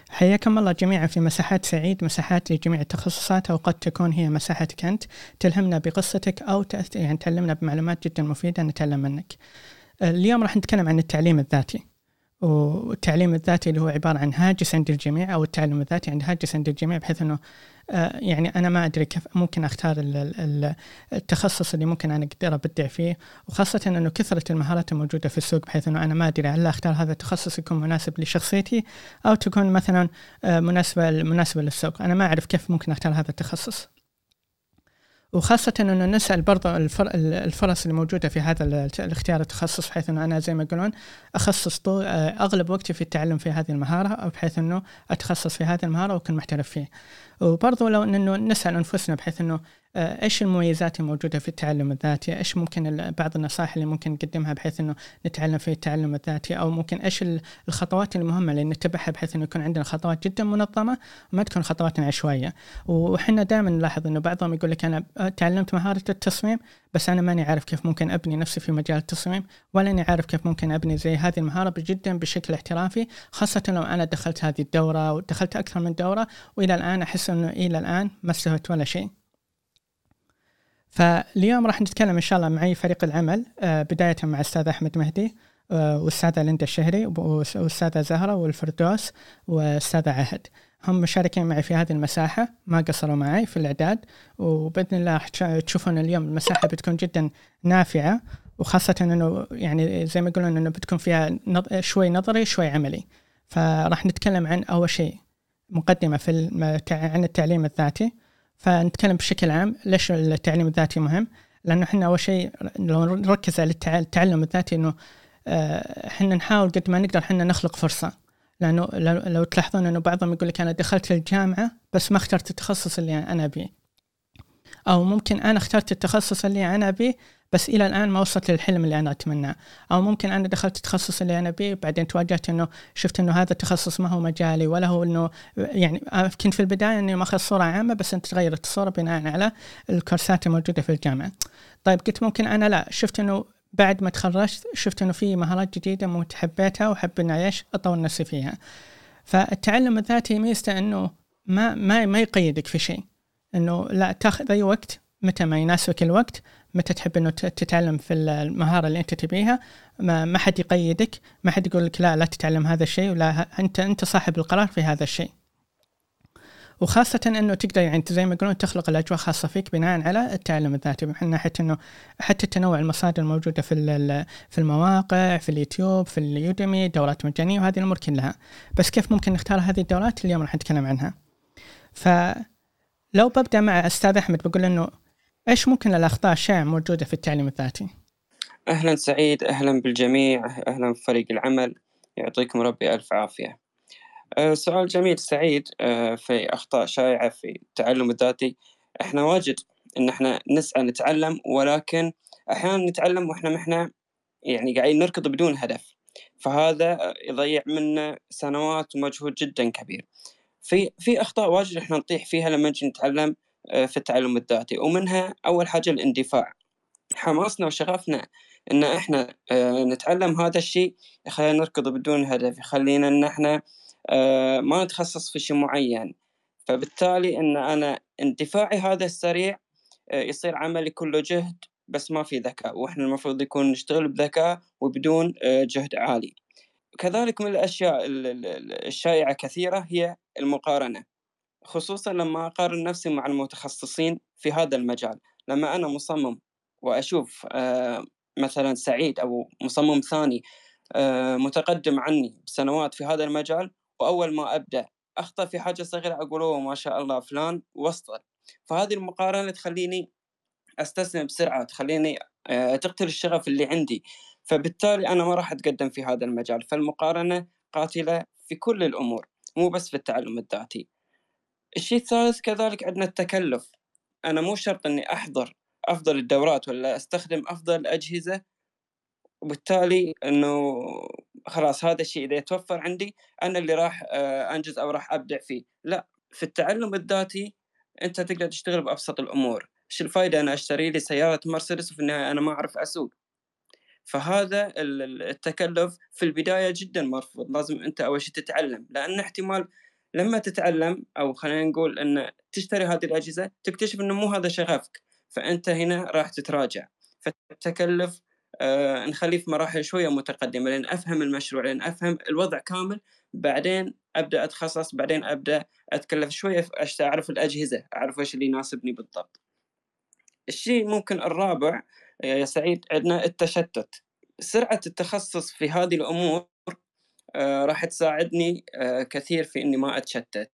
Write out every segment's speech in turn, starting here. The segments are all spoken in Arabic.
حياكم الله جميعا في مساحات سعيد، مساحات لجميع التخصصات، وقد تكون هي مساحتك أنت تلهمنا بقصتك أو يعني تعلمنا بمعلومات جدا مفيدة نتعلم منك. اليوم راح نتكلم عن التعليم الذاتي، والتعليم الذاتي اللي هو عبارة عن هاجس عند الجميع، أو التعلم الذاتي عند هاجس عند الجميع، بحيث أنه يعني أنا ما أدري كيف ممكن أختار التخصص اللي ممكن أنا أقدر أبدع فيه، وخاصة أنه كثرة المهارات الموجودة في السوق، بحيث أنه أنا ما أدري هل أختار هذا التخصص يكون مناسب لشخصيتي أو تكون مثلا مناسبة للسوق. أنا ما أعرف كيف ممكن أختار هذا التخصص، وخاصة أنه نسأل برضو الفرص اللي موجودة في هذا الاختيار التخصص، بحيث أنه أنا زي ما يقولون أخصص أغلب وقتي في التعلم في هذه المهارة، أو بحيث أنه أتخصص في هذه المهارة وأكون محترف فيه. وبرضو لو أنه نسأل أنفسنا بحيث أنه إيش المميزات الموجودة في التعلم الذاتي، إيش ممكن بعض النصائح اللي ممكن نقدمها بحيث أنه نتعلم في التعلم الذاتي، أو ممكن إيش الخطوات المهمة اللي نتبعها بحيث أنه يكون عندنا خطوات جدا منظمة وما تكون خطوات عشوائية. وحنا دائما نلاحظ أنه بعضهم يقول لك أنا تعلمت مهارة التصميم بس أنا ماني عارف كيف ممكن أبني نفسي في مجال التصميم، ولا أني عارف كيف ممكن أبني زي هذه المهارة جدا بشكل احترافي، خاصة لو أنا دخلت هذه الدورة ودخلت أكثر من دورة، وإلى الآن أحس أنه إلى الآن ما استفدت ولا شيء. فاليوم راح نتكلم إن شاء الله معي فريق العمل، بداية مع أستاذ أحمد مهدي، والأستاذة ليندا الشهري، والأستاذة زهرة، والفردوس، والأستاذة عهد. هم مشاركين معي في هذه المساحة، ما قصروا معي في الإعداد، وبإذن الله تشوفون اليوم المساحة بتكون جدا نافعة، وخاصة أنه يعني زي ما يقولون أنه بتكون فيها شوي نظري شوي عملي. فراح نتكلم عن أول شيء مقدمة عن التعليم الذاتي. فنتكلم بشكل عام ليش التعليم الذاتي مهم، لأنه إحنا أول شيء لو نركز على التعلم الذاتي إنه إحنا نحاول قد ما نقدر إحنا نخلق فرصة. لأنه لو تلاحظون إنه بعضهم يقول لك أنا دخلت الجامعة بس ما اخترت التخصص اللي أنا أبيه، أو ممكن أنا اخترت التخصص اللي أنا أبيه بس إلى الآن ما وصلت للحلم اللي أنا أتمناه، أو ممكن أنا دخلت التخصص اللي أنا بيه بعدين تواجهت إنه شفت إنه هذا التخصص ما هو مجالي، ولا هو إنه يعني كنت في البداية إني ماخذ صورة عامة بس أنت تغيرت الصورة بناء على الكورسات الموجودة في الجامعة. طيب قلت ممكن أنا لا، شفت إنه بعد ما تخرجت شفت إنه في مهارات جديدة متحبيتها وحب إني إيش أطور نفسي فيها. فالتعلم الذاتي ميزته إنه ما يقيدك في شيء، إنه لا تأخذ أي وقت متى ما يناسبك الوقت، متى تحب إنه تتعلم في المهارة اللي أنت تبيها. ما حد يقيدك، ما حد يقول لك لا تتعلم هذا الشيء، ولا أنت صاحب القرار في هذا الشيء. وخاصة إنه تقدر يعني زي ما يقولون تخلق الأجواء خاصة فيك بناء على التعلم الذاتي، من ناحية إنه حتى تنوع المصادر الموجودة في المواقع، في اليوتيوب، في اليوديمي، دورات مجانية وهذه الأمور كلها. بس كيف ممكن نختار هذه الدورات اليوم راح نتكلم عنها. فلو ببدأ مع أستاذ أحمد بقول إنه إيش ممكن الأخطاء الشائعة موجودة في التعليم الذاتي؟ أهلا سعيد، أهلا بالجميع، أهلا بفريق العمل، يعطيكم ربي ألف عافية. سؤال جميل سعيد. في أخطاء شائعة في التعلم الذاتي. إحنا واجد إن إحنا نسعى نتعلم، ولكن أحيانا نتعلم وإحنا يعني قاعدين نركض بدون هدف، فهذا يضيع منا سنوات ومجهود جدا كبير. في أخطاء واجد إحنا نطيح فيها لما نجي نتعلم في التعلم الذاتي، ومنها أول حاجة الاندفاع. حماسنا وشغفنا إن إحنا نتعلم هذا الشيء يخلينا نركض بدون هدف، يخلينا إن إحنا ما نتخصص في شيء معين. فبالتالي إن أنا اندفاعي هذا السريع يصير عملي كله جهد بس ما في ذكاء، وإحنا المفروض يكون نشتغل بذكاء وبدون جهد عالي. كذلك من الأشياء الشائعة كثيرة هي المقارنة، خصوصا لما أقارن نفسي مع المتخصصين في هذا المجال. لما أنا مصمم وأشوف مثلا سعيد أو مصمم ثاني متقدم عني بسنوات في هذا المجال، وأول ما أبدأ أخطأ في حاجة صغيرة أقول ما شاء الله فلان وصل. فهذه المقارنة تخليني أستسلم بسرعة، تخليني تقتل الشغف اللي عندي، فبالتالي أنا ما راح أتقدم في هذا المجال. فالمقارنة قاتلة في كل الأمور، مو بس في التعلم الذاتي. الشيء الثالث كذلك عندنا التكلف. أنا مو شرط أني أحضر أفضل الدورات ولا أستخدم أفضل الأجهزة وبالتالي أنه خلاص هذا الشيء إذا يتوفر عندي أنا اللي راح أنجز أو راح أبدع فيه. لا، في التعلم الذاتي أنت تقدر تشتغل بأبسط الأمور. إيش الفايدة أنا أشتري لي سيارة مرسيدس وفي النهاية أنا ما أعرف أسوق؟ فهذا التكلف في البداية جدا مرفوض. لازم أنت أول شيء تتعلم، لأن احتمال لما تتعلم أو خلينا نقول أن تشتري هذه الأجهزة تكتشف أنه مو هذا شغفك، فأنت هنا راح تتراجع، فالتكلف نخليه في مراحل شوية متقدمة لين أفهم المشروع، لين أفهم الوضع كامل، بعدين أبدأ أتخصص، بعدين أبدأ أتكلف شوية أعرف الأجهزة، أعرف إيش اللي يناسبني بالضبط. الشيء ممكن الرابع يا سعيد عندنا التشتت. سرعة التخصص في هذه الأمور راح تساعدني كثير في إني ما أتشتت.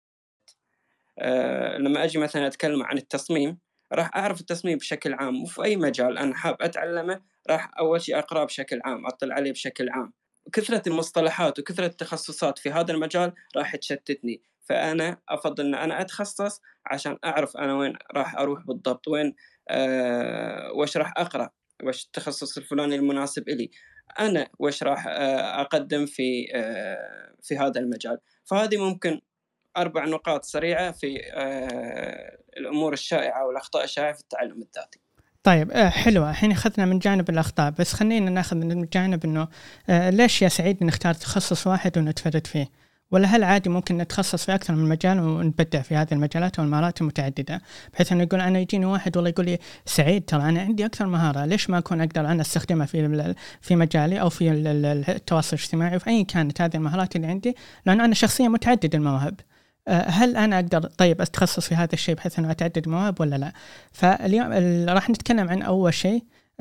لما أجي مثلا أتكلم عن التصميم راح أعرف التصميم بشكل عام، وفي أي مجال أنا حاب أتعلمه راح أول شيء أقرأ بشكل عام، أطلع عليه بشكل عام. كثرة المصطلحات وكثرة التخصصات في هذا المجال راح تشتتني، فأنا أفضل أن أنا أتخصص عشان أعرف أنا وين راح أروح بالضبط، وين وش راح أقرأ، وش التخصص الفلاني المناسب إلي، أنا وش راح أقدم في هذا المجال. فهذه ممكن 4 نقاط سريعة في الأمور الشائعة والأخطاء الشائعة في التعلم الذاتي. طيب حلوة، الحين أخذنا من جانب الأخطاء، بس خلينا ناخذ من جانب إنه ليش يا سعيد نختار تخصص واحد ونتفرد فيه؟ ولا هل عادي ممكن نتخصص في أكثر من مجال ونبدع في هذه المجالات والمهارات المتعددة، بحيث أنه يقول أنا يجيني واحد والله يقول لي سعيد ترى أنا عندي أكثر مهارة، ليش ما أكون أقدر أنا أستخدمها في مجالي أو في التواصل الاجتماعي وفي أي كانت هذه المهارات اللي عندي، لأن أنا شخصية متعدد المواهب. هل أنا أقدر طيب أتخصص في هذا الشيء بحيث أنه أتعدد مواهب ولا لا؟ فاليوم راح نتكلم عن أول شيء،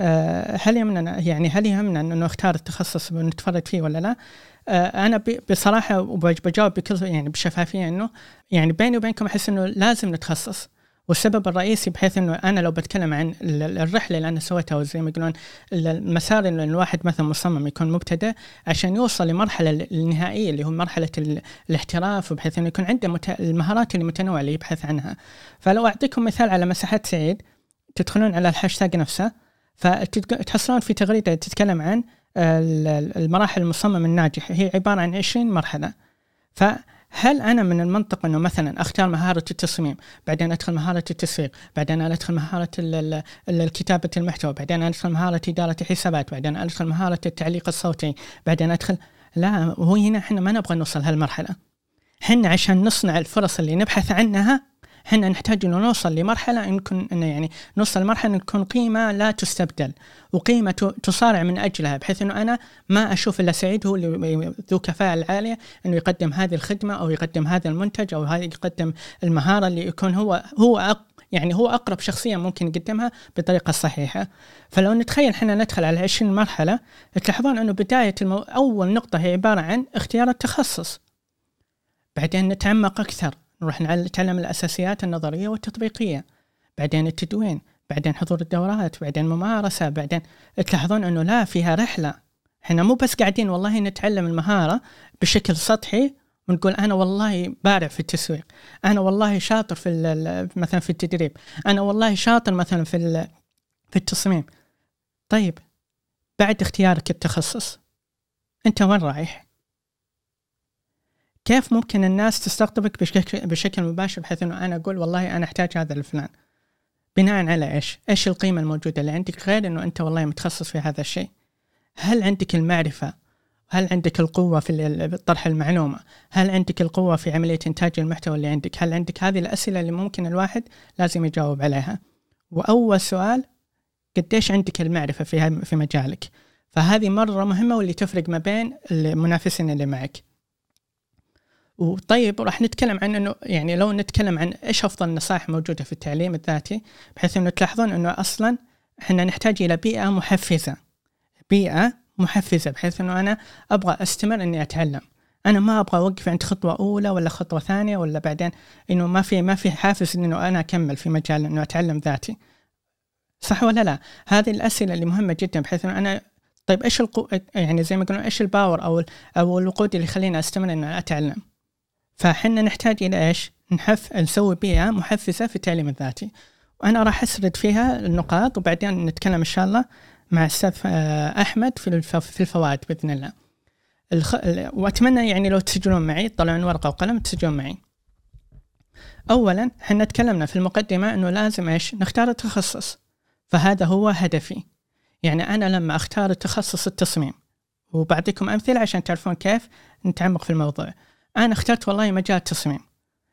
هل يهمنا أنه نختار التخصص ونتفرد فيه ولا لا؟ أنا بصراحة وبجاوب بكل يعني بشفافية إنه يعني بيني وبينكم أحس إنه لازم نتخصص، والسبب الرئيسي بحيث إنه أنا لو بتكلم عن الرحلة اللي أنا سويتها وزي ما يقولون المسار اللي الواحد مثلا مصمم يكون مبتدئ عشان يوصل لمرحلة النهائية اللي هو مرحلة الاحتراف، وبحيث إنه يكون عنده المهارات اللي متنوعة اللي يبحث عنها. فلو أعطيكم مثال على مساحات سعيد، تدخلون على الهاشتاج نفسه فتحصلون في تغريدة تتكلم عن المراحل المصمم الناجح، هي عبارة عن 20 مرحلة. فهل أنا من المنطق أنه مثلا أختار مهارة التصميم، بعدين أدخل مهارة التسويق، بعدين أدخل مهارة الكتابة المحتوى، بعدين أدخل مهارة إدارة الحسابات، بعدين أدخل مهارة التعليق الصوتي، بعدين أدخل لا، وهو هنا إحنا ما نبغى نوصل هالمرحلة. إحنا عشان نصنع الفرص اللي نبحث عنها إحنا نحتاج إنه نوصل لمرحلة نوصل لمرحلة نكون قيمة لا تستبدل، وقيمة تصارع من أجلها، بحيث إنه أنا ما أشوف إلا سعيد هو اللي ذو كفاءة العالية إنه يقدم هذه الخدمة أو يقدم هذا المنتج أو يقدم المهارة اللي يكون هو أقرب شخصية ممكن يقدمها بطريقة صحيحة. فلو نتخيل إحنا ندخل على 20 مرحلة، تلاحظون إنه بداية أول نقطة هي عبارة عن اختيار التخصص، بعدين نتعمق أكثر، نروح نتعلم الأساسيات النظرية والتطبيقية، بعدين التدوين، بعدين حضور الدورات، بعدين ممارسة، بعدين تلاحظون أنه لا، فيها رحلة. احنا مو بس قاعدين والله نتعلم المهارة بشكل سطحي ونقول أنا والله بارع في التسويق، أنا والله شاطر مثلا في التدريب، أنا والله شاطر مثلا في التصميم. طيب بعد اختيارك التخصص أنت وين رايح؟ كيف ممكن الناس تستقطبك بشكل مباشر، بحيث أنه أنا أقول والله أنا أحتاج هذا الفلان، بناء على إيش القيمة الموجودة اللي عندك، غير أنه أنت والله متخصص في هذا الشيء؟ هل عندك المعرفة؟ هل عندك القوة في طرح المعلومة؟ هل عندك القوة في عملية إنتاج المحتوى اللي عندك؟ هل عندك هذه الأسئلة اللي ممكن الواحد لازم يجاوب عليها؟ وأول سؤال، قديش عندك المعرفة في مجالك؟ فهذه مرة مهمة واللي تفرق ما بين المنافسين اللي معك. وطيب راح نتكلم عن انه يعني لو نتكلم عن ايش افضل النصائح موجوده في التعليم الذاتي، بحيث انه تلاحظون انه اصلا احنا نحتاج الى بيئه محفزه، بحيث انه انا ابغى استمر اني اتعلم، انا ما ابغى اوقف عند خطوه اولى ولا خطوه ثانيه ولا بعدين انه ما في حافز انه انا اكمل في مجال انه اتعلم ذاتي. صح ولا لا؟ هذه الاسئله اللي مهمه جدا، بحيث انه انا طيب ايش يعني زي ما يقولون ايش الباور او الوقود اللي يخليني استمر اني اتعلم. فحنا نحتاج إلى إيش؟ نسوي بيئة محفزة في التعليم الذاتي، وأنا راح أسرد فيها النقاط وبعدين نتكلم إن شاء الله مع أستاذ أحمد في الفوائد بإذن الله. وأتمنى يعني لو تسجلون معي، تطلعون ورقة وقلم تسجلون معي. أولا حنا تكلمنا في المقدمة أنه لازم إيش؟ نختار التخصص، فهذا هو هدفي. يعني أنا لما أختار التخصص التصميم، وبعطيكم أمثلة عشان تعرفون كيف نتعمق في الموضوع. أنا اخترت والله مجال التصميم،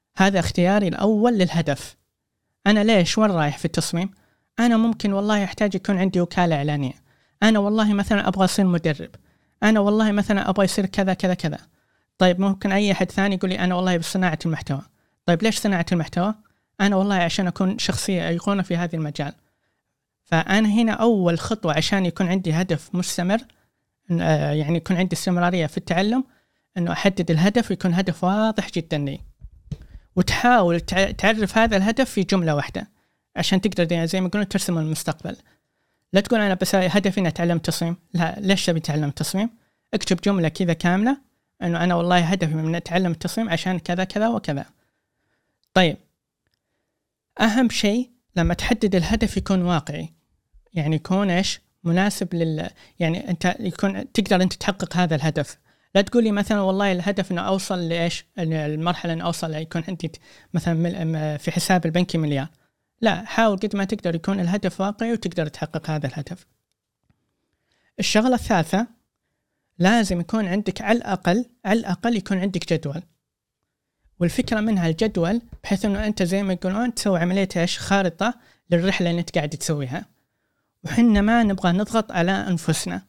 هذا اختياري الأول للهدف. أنا ليش وين رايح في التصميم؟ أنا ممكن والله أحتاج يكون عندي وكالة إعلانية، أنا والله مثلا أبغى أصير مدرب، أنا والله مثلا أبغى يصير كذا كذا كذا. طيب ممكن أي أحد ثاني يقول لي أنا والله بصناعة المحتوى. طيب ليش صناعة المحتوى؟ أنا والله عشان أكون شخصية أيقونة في هذا المجال. فأنا هنا أول خطوة عشان يكون عندي هدف مستمر، يعني يكون عندي استمرارية في التعلم، أنه أحدد الهدف ويكون هدف واضح جدا لي، وتحاول تعرف هذا الهدف في جملة واحدة عشان تقدر زي ما قلنا ترسم المستقبل. لا تقول أنا بس هدفي أن أتعلم تصميم، لا، ليش تبي تتعلم تصميم؟ اكتب جملة كذا كاملة أنه أنا والله هدفي من أتعلم التصميم عشان كذا كذا وكذا. طيب أهم شيء لما تحدد الهدف يكون واقعي، يعني يكون إيش مناسب يعني أنت يكون تقدر أنت تحقق هذا الهدف. لا تقولي مثلا والله الهدف إنه أوصل لإيش المرحلة إنه أوصل يكون عندي مثلا في حساب البنكي مليار. لا، حاول قد ما تقدر يكون الهدف واقعي وتقدر تحقق هذا الهدف. الشغلة الثالثة، لازم يكون عندك على الأقل يكون عندك جدول. والفكرة منها الجدول بحيث إنه أنت زي ما يقولون تسوي عملية إيش خارطة للرحلة اللي أنت قاعد تسويها. وحنا ما نبغى نضغط على أنفسنا،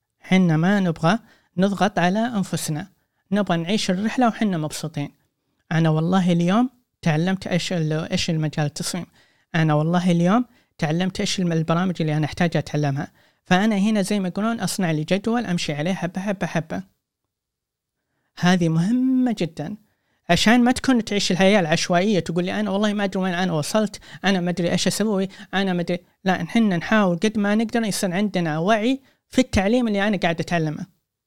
نبغى نعيش الرحلة وحنا مبسوطين. أنا والله اليوم تعلمت إيش المجال التصميم، أنا والله اليوم تعلمت إيش البرامج اللي أنا أحتاج أتعلمها. فأنا هنا زي ما يقولون أصنع لي جدول أمشي عليه حبة حبة حبة. هذه مهمة جدا عشان ما تكون تعيش الحياة العشوائية، تقول لي أنا والله ما أدري وين أنا وصلت، أنا ما أدري إيش أسوي، أنا ما أدري. لا، نحن نحاول قد ما نقدر يصير عندنا وعي في التعليم اللي أنا قاعد أتعلمه.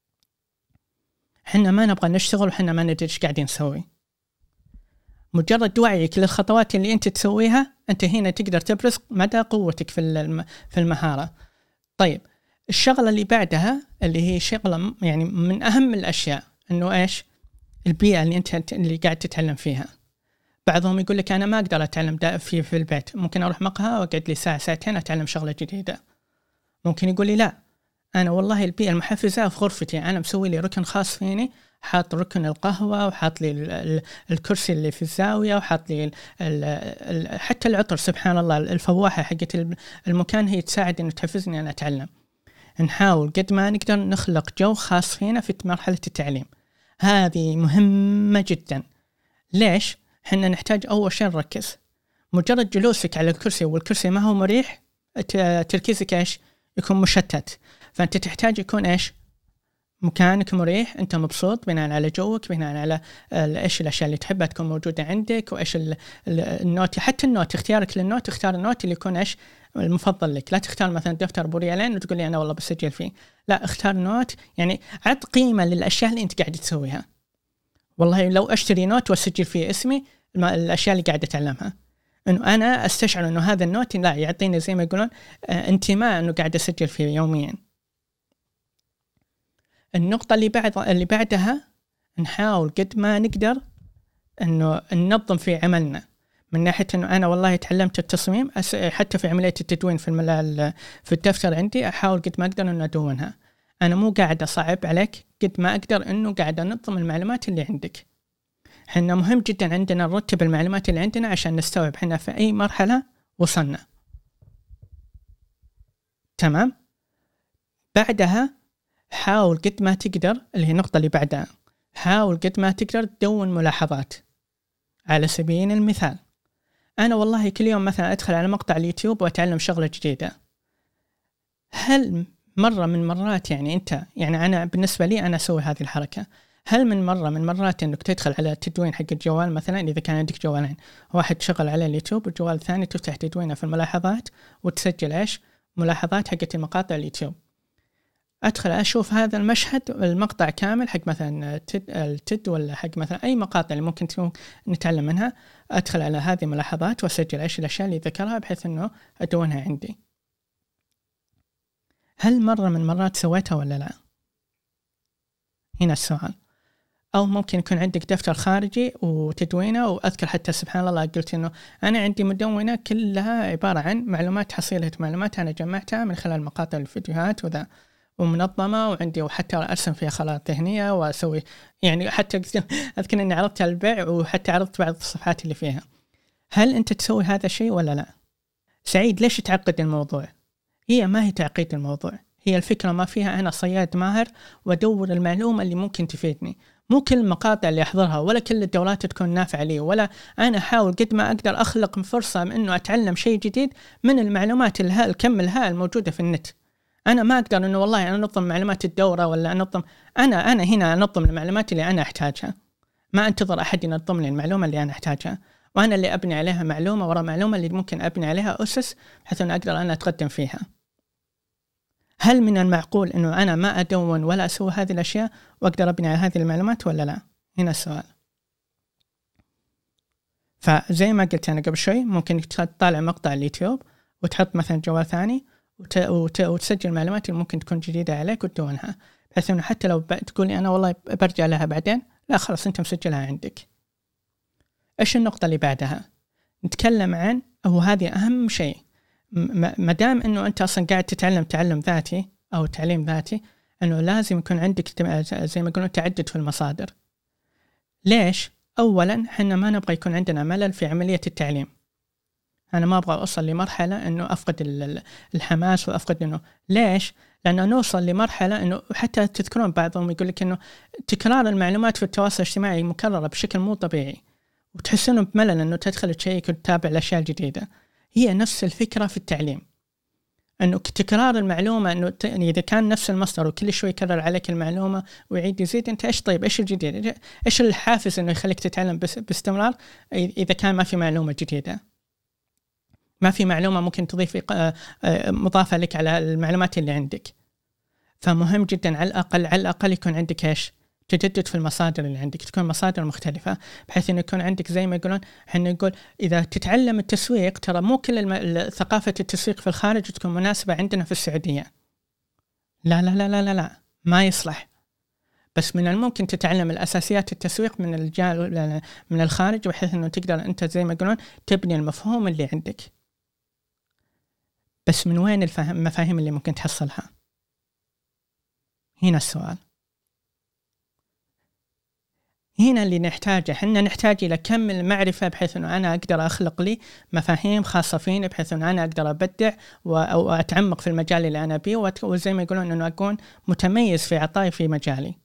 حنا ما نبغى نشتغل وحنا ما ندري إيش قاعدين نسوي. مجرد وعيك للخطوات اللي أنت تسويها، أنت هنا تقدر تبرز مدى قوتك في المهارة. طيب الشغلة اللي بعدها اللي هي شغلة يعني من أهم الأشياء، إنه إيش البيئة اللي أنت اللي قاعد تتعلم فيها. بعضهم يقول لك أنا ما أقدر أتعلم في البيت، ممكن أروح مقهى وأقعد لي ساعة ساعتين أتعلم شغلة جديدة. ممكن يقول لي لا، أنا والله البيئة المحفزة في غرفتي، أنا مسوي لي ركن خاص فيني، حاط ركن القهوة وحاط لي الكرسي اللي في الزاوية وحاط لي حتى العطر، سبحان الله الفواحة حقت المكان هي تساعد إنه تحفزني أنا أتعلم. نحاول قد ما نقدر نخلق جو خاص فينا في مرحلة التعليم. هذه مهمة جدا. ليش؟ حنا نحتاج أول شيء نركز. مجرد جلوسك على الكرسي والكرسي ما هو مريح، تركيزك إيش يكون مشتت. فأنت تحتاج يكون إيش مكانك مريح، أنت مبسوط بناء على جوك، بناء على إيش الأشياء اللي تحبها تكون موجودة عندك، وإيش النوت. حتى النوت، اختيارك للنوت اختار النوت اللي يكون إيش المفضل لك. لا تختار مثلا دفتر بوريالين وتقول لي أنا والله بسجل فيه. لا، اختار نوت يعني عد قيمة للأشياء اللي أنت قاعد تسويها. والله لو أشتري نوت وأسجل فيه اسمي الأشياء اللي قاعد أتعلمها، إنه أنا أستشعر إنه هذا النوت لا يعطيني زي ما يقولون انتماء إنه قاعد أسجل فيه يوميا. النقطة اللي بعدها نحاول قد ما نقدر إنه ننظم في عملنا، من ناحية إنه أنا والله تعلمت التصميم، حتى في عملية التدوين في الدفتر عندي أحاول قد ما أقدر إنه أدونها. أنا مو قاعد أصعب عليك قد ما أقدر إنه قاعد أنظم المعلومات اللي عندك. حنا مهم جدا عندنا نرتب المعلومات اللي عندنا عشان نستوعب حنا في أي مرحلة وصلنا. تمام؟ بعدها حاول قد ما تقدر، اللي هي النقطة اللي بعدها، حاول قد ما تقدر تدون ملاحظات. على سبيل المثال أنا والله كل يوم مثلا أدخل على مقطع اليوتيوب وأتعلم شغلة جديدة. هل مرة من مرات يعني أنا بالنسبة لي أنا أسوي هذه الحركة، هل من مرات إنك تدخل على التدوين حق الجوال مثلا، إذا كان عندك جوالين، واحد شغل على اليوتيوب والجوال الثاني تفتح تدوينه في الملاحظات وتسجل إيش ملاحظات حقت المقاطع اليوتيوب. أدخل أشوف هذا المشهد المقطع كامل حق مثلا التد ولا حق مثلا أي مقاطع اللي ممكن نتعلم منها، أدخل على هذه الملاحظات وأسجل إيش الأشياء اللي ذكرها بحيث إنه أدونها عندي. هل مرة من مرات سويتها ولا لا؟ هنا السؤال. أو ممكن يكون عندك دفتر خارجي وتدوينه، وأذكر حتى سبحان الله قلت إنه أنا عندي مدونة كلها عبارة عن معلومات، حصيلة معلومات أنا جمعتها من خلال مقاطع الفيديوهات وذا. ومنظمة وعندي وحتى أرسم فيها خرائط ذهنية وأسوي يعني حتى أذكر إني عرضتها للبيع وحتى عرضت بعض الصفحات اللي فيها. هل أنت تسوي هذا الشيء ولا لا؟ سعيد ليش تعقد الموضوع؟ هي ما هي تعقيد الموضوع، هي الفكرة ما فيها أنا صياد ماهر وأدور المعلومة اللي ممكن تفيدني. مو كل المقاطع اللي أحضرها ولا كل الدورات تكون نافعة لي، ولا أنا أحاول قد ما أقدر أخلق فرصة من أنه أتعلم شيء جديد من المعلومات الكم الهائل الموجودة في النت. أنا ما أقدر أنه والله أنا أنظم معلومات الدورة ولا أنظم، أنا هنا أنظم المعلومات اللي أنا أحتاجها، ما أنتظر أحد ينظم لي المعلومة اللي أنا أحتاجها، وأنا اللي أبني عليها معلومة وراء معلومة اللي ممكن أبني عليها أسس بحيث أن أقدر أنا أتقدم فيها. هل من المعقول أنه أنا ما أدون ولا أسوي هذه الأشياء وأقدر أبني على هذه المعلومات ولا لا؟ هنا السؤال. فزي ما قلت أنا قبل شوي ممكن تطالع مقطع اليوتيوب وتحط مثلا جوال ثاني وتسجل المعلومات اللي ممكن تكون جديدة عليك وتدونها، بحيث أنه حتى لو تقولي أنا والله برجع لها بعدين، لا خلاص أنت مسجلها عندك. إيش النقطة اللي بعدها؟ نتكلم عن هذه أهم شيء. ما دام أنه أنت أصلا قاعد تتعلم تعلم ذاتي أو تعليم ذاتي، أنه لازم يكون عندك زي ما يقولون تعدد في المصادر. ليش؟ أولا حنا ما نبغى يكون عندنا ملل في عملية التعليم. أنا ما أبغى أوصل لمرحلة أنه أفقد الحماس وأفقد أنه ليش؟ لأنه نوصل لمرحلة أنه حتى تذكرون بعضهم يقول لك أنه تكرار المعلومات في التواصل الاجتماعي مكررة بشكل مو طبيعي، وتحسون بملل أنه تدخل تشيك وتتابع الأشياء الجديدة. هي نفس الفكرة في التعليم، أنه تكرار المعلومة، أنه إذا كان نفس المصدر وكل شوي يكرر عليك المعلومة ويعيد يزيد، أنت إيش طيب إيش الجديد؟ إيش الحافز أنه يخليك تتعلم باستمرار إذا كان ما في معلومة جديدة، ما في معلومة ممكن تضيف مضافة لك على المعلومات اللي عندك. فمهم جدا على الأقل يكون عندك إيش؟ تجدد في المصادر اللي عندك، تكون مصادر مختلفة، بحيث إنه يكون عندك زي ما يقولون إحنا نقول إذا تتعلم التسويق، ترى مو كل ثقافة التسويق في الخارج تكون مناسبة عندنا في السعودية. لا لا لا لا لا, لا. ما يصلح. بس من الممكن تتعلم الأساسيات التسويق من الخارج، بحيث إنه تقدر أنت زي ما يقولون تبني المفهوم اللي عندك. بس من وين المفاهيم اللي ممكن تحصلها؟ هنا السؤال. هنا اللي نحتاجه، حنا نحتاج إلى كم المعرفة بحيث أنه أنا أقدر أخلق لي مفاهيم خاصة فيني، بحيث أنه أنا أقدر أبدع وأتعمق في المجال اللي أنا بيه، وزي ما يقولون أنه أكون متميز في عطائي في مجالي.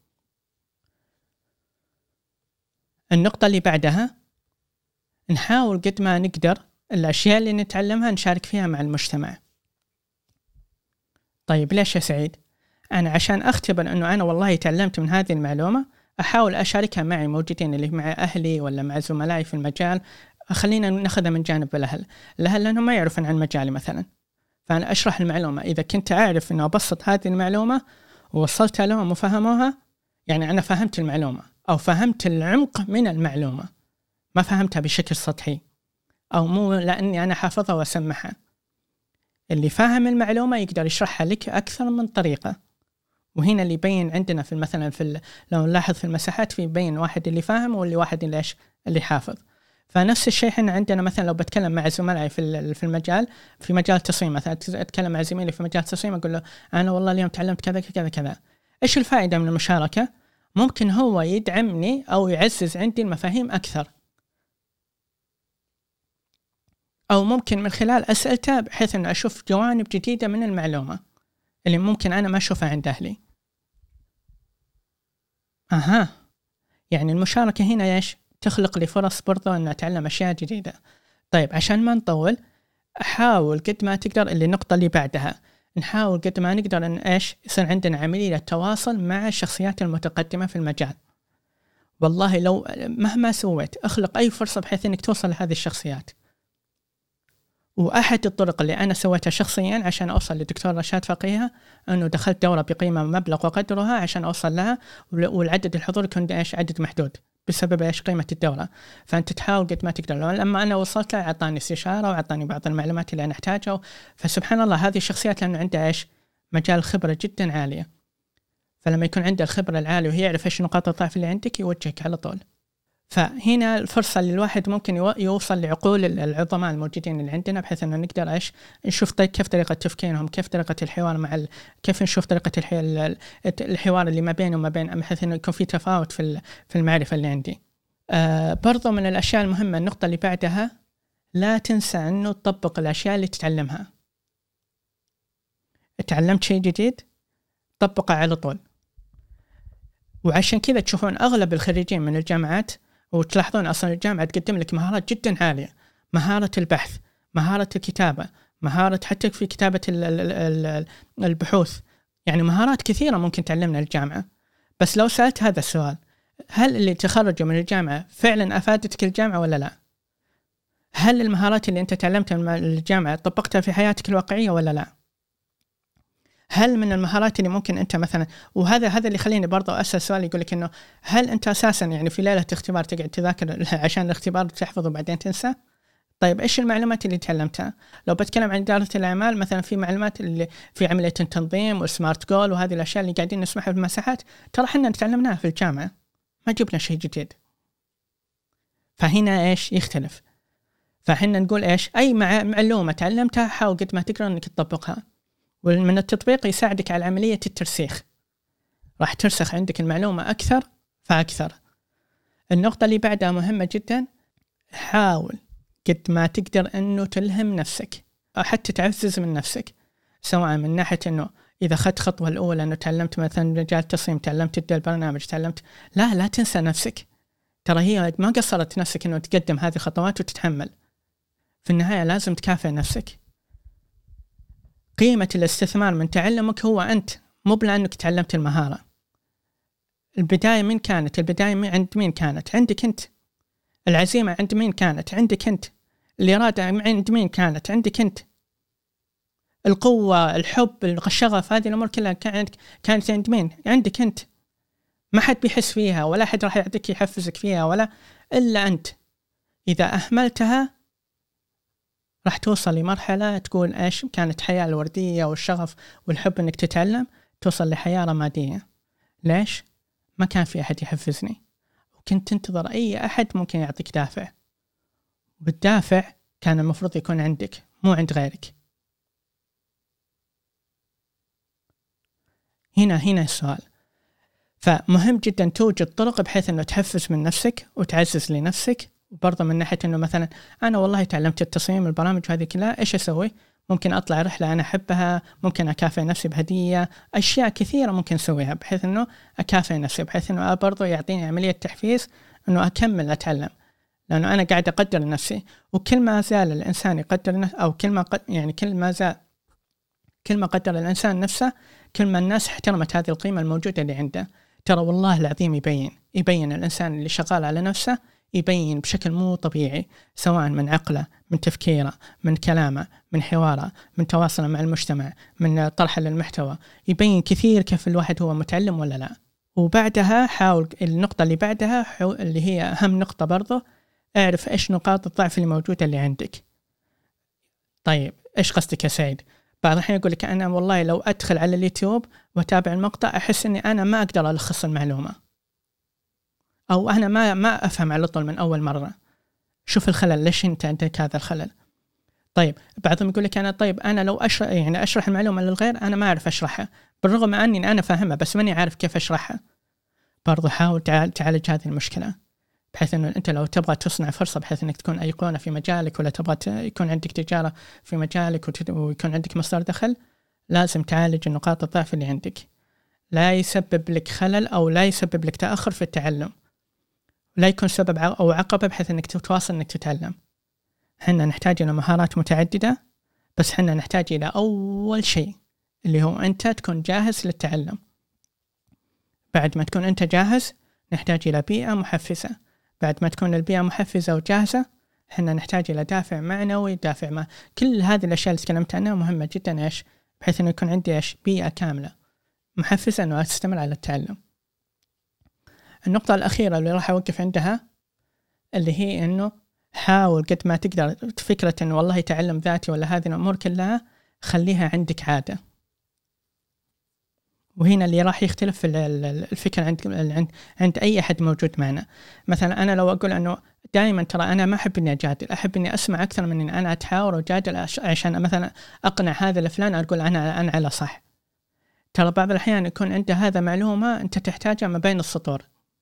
النقطة اللي بعدها نحاول قد ما نقدر الأشياء اللي نتعلمها نشارك فيها مع المجتمع. طيب ليش يا سعيد؟ أنا عشان أختبر أنه أنا والله تعلمت من هذه المعلومة، أحاول أشاركها معي موجودين اللي مع أهلي ولا مع زملائي في المجال. خلينا ناخذها من جانب الأهل لأنهم ما يعرفون عن مجالي مثلا، فأنا أشرح المعلومة. إذا كنت أعرف أنه أبسط هذه المعلومة ووصلتها لهم وفهموها، يعني أنا فهمت المعلومة أو فهمت العمق من المعلومة، ما فهمتها بشكل سطحي أو مو لأني أنا حافظها وأسمعها. اللي فاهم المعلومة يقدر يشرحها لك أكثر من طريقة. وهنا اللي يبين عندنا لو نلاحظ في المساحات في يبين واحد اللي فاهم واللي واحد اللي حافظ. فنفس الشيء احنا عندنا مثلا لو بتكلم مع زملائي في المجال، في مجال التصميم مثلا، اتكلم مع زميلي في مجال التصميم اقول له انا والله اليوم تعلمت كذا كذا كذا. ايش الفائدة من المشاركة؟ ممكن هو يدعمني او يعزز عندي المفاهيم اكثر، او ممكن من خلال اسئلته بحيث انه اشوف جوانب جديدة من المعلومة اللي ممكن انا ما اشوفها عند اهلي. يعني المشاركة هنا ايش؟ تخلق لي فرص برضو أن أتعلم أشياء جديدة. طيب عشان ما نطول، أحاول قد ما تقدر اللي النقطة اللي بعدها، نحاول قد ما نقدر أن إيش يصير عندنا عملية تواصل مع الشخصيات المتقدمة في المجال. والله لو مهما سويت أخلق أي فرصة بحيث أنك توصل لهذه الشخصيات. وأحد الطرق اللي أنا سويتها شخصيا عشان أوصل لدكتور رشاد فقيهة، أنه دخلت دورة بقيمة مبلغ وقدرها عشان أوصل لها، والعدد الحضور يكون إيش عدد محدود بسبب إيش قيمة الدورة. فأنت تحاول قد ما تقدر. لما أنا وصلت له أعطاني استشارة وأعطاني بعض المعلومات اللي أنا أحتاجها. فسبحان الله هذه الشخصيات لأنه عندها إيش مجال خبرة جدا عالية، فلما يكون عنده الخبرة العالية وهي يعرف إيش نقاط الضعف اللي عندك يوجهك على طول. فهنا الفرصة اللي الواحد ممكن يوصل لعقول العظماء الموجودين اللي عندنا، بحيث أنه نقدر إيش نشوف كيف طريقة تفكيرهم، كيف طريقة الحوار كيف نشوف طريقة الحوار اللي ما بينه وما بين، بحيث أنه يكون في تفاوت في المعرفة اللي عندي. برضو من الأشياء المهمة النقطة اللي بعدها، لا تنسى أنه تطبق الأشياء اللي تتعلمها. تعلمت شيء جديد طبقه على طول. وعشان كذا تشوفون أغلب الخريجين من الجامعات وتلاحظون أصلا الجامعة تقدم لك مهارات جدا عالية، مهارة البحث، مهارة الكتابة، مهارة حتى في كتابة البحوث، يعني مهارات كثيرة ممكن تعلمنا الجامعة. بس لو سألت هذا السؤال، هل اللي تخرجوا من الجامعة فعلا أفادتك الجامعة ولا لا؟ هل المهارات اللي أنت تعلمتها من الجامعة طبقتها في حياتك الواقعية ولا لا؟ هل من المهارات اللي ممكن أنت مثلا، وهذا اللي خليني برضو أسأل سؤال يقول لك إنه هل أنت أساسا يعني في ليلة اختبار تقعد تذاكر عشان الاختبار تحفظه بعدين تنسى؟ طيب إيش المعلومات اللي تعلمتها؟ لو بتكلم عن إدارة الأعمال مثلا، في معلومات اللي في عملية التنظيم والسمارت جول وهذه الأشياء اللي قاعدين نسمعها في المساحات، ترى حنا تعلمناها في الجامعة، ما جبنا شيء جديد. فهنا إيش يختلف؟ فحنا نقول إيش أي معلومة تعلمتها حاول قد ما تقدر إنك تطبقها، ومن التطبيق يساعدك على عملية الترسيخ، راح ترسخ عندك المعلومة أكثر فأكثر. النقطة اللي بعدها مهمة جدا، حاول قد ما تقدر أنه تلهم نفسك أو حتى تعزز من نفسك، سواء من ناحية أنه إذا أخذت خطوة الأولى أنه تعلمت مثلا مجال التصميم، تعلمت تدير البرنامج، تعلمت، لا تنسى نفسك، ترى هي ما قصرت نفسك أنه تقدم هذه الخطوات وتتحمل، في النهاية لازم تكافئ نفسك. قيمة الاستثمار من تعلمك هو أنت، مو بلأنك تعلمت المهارة. البداية من كانت؟ البداية عند مين كانت؟ عندك أنت. العزيمة عند مين كانت؟ عندك أنت. الإرادة عند مين كانت؟ عندك أنت. القوة، الحب، الشغف، هذه الأمور كلها كانت عند مين؟ عندك أنت. ما حد بيحس فيها ولا حد راح يعطيك يحفزك فيها ولا إلا أنت. إذا أهملتها راح توصل لمرحلة تقول إيش كانت حياة الوردية والشغف والحب إنك تتعلم، توصل لحياة رمادية. ليش؟ ما كان في أحد يحفزني، وكنت تنتظر أي أحد ممكن يعطيك دافع، والدافع كان المفروض يكون عندك مو عند غيرك. هنا السؤال. فمهم جدا توجد طرق بحيث أنه تحفز من نفسك وتعزز لنفسك، وبرضه من ناحية أنه مثلا أنا والله تعلمت التصميم البرامج وهذه كلها، إيش أسوي؟ ممكن أطلع رحلة أنا أحبها، ممكن أكافئ نفسي بهدية، أشياء كثيرة ممكن أسويها بحيث أنه أكافئ نفسي، بحيث أنه برضه يعطيني عملية تحفيز أنه أكمل أتعلم، لأنه أنا قاعد أقدر نفسي. وكل ما زال الإنسان يقدر نفسه، أو كل ما قدر الإنسان نفسه، كل ما الناس احترمت هذه القيمة الموجودة اللي عنده. ترى والله العظيم يبين الإنسان اللي شغال على نفسه، يبين بشكل مو طبيعي، سواء من عقله، من تفكيره، من كلامه، من حواره، من تواصله مع المجتمع، من طرحه للمحتوى، يبين كثير كيف الواحد هو متعلم ولا لا. وبعدها حاول النقطة اللي بعدها اللي هي أهم نقطة برضه، اعرف إيش نقاط الضعف اللي موجودة اللي عندك. طيب إيش قصدك يا سعيد؟ بعض الحين يقول لك أنا والله لو أدخل على اليوتيوب وأتابع المقطع أحس أني أنا ما أقدر ألخص المعلومة، أو أنا ما أفهم على طول من أول مرة. شوف الخلل، ليش أنت عندك هذا الخلل؟ طيب بعضهم يقول لك أنا لو أشرح المعلومة للغير أنا ما أعرف أشرحها، بالرغم أني أنا فاهمها بس ماني عارف كيف أشرحها. برضو حاول تعالج هذه المشكلة، بحيث أنه أنت لو تبغى تصنع فرصة بحيث أنك تكون أيقونة في مجالك، ولا تبغى يكون عندك تجارة في مجالك ويكون عندك مصدر دخل، لازم تعالج النقاط الضعف اللي عندك، لا يسبب لك خلل أو لا يسبب لك تأخر في التعلم، لا يكون سبب أو عقبة بحيث أنك تتواصل أنك تتعلم. حنا نحتاج إلى مهارات متعددة، بس حنا نحتاج إلى أول شيء اللي هو أنت تكون جاهز للتعلم. بعد ما تكون أنت جاهز نحتاج إلى بيئة محفزة. بعد ما تكون البيئة محفزة وجاهزة، حنا نحتاج إلى دافع معنوي، دافع كل هذه الأشياء اللي تكلمت عنها مهمة جدا، إيش بحيث أنه يكون عندي بيئة كاملة محفزة أنه أستمر على التعلم. النقطة الأخيرة اللي راح أوقف عندها اللي هي أنه حاول قد ما تقدر فكرة أنه والله تعلم ذاتي ولا هذه الأمور كلها خليها عندك عادة. وهنا اللي راح يختلف الفكر عند أي أحد موجود معنا. مثلا أنا لو أقول أنه دائما ترى أنا ما أحب إني أجادل، أحب إني أسمع أكثر من إني أنا أتحاور وأجادل عشان مثلا أقنع هذا الفلان أقول أنا على صح. ترى بعض الأحيان يكون عنده هذا معلومة أنت تحتاجها ما بين السطور،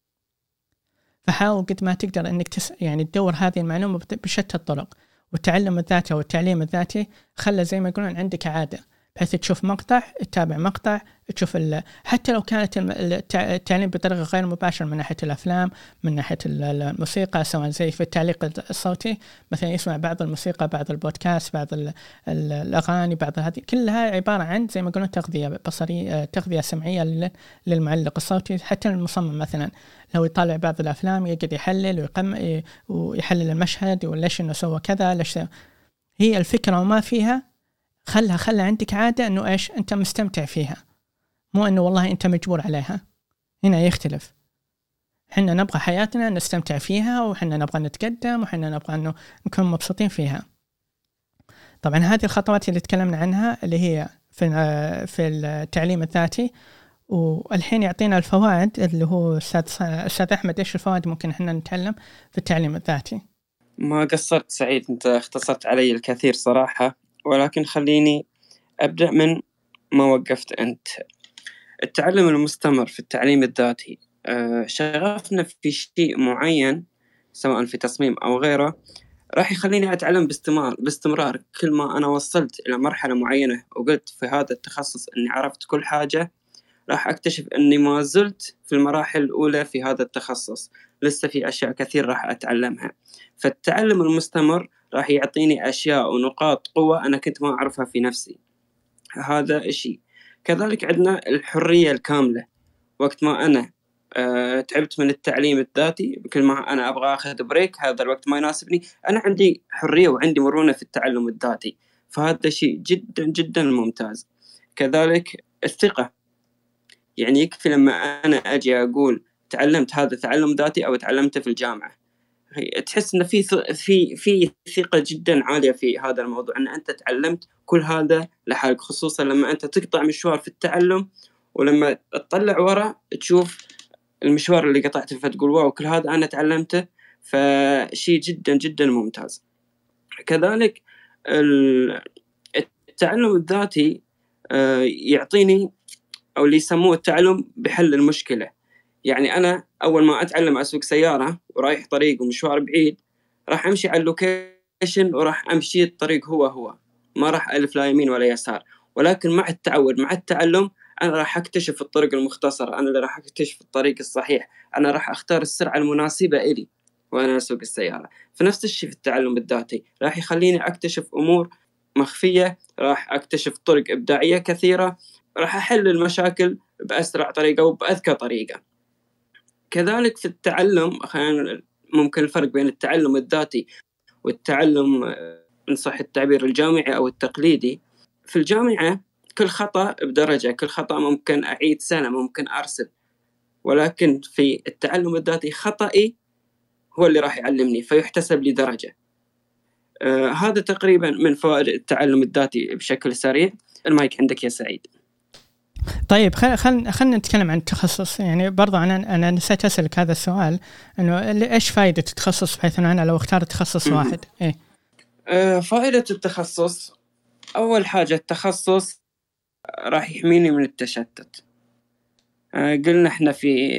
فحاول قد ما تقدر إنك يعني تدور هذه المعلومة بشتى الطرق. والتعلم الذاتي أو التعليم الذاتي خلى زي ما يقولون عندك عادة، بحيث تشوف مقطع تتابع مقطع، تشوف حتى لو كانت التعليم بطريقة غير مباشرة من ناحية الأفلام، من ناحية الموسيقى، سواء زي في التعليق الصوتي مثلا يسمع بعض الموسيقى، بعض البودكاست، بعض الأغاني، بعض هذه كلها عبارة عن زي ما يقولون تغذية بصرية، تغذية سمعية للمعلق الصوتي. حتى المصمم مثلا لو يطالع بعض الأفلام يقعد يحلل ويحلل المشهد وليش إنه سوى كذا، ليش هي الفكرة وما فيها. خلها عندك عادة أنه إيش أنت مستمتع فيها، مو أنه والله أنت مجبور عليها. هنا يختلف. حنا نبغى حياتنا نستمتع فيها، وحنا نبغى نتقدم، وحنا نبغى أنه نكون مبسوطين فيها. طبعا هذه الخطوات اللي تكلمنا عنها اللي هي في التعليم الذاتي. والحين يعطينا الفوائد اللي هو أستاذ أحمد. إيش الفوائد ممكن إحنا نتعلم في التعليم الذاتي؟ ما قصرت سعيد، أنت اختصرت علي الكثير صراحة، ولكن خليني أبدأ من ما وقفت أنت. التعلم المستمر في التعليم الذاتي، شغفنا في شيء معين سواء في تصميم أو غيره راح يخليني أتعلم باستمرار. كل ما أنا وصلت إلى مرحلة معينة وقلت في هذا التخصص أني عرفت كل حاجة، راح أكتشف أني ما زلت في المراحل الأولى في هذا التخصص، لسه في أشياء كثير راح أتعلمها. فالتعلم المستمر راح يعطيني أشياء ونقاط قوة أنا كنت ما أعرفها في نفسي. هذا شيء. كذلك عندنا الحرية الكاملة. وقت ما أنا تعبت من التعليم الذاتي، كل ما أنا أبغى أخذ بريك، هذا الوقت ما يناسبني، أنا عندي حرية وعندي مرونة في التعلم الذاتي، فهذا شيء جدا جدا ممتاز. كذلك الثقة، يعني يكفي لما أنا أجي أقول تعلمت هذا تعلم ذاتي أو تعلمته في الجامعة، تحس إن في ثقة جدا عالية في هذا الموضوع، أن أنت تعلمت كل هذا لحالك، خصوصا لما أنت تقطع مشوار في التعلم، ولما تطلع ورا تشوف المشوار اللي قطعته فتقول واو كل هذا أنا تعلمته، فشيء جدا جدا ممتاز. كذلك التعلم الذاتي يعطيني أو اللي يسموه التعلم بحل المشكلة. يعني أنا أول ما أتعلم أسوق سيارة ورايح طريق ومشوار بعيد، راح أمشي على اللوكيشن وراح أمشي الطريق هو ما راح ألف لا يمين ولا يسار. ولكن مع التعود مع التعلم أنا راح أكتشف الطرق المختصرة، أنا اللي راح أكتشف الطريق الصحيح، أنا راح أختار السرعة المناسبة إلي وأنا أسوق السيارة. فنفس الشيء في التعلم الذاتي، راح يخليني أكتشف أمور مخفية، راح أكتشف طرق إبداعية كثيرة، راح أحل المشاكل بأسرع طريقة وبأذكى طريقة. كذلك في التعلم ممكن الفرق بين التعلم الذاتي والتعلم إن صح التعبير الجامعي أو التقليدي. في الجامعة كل خطأ بدرجة، كل خطأ ممكن أعيد سنة، ممكن أرسل. ولكن في التعلم الذاتي خطأي هو اللي راح يعلمني فيحتسب لي درجة. هذا تقريبا من فوائد التعلم الذاتي بشكل سريع. المايك عندك يا سعيد. طيب خلنا نتكلم عن التخصص. يعني برضو أنا نسيت أسألك هذا السؤال، إنه إيش فائدة التخصص بحيث إنه أنا لو اخترت تخصص واحد إيه؟ فائدة التخصص، أول حاجة التخصص راح يحميني من التشتت. قلنا إحنا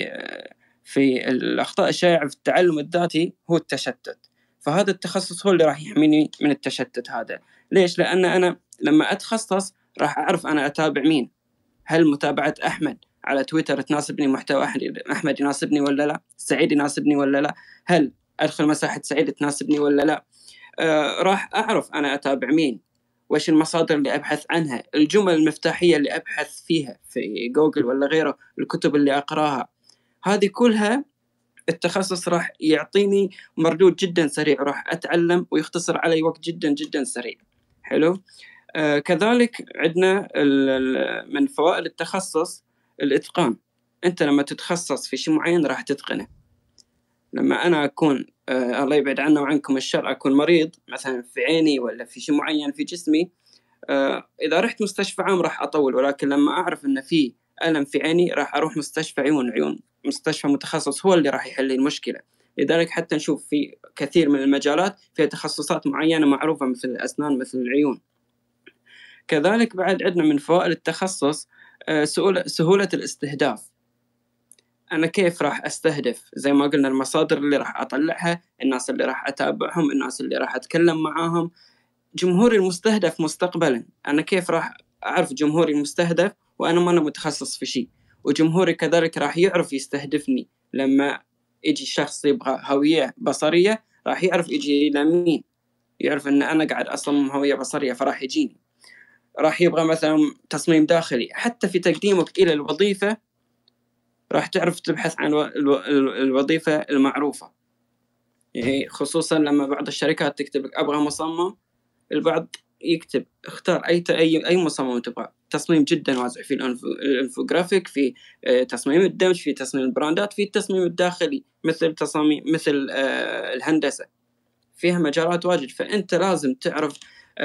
في الأخطاء الشائعة في التعلم الذاتي هو التشتت، فهذا التخصص هو اللي راح يحميني من التشتت هذا. ليش؟ لأن أنا لما أتخصص راح أعرف أنا أتابع مين. هل متابعة أحمد على تويتر تناسبني، محتوى أحمد يناسبني ولا لا؟ سعيد يناسبني ولا لا؟ هل أدخل مساحة سعيد تناسبني ولا لا؟ راح أعرف أنا أتابع مين، وإيش المصادر اللي أبحث عنها، الجمل المفتاحية اللي أبحث فيها في جوجل ولا غيره، الكتب اللي أقراها. هذه كلها التخصص راح يعطيني مردود جدا سريع، راح أتعلم ويختصر علي وقت جدا جدا سريع. حلو. كذلك عندنا من فوائد التخصص الإتقان. أنت لما تتخصص في شيء معين راح تتقنه. لما أنا أكون الله يبعد عنا وعنكم الشر أكون مريض مثلا في عيني ولا في شيء معين في جسمي، إذا رحت مستشفى عام راح أطول، ولكن لما أعرف أن في ألم في عيني راح أروح مستشفى عيون مستشفى متخصص هو اللي راح يحل لي المشكلة. لذلك حتى نشوف في كثير من المجالات فيها تخصصات معينة معروفة مثل الأسنان مثل العيون. كذلك بعد عندنا من فوائد التخصص سهولة الاستهداف. أنا كيف راح أستهدف زي ما قلنا المصادر اللي راح أطلعها، الناس اللي راح أتابعهم، الناس اللي راح أتكلم معاهم، جمهوري المستهدف مستقبلا. أنا كيف راح أعرف جمهوري المستهدف وأنا ما أنا متخصص في شيء، وجمهوري كذلك راح يعرف يستهدفني. لما يجي شخص يبغى هوية بصرية راح يعرف يجي إلى مين، يعرف أن أنا قاعد أصمم هوية بصرية فراح يجيني. راح يبغى مثلا تصميم داخلي، حتى في تقديمك إلى الوظيفة راح تعرف تبحث عن الوظيفة المعروفة. يعني خصوصا لما بعض الشركات تكتب أبغى مصمم، البعض يكتب اختار أي مصمم تبغى. تصميم جدا واسع، في الانفوغرافيك، في تصميم الدمج، في تصميم البراندات، في التصميم الداخلي مثل تصاميم مثل الهندسة، فيها مجالات واجد. فأنت لازم تعرف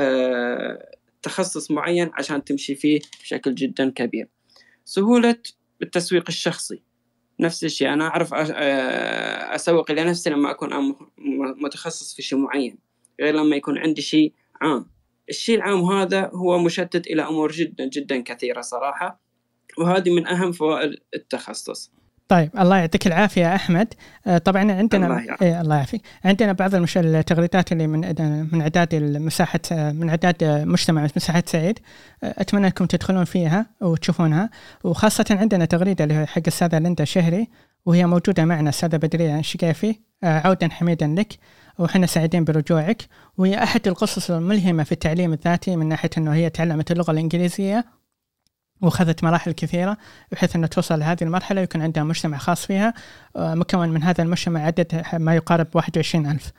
تخصص معين عشان تمشي فيه بشكل جدا كبير. سهولة التسويق الشخصي نفس الشيء، أنا أعرف أسوق لنفسي لما أكون متخصص في شيء معين، غير لما يكون عندي شيء عام. الشيء العام هذا هو مشتت إلى أمور جدا جدا كثيرة صراحة، وهذه من أهم فوائد التخصص. طيب الله يعطيك العافية يا أحمد. طبعا عندنا الله يعافيك، عندنا بعض التغريدات اللي من إعداد المساحة، من إعداد مجتمع مساحة سعيد، أتمنى أنكم تدخلون فيها وتشوفونها. وخاصة عندنا تغريدة اللي حق السادة ليندا شهري، وهي موجودة معنا السادة بدرية شقافي. عودا حميدا لك، وحنا سعيدين برجوعك. وهي أحد القصص الملهمة في التعليم الذاتي، من ناحية أنه هي تعلمت اللغة الإنجليزية وخذت مراحل كثيرة بحيث أنه توصل لهذه المرحلة ويكون عندها مجتمع خاص فيها، مكون من هذا المجتمع عدد ما يقارب 21,000.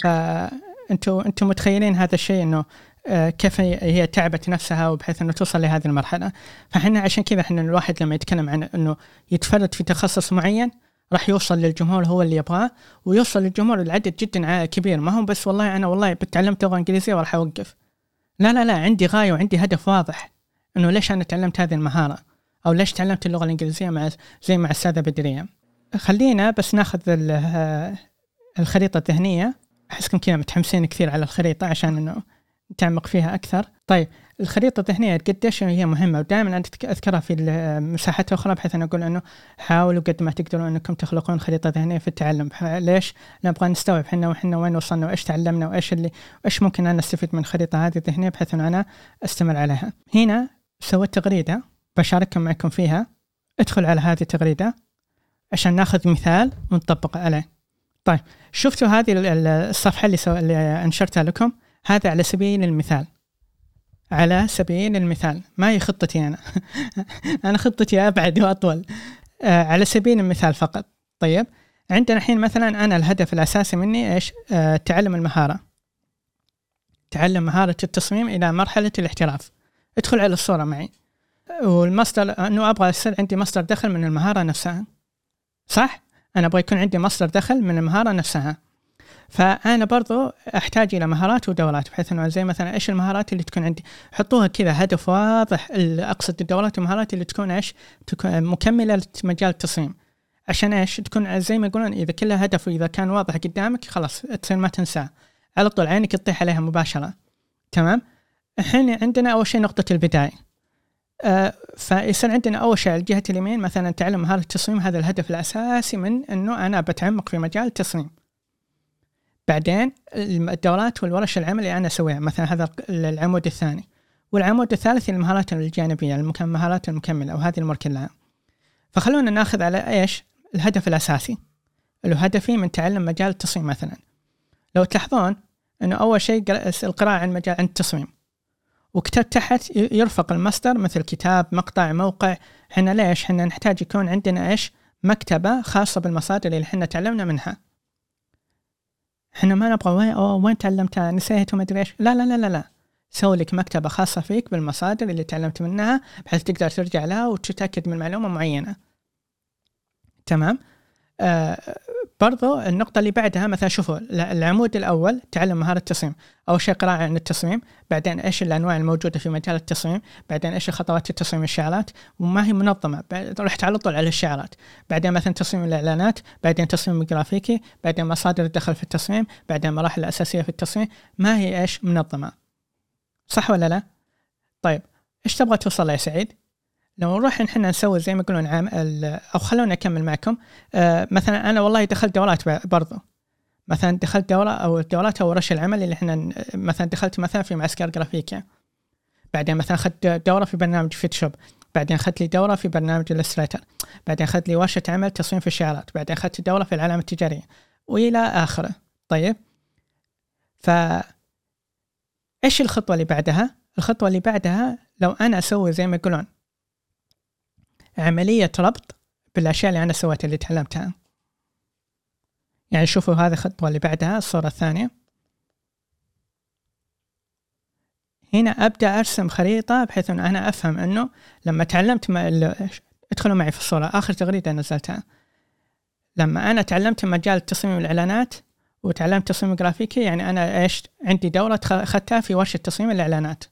فأنتم متخيلين هذا الشيء، أنه كيف هي تعبت نفسها وبحيث أنه توصل لهذه المرحلة. فحنا عشان كذا حنا الواحد لما يتكلم عن أنه يتفرد في تخصص معين راح يوصل للجمهور هو اللي يبغاه، ويوصل للجمهور العدد جدا كبير. ما هو بس والله أنا والله بتعلمت لغة إنجليزية وراح أوقف. لا عندي غاية وعندي هدف واضح، إنه ليش أنا تعلمت هذه المهارة، أو ليش تعلمت اللغة الإنجليزية زي مع السادة بدرية. خلينا بس ناخذ الخريطة الذهنية. أحسكم كذا متحمسين كثير على الخريطة عشان إنه نتعمق فيها أكثر. طيب الخريطة الذهنية قديش هي مهمة، ودائما أنا أذكرها في المساحات الأخرى بحيث أن أقول أنه حاولوا قد ما تقدرون أنكم تخلقون خريطة ذهنية في التعلم. ليش؟ نبغى نستوعب حنا وين وصلنا وإيش تعلمنا وإيش ممكن أنا أستفيد من الخريطة هذه الذهنية بحيث أن أنا أستمر عليها. هنا سويت تغريدة بشارككم معكم فيها، ادخل على هذه التغريدة عشان ناخذ مثال ونطبق عليه. طيب شفتوا هذه الصفحة اللي أنشرتها لكم؟ هذا على سبيل المثال، على سبيل المثال، ما هي خطتي أنا أنا خطتي أبعد وأطول، على سبيل المثال فقط. طيب عندنا الحين مثلا أنا الهدف الأساسي مني إيش؟ تعلم المهارة، تعلم مهارة التصميم إلى مرحلة الاحتراف. ادخل على الصورة معي، والمصدر أنه أبغى يصير عندي مصدر دخل من المهارة نفسها، صح؟ أنا أبغى يكون عندي مصدر دخل من المهارة نفسها. فأنا برضو أحتاج إلى مهارات ودورات، بحيث أنه زي مثلا إيش المهارات اللي تكون عندي، حطوها كذا هدف واضح. أقصد الدورات والمهارات اللي تكون إيش؟ تكون مكملة لمجال التصميم، عشان إيش؟ تكون زي ما يقولون إذا كلها هدف وإذا كان واضح قدامك خلاص تصير ما تنساه على طول، عينك تطيح عليها مباشرة. تمام؟ الحين عندنا أول شيء نقطة البداية. فيصير عندنا أول شيء على الجهة اليمين مثلا تعلم مهارة التصميم، هذا الهدف الأساسي من أنه أنا بتعمق في مجال التصميم. بعدين الدورات والورش العمل اللي أنا أسويها، مثلا هذا العمود الثاني، والعمود الثالث المهارات الجانبية، المهارات المكملة، وهذه الأمور كلها. فخلونا نأخذ على إيش الهدف الأساسي اللي هو هدفي من تعلم مجال التصميم. مثلا لو تلاحظون أنه أول شيء القراءة عن مجال عن التصميم، وكتبت تحت يرفق المصدر مثل كتاب، مقطع، موقع. حنا ليش؟ حنا نحتاج يكون عندنا إيش؟ مكتبة خاصة بالمصادر اللي حنا تعلمنا منها. حنا ما نبغى وين تعلمتها نسيت وما أدري إيش. لا سوي لك مكتبة خاصة فيك بالمصادر اللي تعلمت منها بحيث تقدر ترجع لها وتتأكد من معلومة معينة. تمام؟ برضو النقطة اللي بعدها مثلا شوفوا العمود الأول تعلم مهارة التصميم، أول شيء قراءة عن التصميم، بعدين إيش الأنواع الموجودة في مجال التصميم، بعدين إيش خطوات التصميم الشعارات وما هي منظمة، رحت على طول على الشعارات، بعدين مثلا تصميم الإعلانات، بعدين تصميم الجرافيكي، بعدين مصادر الدخل في التصميم، بعدين مراحل الأساسية في التصميم، ما هي إيش منظمة. صح ولا لا؟ طيب إيش تبغى توصل يا سعيد؟ لو نروح نحن نسوي زي ما يقولون أو خلونا أكمل معكم. مثلا أنا والله دخلت دورات برضو، مثلا دخلت دورة أو دورات أو ورش العمل اللي إحنا مثلا دخلت مثلا في معسكر جرافيكيا، بعدين مثلا أخذت دورة في برنامج فوتوشوب، بعدين أخذت لي دورة في برنامج إلستريتر، بعدين أخذت لي ورشة عمل تصميم في الشعارات، بعدين أخذت دورة في العلامة التجارية وإلى آخره. طيب إيش الخطوة اللي بعدها؟ الخطوة اللي بعدها لو أنا أسوي زي ما يقولون عملية ربط بالأشياء اللي أنا سويتها اللي تعلمتها. يعني شوفوا هذه الخطوة اللي بعدها، الصورة الثانية. هنا أبدأ أرسم خريطة بحيث أن أنا أفهم أنه لما تعلمت ادخلوا معي في الصورة آخر تغريدة نزلتها. لما أنا تعلمت مجال تصميم الإعلانات وتعلمت تصميم جرافيكي، يعني أنا إيش عندي دورة أخذتها في ورشة تصميم الإعلانات.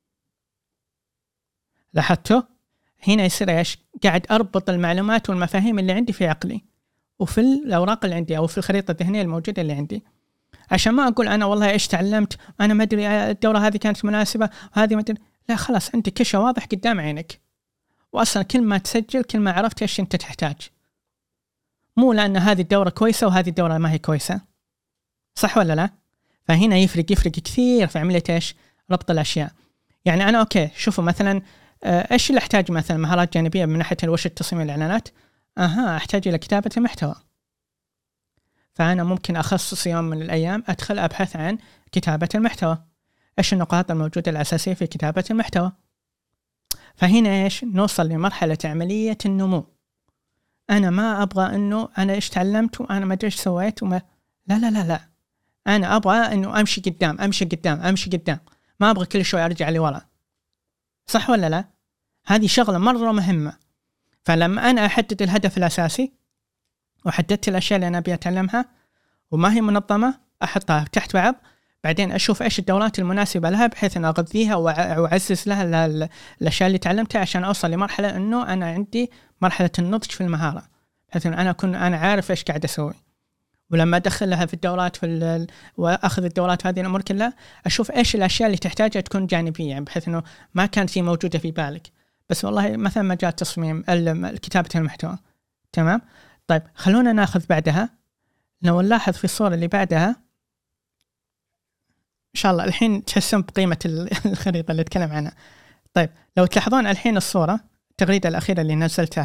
لاحظتوا؟ هنا يصير إيش؟ قاعد أربط المعلومات والمفاهيم اللي عندي في عقلي وفي الأوراق اللي عندي أو في الخريطة الذهنية الموجودة اللي عندي، عشان ما أقول أنا والله إيش تعلمت أنا ما أدري الدورة هذه كانت مناسبة وهذه ما أدري. لا خلاص، أنت كل شيء واضح قدام عينك، وأصلا كل ما تسجل كل ما عرفت إيش أنت تحتاج، مو لأن هذه الدورة كويسة وهذه الدورة ما هي كويسة. صح ولا لا؟ فهنا يفرق كثير في عملية إيش؟ ربط الأشياء. يعني أنا أوكي شوفوا مثلا إيش اللي أحتاج مثلا مهارات جانبية من ناحية ورشة تصميم الإعلانات. أحتاج إلى كتابة المحتوى، فأنا ممكن أخصص يوم من الأيام أدخل أبحث عن كتابة المحتوى، إيش النقاط الموجودة الأساسية في كتابة المحتوى. فهنا إيش؟ نوصل لمرحلة عملية النمو. أنا ما أبغى إنه أنا إيش تعلمت وأنا ما أدري إيش سويت لا لا لا لا، أنا أبغى إنه أمشي قدام أمشي قدام أمشي قدام، ما أبغى كل شوي أرجع لورا. صح ولا لا؟ هذه شغلة مرة مهمة. فلما أنا أحدد الهدف الأساسي وحددت الأشياء اللي أنا أبي أتعلمها وما هي منظمة أحطها تحت بعض، بعدين أشوف إيش الدورات المناسبة لها بحيث أن أغذيها وأعزز لها الأشياء اللي تعلمتها عشان أوصل لمرحلة أنه أنا عندي مرحلة النضج في المهارة، بحيث أن أنا أكون أنا عارف إيش قاعد أسوي. ولما أدخل لها في الدورات وأخذ الدورات هذه الأمور كلها، أشوف إيش الأشياء اللي تحتاجها تكون جانبية، يعني بحيث أنه ما كانت هي موجودة في بالك، بس والله مثلا مجال تصميم كتابة المحتوى. تمام. طيب خلونا ناخذ بعدها، لو نلاحظ في الصورة اللي بعدها إن شاء الله الحين تحسون بقيمة الخريطة اللي أتكلم عنها. طيب لو تلاحظون الحين الصورة التغريدة الأخيرة اللي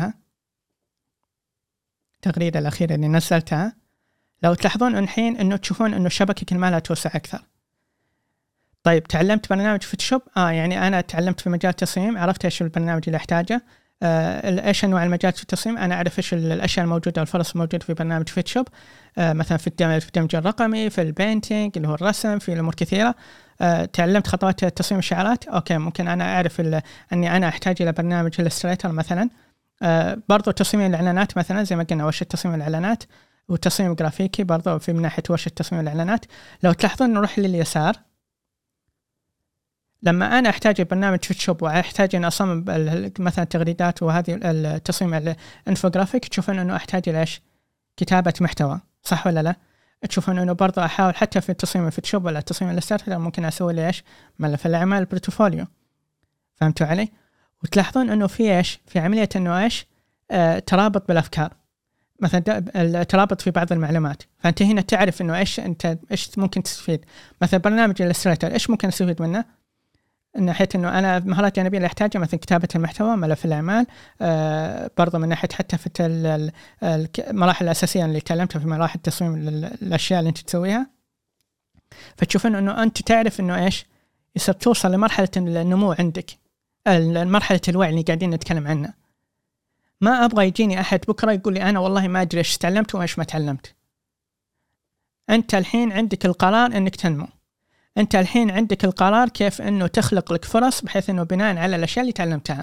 نزلتها، لو تلاحظون الحين إنه تشوفون إنه الشبكة كل ما لا توسع أكثر. طيب تعلمت برنامج فوتوشوب، يعني أنا تعلمت في مجال التصميم، عرفت إيش البرنامج اللي أحتاجه، إيش أنواع المجالات في التصميم، أنا أعرف إيش الأشياء الموجودة والفرص الموجودة في برنامج فوتوشوب، مثلا في الدمج الرقمي، في البينتينج اللي هو الرسم، في الأمور كثيرة. تعلمت خطوات تصميم الشعارات، أوكي ممكن أنا أعرف أني أنا أحتاج إلى برنامج إلستريتر مثلا. برضو تصميم الإعلانات مثلا زي ما قلنا ورشة تصميم الإعلانات، وتصميم جرافيكي برضو في من ناحية ورشة تصميم الإعلانات. لو تلاحظون نروح لليسار، لما أنا أحتاج برنامج فوتوشوب وأحتاج أن أصمم مثلا تغريدات وهذه التصميم الانفوغرافيك، تشوفون أنه أحتاج إلى إيش؟ كتابة محتوى. صح ولا لا؟ تشوفون أنه برضو أحاول حتى في تصميم الفوتوشوب ولا تصميم الإلستريتور ممكن أسوي لي إيش؟ ملف الأعمال بورتفوليو. فهمتوا علي؟ وتلاحظون أنه في إيش؟ في عملية أنه إيش؟ ترابط بالأفكار، مثلا الترابط في بعض المعلومات. فأنت هنا تعرف أنه إيش ممكن تستفيد. مثلا برنامج الإلستريتور إيش ممكن أستفيد منه؟ من ناحية أنه أنا مهارات جانبية اللي أحتاجها مثلا كتابة المحتوى، ملف الأعمال، برضو من ناحية حتى في المراحل الأساسية اللي تعلمتها في مراحل تصميم الأشياء اللي أنت تسويها. فتشوفون أنه أنت تعرف أنه إيش يصير توصل لمرحلة النمو عندك، مرحلة الوعي اللي قاعدين نتكلم عنها. ما أبغى يجيني أحد بكرة يقول لي أنا والله ما أدري إيش تعلمت وإيش ما تعلمت. أنت الحين عندك القرار أنك تنمو، أنت الحين عندك القرار كيف أنه تخلق لك فرص بحيث أنه بناء على الأشياء اللي تعلمتها.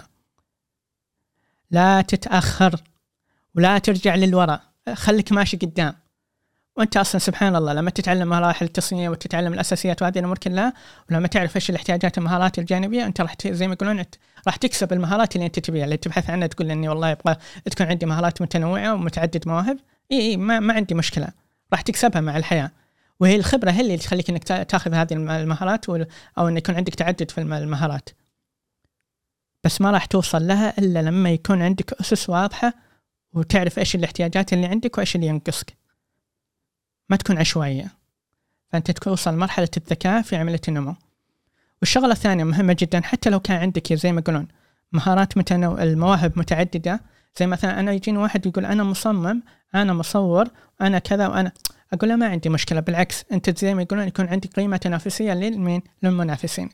لا تتأخر ولا ترجع للوراء، خليك ماشي قدام. وانت اصلا سبحان الله لما تتعلم مراحل التصميم وتتعلم الاساسيات وهذه الامور كلها، ولما تعرف ايش الاحتياجات المهارات الجانبيه، انت راح زي ما يقولون راح تكسب المهارات اللي انت تبيها، اللي تبحث عنها. تقول اني والله ابغى تكون عندي مهارات متنوعه ومتعدد مواهب، اي ما عندي مشكله، راح تكسبها مع الحياه. وهي الخبره هي اللي تخليك انك تاخذ هذه المهارات او ان يكون عندك تعدد في المهارات. بس ما راح توصل لها الا لما يكون عندك اسس واضحه وتعرف ايش الاحتياجات اللي عندك وايش اللي ينقصك، ما تكون عشوائية. فأنت توصل لمرحلة الذكاء في عملية النمو. والشغلة الثانية مهمة جدا، حتى لو كان عندك زي ما يقولون مهارات المواهب متعددة، زي مثلا أنا يجيني واحد يقول أنا مصمم، أنا مصور، أنا كذا، وأنا أقول له ما عندي مشكلة، بالعكس أنت زي ما يقولون يكون عندك قيمة تنافسية للمنافسين.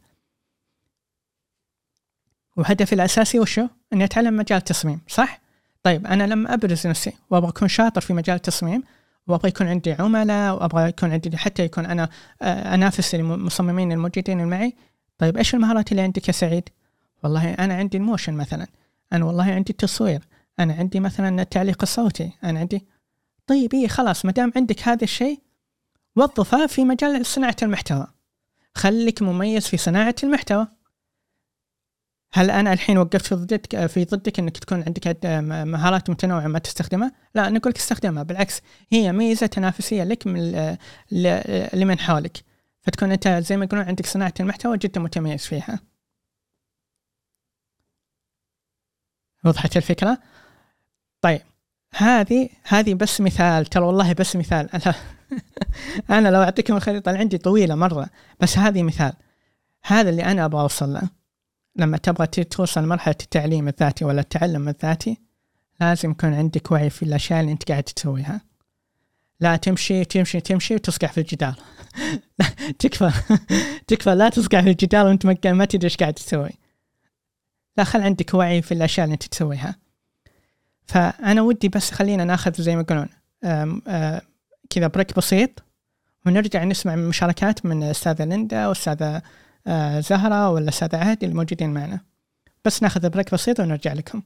وهدفي الأساسي وشو؟ أني أتعلم مجال التصميم، صح؟ طيب أنا لما أبرز نفسي وأبغى أكون شاطر في مجال التصميم، وأبغى يكون عندي عملاء، وأبغى يكون عندي حتى يكون أنا أنافس المصممين الموجودين معي. طيب إيش المهارات اللي عندك يا سعيد؟ والله أنا عندي الموشن مثلا، أنا والله عندي التصوير، أنا عندي مثلا التعليق الصوتي، أنا عندي. طيب إيه خلاص، مدام عندك هذا الشيء وظفها في مجال صناعة المحتوى، خليك مميز في صناعة المحتوى. هل أنا الحين وقفت في ضدك إنك تكون عندك مهارات متنوعة ما تستخدمها؟ لا، أنا أقولك استخدمها، بالعكس هي ميزة تنافسية لك لمن حولك، فتكون أنت زي ما يقولون عندك صناعة المحتوى جدا متميز فيها. وضحت الفكرة؟ طيب هذه بس مثال، ترى والله بس مثال. أنا لو أعطيكم الخريطة اللي عندي طويلة مرة، بس هذه مثال. هذا اللي أنا أبغى أوصل له. لما تبغى توصل مرحلة التعليم الذاتي ولا التعلم الذاتي، لازم يكون عندك وعي في الأشياء اللي أنت قاعد تسويها. لا تمشي وتصقع في الجدار. تكفى لا تصقع في الجدار وأنت ما تدري إيش قاعد تسوي. لا، خل عندك وعي في الأشياء اللي أنت تسويها. فأنا ودي بس خلينا ناخذ زي ما يقولون كذا بريك بسيط، ونرجع نسمع من مشاركات من أستاذة ليندا وأستاذة زهرة ولا أستاذة عهد الموجودين معنا. بس ناخذ بريك بسيط ونرجع لكم.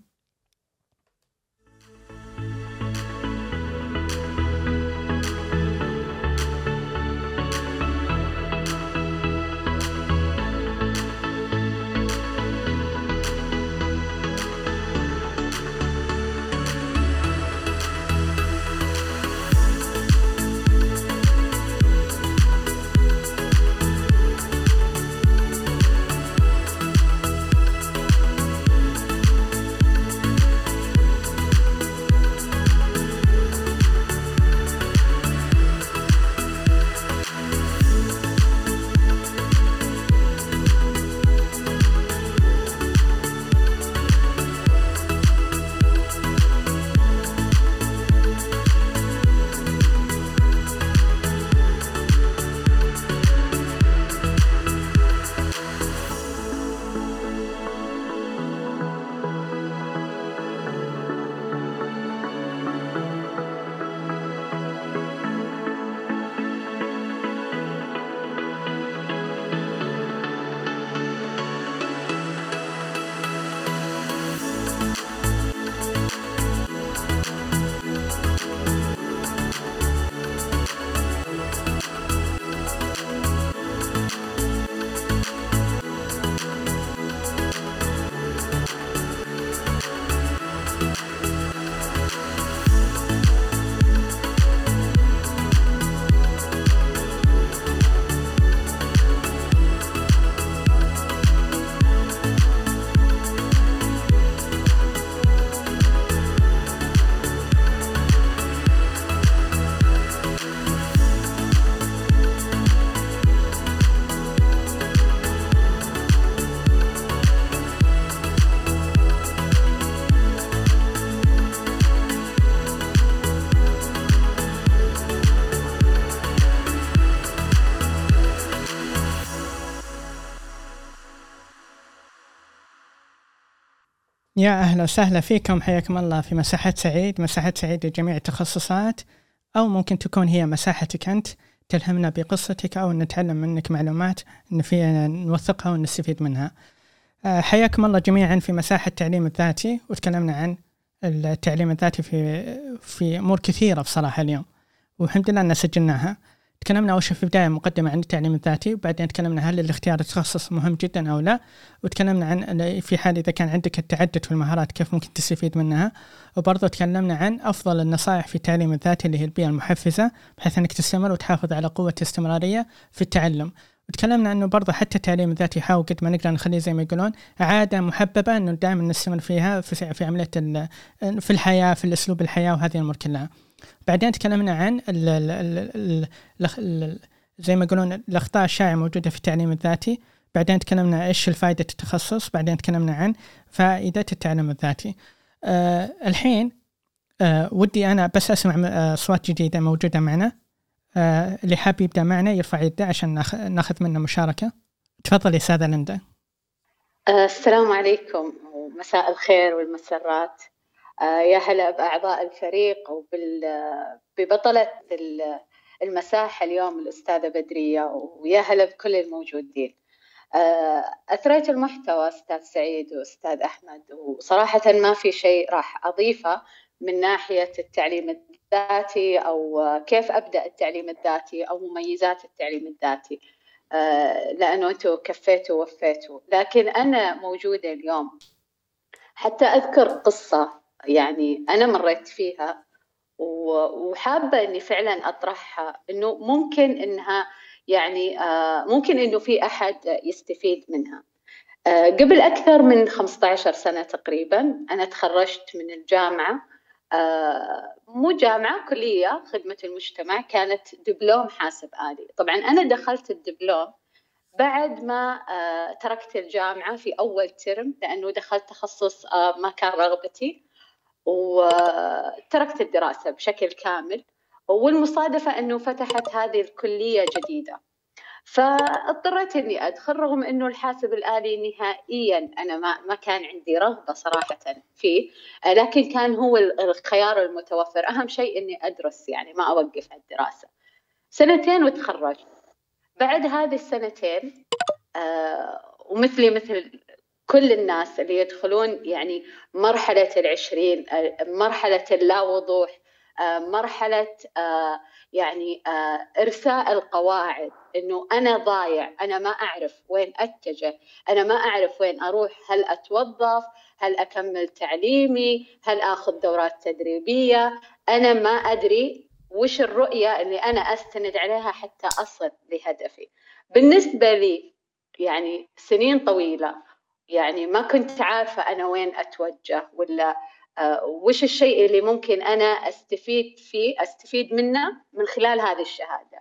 يا أهلا وسهلا فيكم، حياكم الله في مساحة سعيد. مساحة سعيد لجميع التخصصات، أو ممكن تكون هي مساحتك أنت، تلهمنا بقصتك أو نتعلم منك معلومات فينا نوثقها ونستفيد منها. حياكم الله جميعا في مساحة التعليم الذاتي، وتكلمنا عن التعليم الذاتي في أمور كثيرة بصراحة اليوم، والحمد لله أن سجلناها. تكلمنا أول شيء في البداية مقدمة عن التعليم الذاتي، وبعدين تكلمنا هل الاختيار التخصص مهم جدا أو لا، وتكلمنا عن في حال إذا كان عندك التعدد في المهارات كيف ممكن تستفيد منها، وبرضه تكلمنا عن أفضل النصائح في التعليم الذاتي اللي هي البيئة المحفزة بحيث أنك تستمر وتحافظ على قوة الاستمرارية في التعلم. وتكلمنا أنه برضه حتى التعليم الذاتي يحاول قد ما نقدر نخليه زي ما يقولون عادة محببة، أنه دائما نستمر فيها في عملية في الحياة، في الأسلوب الحياة وهذه الأمور كلها. بعدين تكلمنا عن زي ما يقولون الأخطاء الشائعة موجودة في التعليم الذاتي. بعدين تكلمنا إيش الفائدة التخصص. بعدين تكلمنا عن فائدة التعلم الذاتي. الحين ودي أنا بس أسمع أصوات جديدة موجودة معنا. اللي حاب يبدأ معنا يرفع يده عشان ناخذ منه مشاركة. تفضلي أستاذة ليندا. السلام عليكم ومساء الخير والمسرات. يا هلا بأعضاء الفريق وببطلة المساحة اليوم الأستاذة بدرية، ويا هلا بكل الموجودين. أثريت المحتوى أستاذ سعيد وأستاذ أحمد، وصراحة ما في شيء راح أضيفه من ناحية التعليم الذاتي أو كيف أبدأ التعليم الذاتي أو مميزات التعليم الذاتي، لأنه أنتوا كفيتوا ووفيتوا. لكن أنا موجودة اليوم حتى أذكر قصة يعني أنا مريت فيها وحابة أني فعلا أطرحها، أنه ممكن أنها يعني ممكن أنه في أحد يستفيد منها. قبل أكثر من 15 سنة تقريبا أنا تخرجت من الجامعة، مو جامعة، كلية خدمة المجتمع، كانت دبلوم حاسب آلي. طبعا أنا دخلت الدبلوم بعد ما تركت الجامعة في أول ترم، لأنه دخلت تخصص ما كان رغبتي، وتركت الدراسة بشكل كامل. والمصادفة أنه فتحت هذه الكلية جديدة، فاضطريت أني أدخل، رغم أنه الحاسب الآلي نهائيا أنا ما كان عندي رغبة صراحة فيه، لكن كان هو الخيار المتوفر. أهم شيء أني أدرس، يعني ما أوقف الدراسة. 2 وتخرجت. بعد هذه السنتين ومثلي مثل كل الناس اللي يدخلون يعني مرحلة 20، مرحلة اللا وضوح، مرحلة يعني إرساء القواعد، إنه أنا ضايع، أنا ما أعرف وين أتجه، أنا ما أعرف وين أروح، هل أتوظف، هل أكمل تعليمي، هل أخذ دورات تدريبية، أنا ما أدري وش الرؤية اللي أنا أستند عليها حتى أصل لهدفي. بالنسبة لي يعني سنين طويلة يعني ما كنت عارفة أنا وين أتوجه، ولا وش الشيء اللي ممكن أنا أستفيد منه من خلال هذه الشهادة.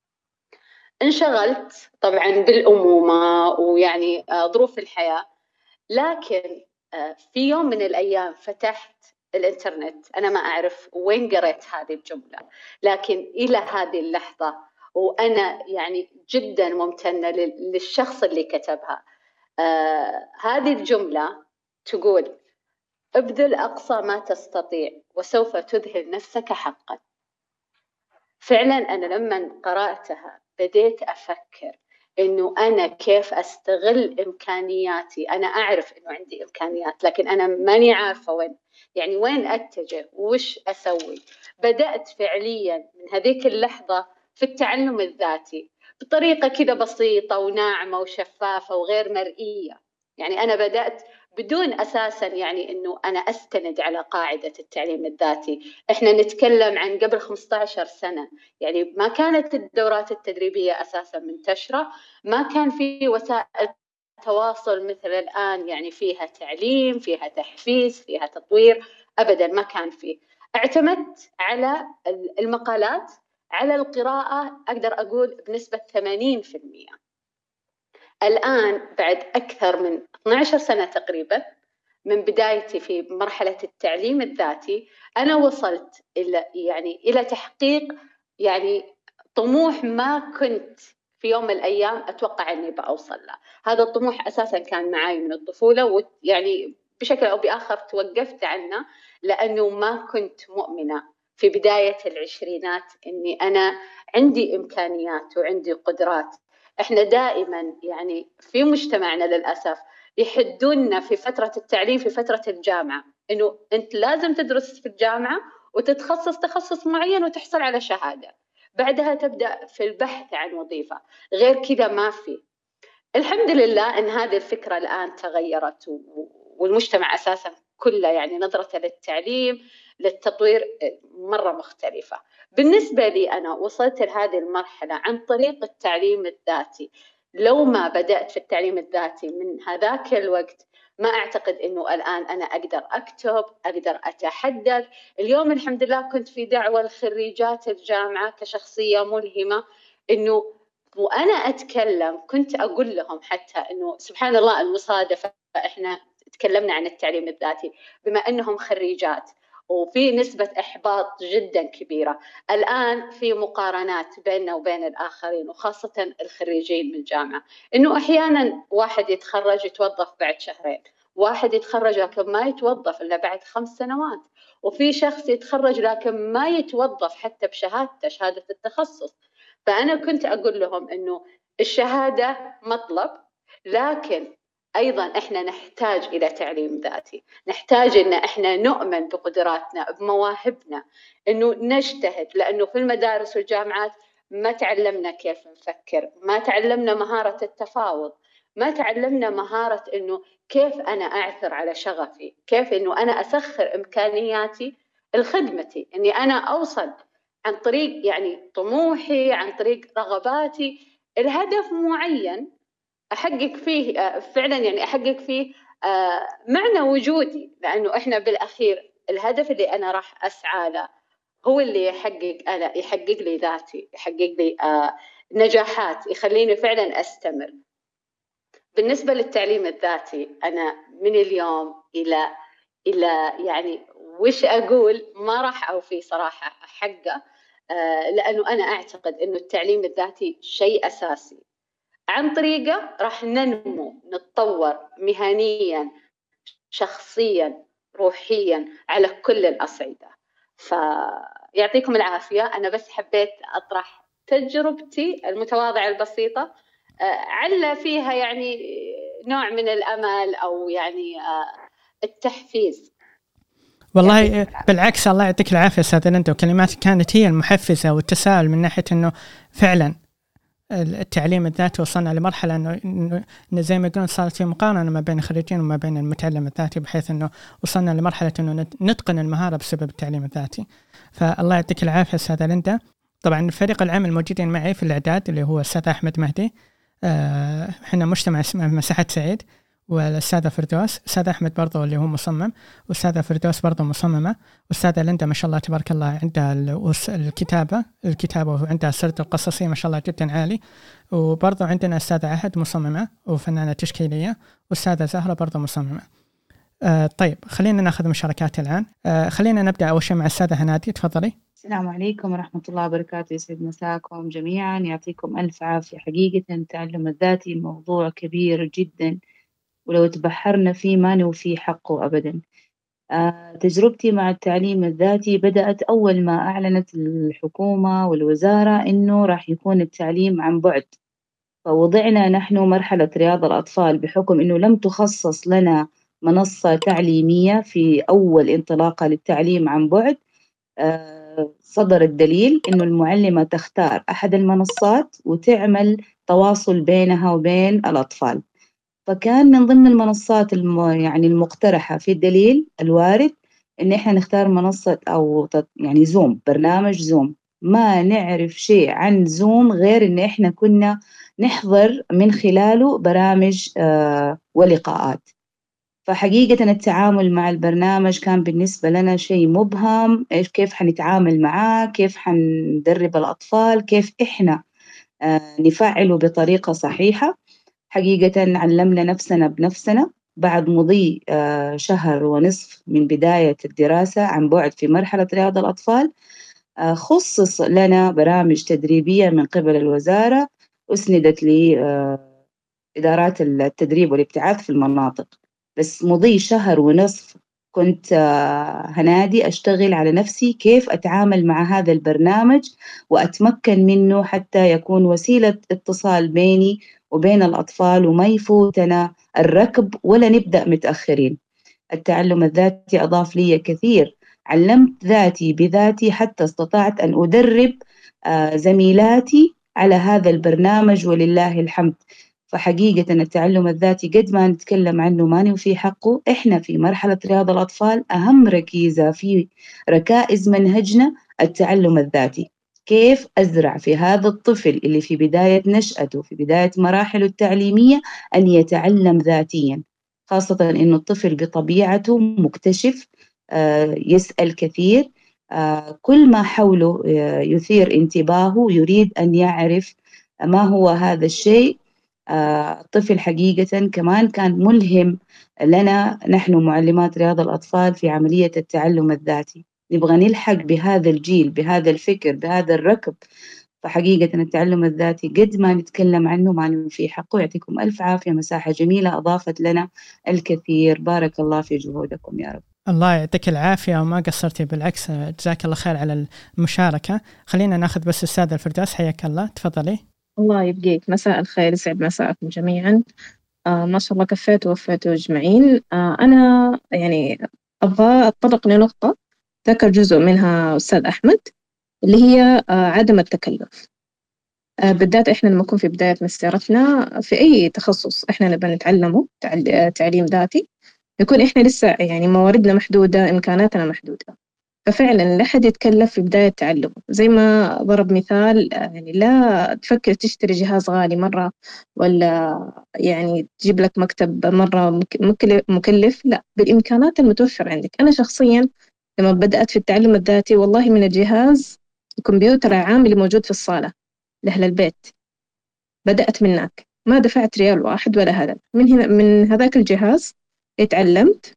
انشغلت طبعا بالأمومة ويعني ظروف الحياة، لكن في يوم من الأيام فتحت الإنترنت. أنا ما أعرف وين قريت هذه الجملة، لكن إلى هذه اللحظة وأنا يعني جدا ممتنة للشخص اللي كتبها. هذه الجملة تقول: ابذل أقصى ما تستطيع وسوف تذهل نفسك حقا. فعلا أنا لما قرأتها بديت أفكر إنه أنا كيف أستغل إمكانياتي. أنا أعرف إنه عندي إمكانيات، لكن أنا ماني عارفة وين أتجه وش أسوي. بدأت فعليا من هذيك اللحظة في التعلم الذاتي بطريقة كده بسيطة وناعمة وشفافة وغير مرئية. يعني أنا بدأت بدون أساساً يعني إنه أنا أستند على قاعدة التعليم الذاتي. إحنا نتكلم عن قبل 15 سنة، يعني ما كانت الدورات التدريبية أساساً منتشرة، ما كان في وسائل تواصل مثل الآن، يعني فيها تعليم، فيها تحفيز، فيها تطوير، أبداً ما كان فيه. اعتمدت على المقالات، على القراءة، أقدر أقول بنسبة 80%. الآن بعد أكثر من 12 سنة تقريباً من بدايتي في مرحلة التعليم الذاتي، أنا وصلت إلى تحقيق يعني طموح ما كنت في يوم من الأيام أتوقع أني بأوصل له. هذا الطموح أساساً كان معي من الطفولة، ويعني بشكل أو بآخر توقفت عنه لأنه ما كنت مؤمنة في بداية العشرينات أني أنا عندي إمكانيات وعندي قدرات. إحنا دائماً يعني في مجتمعنا للأسف يحدوننا في فترة التعليم، في فترة الجامعة، إنه أنت لازم تدرس في الجامعة وتتخصص تخصص معين وتحصل على شهادة، بعدها تبدأ في البحث عن وظيفة. غير كذا ما في. الحمد لله أن هذه الفكرة الآن تغيرت، والمجتمع أساساً كله يعني نظرته للتعليم للتطوير مرة مختلفة. بالنسبة لي أنا وصلت لهذه المرحلة عن طريق التعليم الذاتي. لو ما بدأت في التعليم الذاتي من هذاك الوقت ما أعتقد أنه الآن أنا أقدر أكتب، أقدر أتحدث. اليوم الحمد لله كنت في دعوة لخريجات الجامعة كشخصية ملهمة، أنه وأنا أتكلم كنت أقول لهم حتى أنه سبحان الله المصادفة، إحنا تكلمنا عن التعليم الذاتي بما أنهم خريجات وفي نسبة إحباط جدا كبيرة. الآن في مقارنات بيننا وبين الآخرين وخاصة الخريجين من الجامعة، إنه أحيانا واحد يتخرج يتوظف بعد شهرين، واحد يتخرج لكن ما يتوظف إلا بعد 5 سنوات، وفي شخص يتخرج لكن ما يتوظف حتى بشهادته، شهادة التخصص. فأنا كنت أقول لهم إنه الشهادة مطلب، لكن أيضاً إحنا نحتاج إلى تعليم ذاتي، نحتاج إن إحنا نؤمن بقدراتنا بمواهبنا، إنه نجتهد، لأنه في المدارس والجامعات ما تعلمنا كيف نفكر، ما تعلمنا مهارة التفاوض، ما تعلمنا مهارة إنه كيف أنا أعثر على شغفي، كيف إنه أنا أسخر إمكانياتي لخدمتي، إني أنا أوصل عن طريق يعني طموحي، عن طريق رغباتي، الهدف معين أحقق فيه فعلا، يعني أحقق فيه معنى وجودي، لأنه إحنا بالأخير الهدف اللي أنا راح أسعى له هو اللي يحقق لي ذاتي، يحقق لي نجاحات، يخليني فعلا أستمر. بالنسبة للتعليم الذاتي أنا من اليوم إلى يعني وش أقول ما راح أوفي صراحة حقه، لأنه أنا أعتقد أنه التعليم الذاتي شيء أساسي، عن طريقه راح ننمو نتطور مهنيا شخصيا روحيا على كل الأصعدة. فيعطيكم العافية. أنا بس حبيت أطرح تجربتي المتواضعة البسيطة، عل فيها يعني نوع من الأمل أو يعني التحفيز. والله بالعكس، الله يعطيك العافية أستاذ ليندا، وكلماتك كانت هي المحفزة والتساؤل من ناحية أنه فعلا التعليم الذاتي وصلنا لمرحلة أنه زي ما يقولون صارت في مقارنة ما بين الخريجين وما بين المتعلم الذاتي، بحيث أنه وصلنا لمرحلة أنه نتقن المهارة بسبب التعليم الذاتي. فالله يعطيك العافية أستاذ ليندا. طبعا فريق العمل الموجودين معي في الإعداد اللي هو الأستاذ أحمد مهدي، احنا مجتمع اسمه مساحة سعيد، والأستاذة فردوس، أستاذ أحمد برضو اللي هو مصمم، والأستاذة فردوس برضو مصممة، والأستاذة ليندا ما شاء الله تبارك الله عندها الكتابة وعندها السرد القصصي ما شاء الله جدا عالي، وبرضو عندنا أستاذة عهد مصممة وفنانة تشكيلية، والأستاذة زهرة برضو مصممة. طيب خلينا ناخذ مشاركات الآن. خلينا نبدأ أول شيء مع الأستاذة هنادي، تفضلي. السلام عليكم ورحمة الله وبركاته، يسعد مساكم جميعا، يعطيكم ألف عافية. حقيقة التعلم الذاتي موضوع كبير جدا، ولو تبحرنا فيه ما نوفي حقه أبدا. تجربتي مع التعليم الذاتي بدأت أول ما أعلنت الحكومة والوزارة إنه راح يكون التعليم عن بعد، فوضعنا نحن مرحلة رياض الأطفال بحكم إنه لم تخصص لنا منصة تعليمية في أول انطلاقة للتعليم عن بعد. صدر الدليل إنه المعلمة تختار أحد المنصات وتعمل تواصل بينها وبين الأطفال، فكان من ضمن المنصات يعني المقترحة في الدليل الوارد إن إحنا نختار منصة أو يعني زوم، برنامج زوم. ما نعرف شيء عن زوم غير إن إحنا كنا نحضر من خلاله برامج ولقاءات. فحقيقة التعامل مع البرنامج كان بالنسبة لنا شيء مبهم، كيف حنتعامل معاه، كيف حندرب الأطفال، كيف إحنا نفعله بطريقة صحيحة. حقيقة علمنا نفسنا بنفسنا بعد مضي 1.5 شهر من بداية الدراسة عن بعد في مرحلة رياض الأطفال. خصص لنا برامج تدريبية من قبل الوزارة، أسندت لإدارات التدريب والابتعاث في المناطق. بس مضي 1.5 شهر كنت هنادي أشتغل على نفسي كيف أتعامل مع هذا البرنامج وأتمكن منه حتى يكون وسيلة اتصال بيني وبين الأطفال وما يفوتنا الركب ولا نبدأ متأخرين. التعلم الذاتي أضاف لي كثير، علمت ذاتي بذاتي حتى استطعت أن أدرب زميلاتي على هذا البرنامج ولله الحمد. فحقيقة التعلم الذاتي قد ما نتكلم عنه ما نوفي حقه، إحنا في مرحلة رياض الأطفال أهم ركيزة في ركائز منهجنا التعلم الذاتي. كيف أزرع في هذا الطفل اللي في بداية نشأته في بداية مراحله التعليمية أن يتعلم ذاتيا، خاصة أنه الطفل بطبيعته مكتشف، يسأل كثير، كل ما حوله يثير انتباهه، يريد أن يعرف ما هو هذا الشيء. الطفل حقيقة كمان كان ملهم لنا نحن معلمات رياض الأطفال في عملية التعلم الذاتي. نبغى نلحق بهذا الجيل، بهذا الفكر، بهذا الركب. فحقيقة التعلم الذاتي قد ما نتكلم عنه ما نوفي حقه. يعطيكم ألف عافية، مساحة جميلة أضافت لنا الكثير. بارك الله في جهودكم يا رب. الله يعطيك العافية وما قصرتي، بالعكس جزاك الله خير على المشاركة. خلينا ناخذ بس السادة الفردوس، حياك الله، تفضلي. الله يبقيك، مساء الخير، يسعد مساءكم جميعا. ما شاء الله كفيتوا ووفيتوا أجمعين. أنا يعني أبغى أتطرق لنقطة ذكر جزء منها أستاذ أحمد، اللي هي عدم التكلف. بالذات إحنا لما نكون في بداية مسيرتنا في أي تخصص إحنا نبغى نتعلمه تعليم ذاتي، يكون إحنا لسه يعني مواردنا محدودة، إمكاناتنا محدودة، ففعلا لا حد يتكلف في بداية تعلمه. زي ما ضرب مثال، يعني لا تفكر تشتري جهاز غالي مرة، ولا يعني تجيب لك مكتب مرة مكلف، لا، بالإمكانات المتوفرة عندك. أنا شخصيا لما بدأت في التعلم الذاتي، والله من الجهاز الكمبيوتر العام اللي موجود في الصالة لأهل البيت، بدأت من هناك، ما دفعت ريال واحد ولا هذا. من هنا من هذاك الجهاز اتعلمت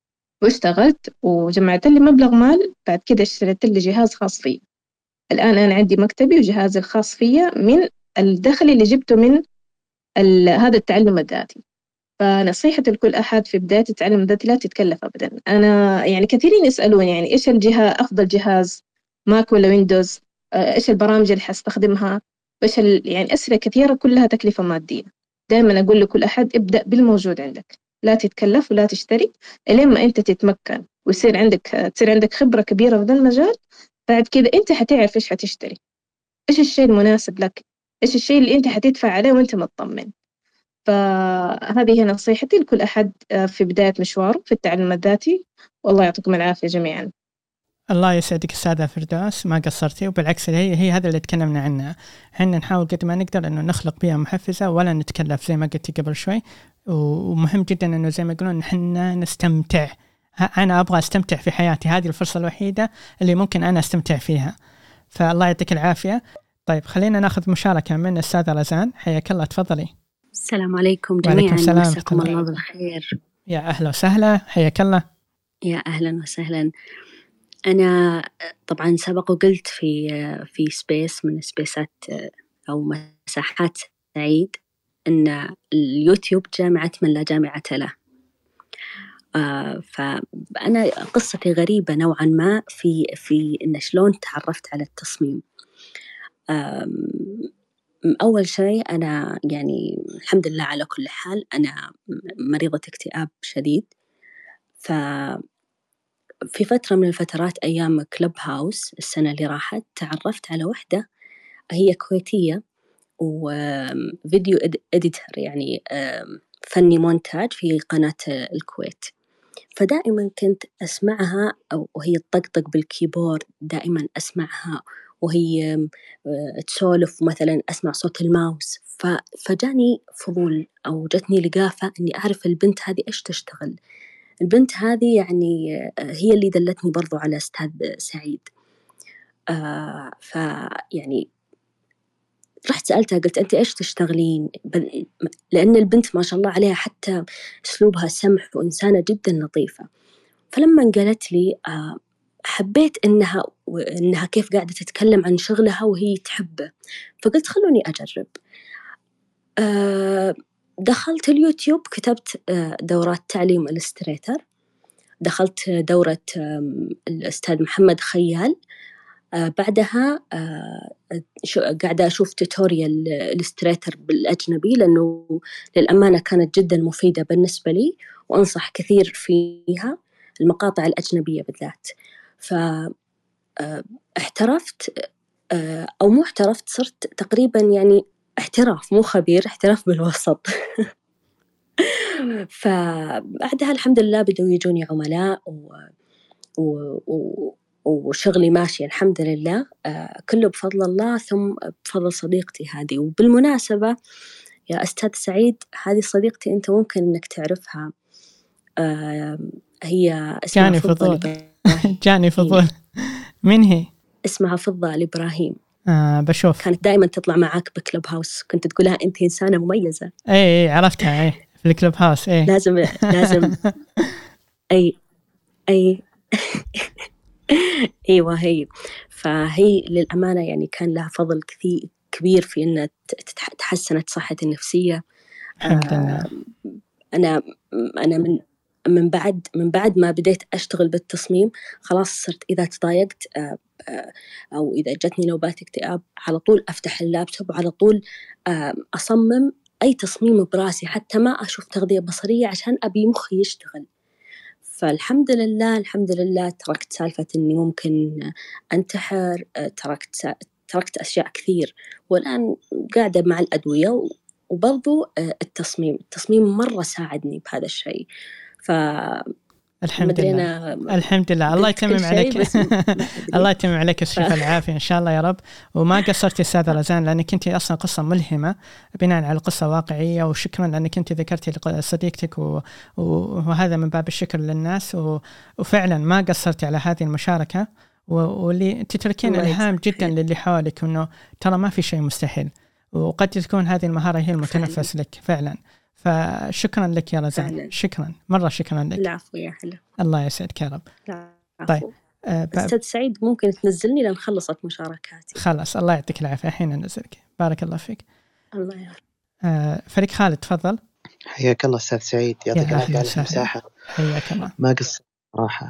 واشتغلت وجمعت لي مبلغ مال، بعد كده اشتريت لي جهاز خاص فيه. الآن أنا عندي مكتبي وجهازي الخاص فيه من الدخل اللي جبته من هذا التعلم الذاتي. فنصيحة لكل أحد في بداية التعلم الذاتي لا تتكلف أبدا. أنا يعني كثيرين يسألون يعني إيش أفضل جهاز، ماك ولا ويندوز، إيش البرامج اللي حستخدمها، إيش يعني أسئلة كثيرة كلها تكلفة مادية. دائما أقول لكل أحد ابدأ بالموجود عندك، لا تتكلف ولا تشتري إلين ما أنت تتمكن ويصير عندك خبرة كبيرة في ذا المجال. بعد كذا أنت حتعرف إيش حتشتري، إيش الشيء المناسب لك، إيش الشيء اللي أنت حتدفع عليه وأنت مطمن. فهذه هي نصيحتي لكل أحد في بداية مشواره في التعلم الذاتي، والله يعطيكم العافية جميعا. الله يسعدك السادة فردوس، ما قصرتي، وبالعكس هي هذا اللي تكلمنا عنه. احنا نحاول قد ما نقدر انه نخلق بيئة محفزة ولا نتكلف زي ما قلتي قبل شوي. ومهم جدا انه زي ما يقولون احنا نستمتع. انا ابغى استمتع في حياتي، هذه الفرصة الوحيدة اللي ممكن انا استمتع فيها. فالله يعطيك العافية. طيب خلينا ناخذ مشاركة من السادة رزان، حياك الله، تفضلي. السلام عليكم جميعا، مساكم الله بالخير. يا أهلا وسهلا، حياك الله. يا أهلا وسهلا. أنا طبعا سبق وقلت في سبيس من سبيسات أو مساحات سعيد أن اليوتيوب جامعة من لا جامعة له. فأنا قصتي غريبة نوعا ما في إن شلون تعرفت على التصميم. أول شيء أنا يعني الحمد لله على كل حال أنا مريضة اكتئاب شديد. ففي فترة من الفترات أيام كلوب هاوس السنة اللي راحت تعرفت على وحدة هي كويتية وفيديو إديتر، يعني فني مونتاج في قناة الكويت. فدائما كنت أسمعها وهي تطقطق بالكيبورد، دائما أسمعها وهي تسولف، مثلا أسمع صوت الماوس. فجاني فضول أو جتني لقافة أني أعرف البنت هذه إيش تشتغل. البنت هذه يعني هي اللي دلتني برضو على أستاذ سعيد. فيعني رحت سألتها قلت أنت إيش تشتغلين؟ لأن البنت ما شاء الله عليها حتى أسلوبها سمح وإنسانة جدا لطيفة. فلما قالت لي حبيت إنها كيف قاعدة تتكلم عن شغلها وهي تحبه، فقلت خلوني أجرب. دخلت اليوتيوب، كتبت دورات تعليم إلستريتر، دخلت دورة الأستاذ محمد خيال. بعدها قاعدة أشوف توتوريال إلستريتر بالأجنبي، لأنه للأمانة كانت جدا مفيدة بالنسبة لي وأنصح كثير فيها المقاطع الأجنبية بالذات. فاحترفت أو مو احترفت، صرت تقريبا يعني احتراف مو خبير، احتراف بالوسط. فبعدها الحمد لله بدوا يجوني عملاء وشغلي ماشي الحمد لله، كله بفضل الله ثم بفضل صديقتي هذه. وبالمناسبة يا أستاذ سعيد، هذه صديقتي أنت ممكن إنك تعرفها، هي اسمها جاني فضول. جاني فضول. من هي؟ اسمها فضة الإبراهيم. بشوف كانت دائما تطلع معاك بكلوب هاوس، كنت تقولها أنت إنسانة مميزة. اي عرفتها، اي في الكلوب هاوس. اي لازم أي أيوة هي. فهي للأمانة يعني كان لها فضل كبير في أن تحسنت صحتي النفسية. الحمد لله. أنا من بعد ما بديت أشتغل بالتصميم خلاص صرت إذا تضايقت أو إذا جتني نوبات اكتئاب على طول أفتح اللابتوب وعلى طول أصمم أي تصميم براسي، حتى ما أشوف تغذية بصرية عشان أبي مخي يشتغل. فالحمد لله تركت سالفة إني ممكن أنتحر، تركت أشياء كثير، والآن قاعدة مع الأدوية وبرضو التصميم مرة ساعدني بهذا الشيء. الحمد لله. الحمد لله. الله يتمم عليك. الله يتمم عليك الشفاء العافية إن شاء الله يا رب. وما قصرتي أستاذة رزان، لأنك أنت أصلا قصة ملهمة بناء على قصة واقعية، وشكرا لأنك أنت ذكرتي صديقتك وهذا من باب الشكر للناس. وفعلا ما قصرتي على هذه المشاركة، واللي تتركين إلهام جدا للي حولك، إنه ترى ما في شيء مستحيل، وقد تكون هذه المهارة هي المتنفس لك فعلا. فشكرا لك يا رزان. شكرا مرة، شكرا لك. العفو يا حلا. الله يسعدك يا رب. طيب أستاذ سعيد، ممكن تنزلني لأن خلصت مشاركاتي؟ خلاص، الله يعطيك العافية، الحين أنزلك. بارك الله فيك. الله يعافيك. فريق خالد تفضل. حياك الله أستاذ سعيد، يعطيك العافية على المساحة. حياك الله. ما قصر صراحة،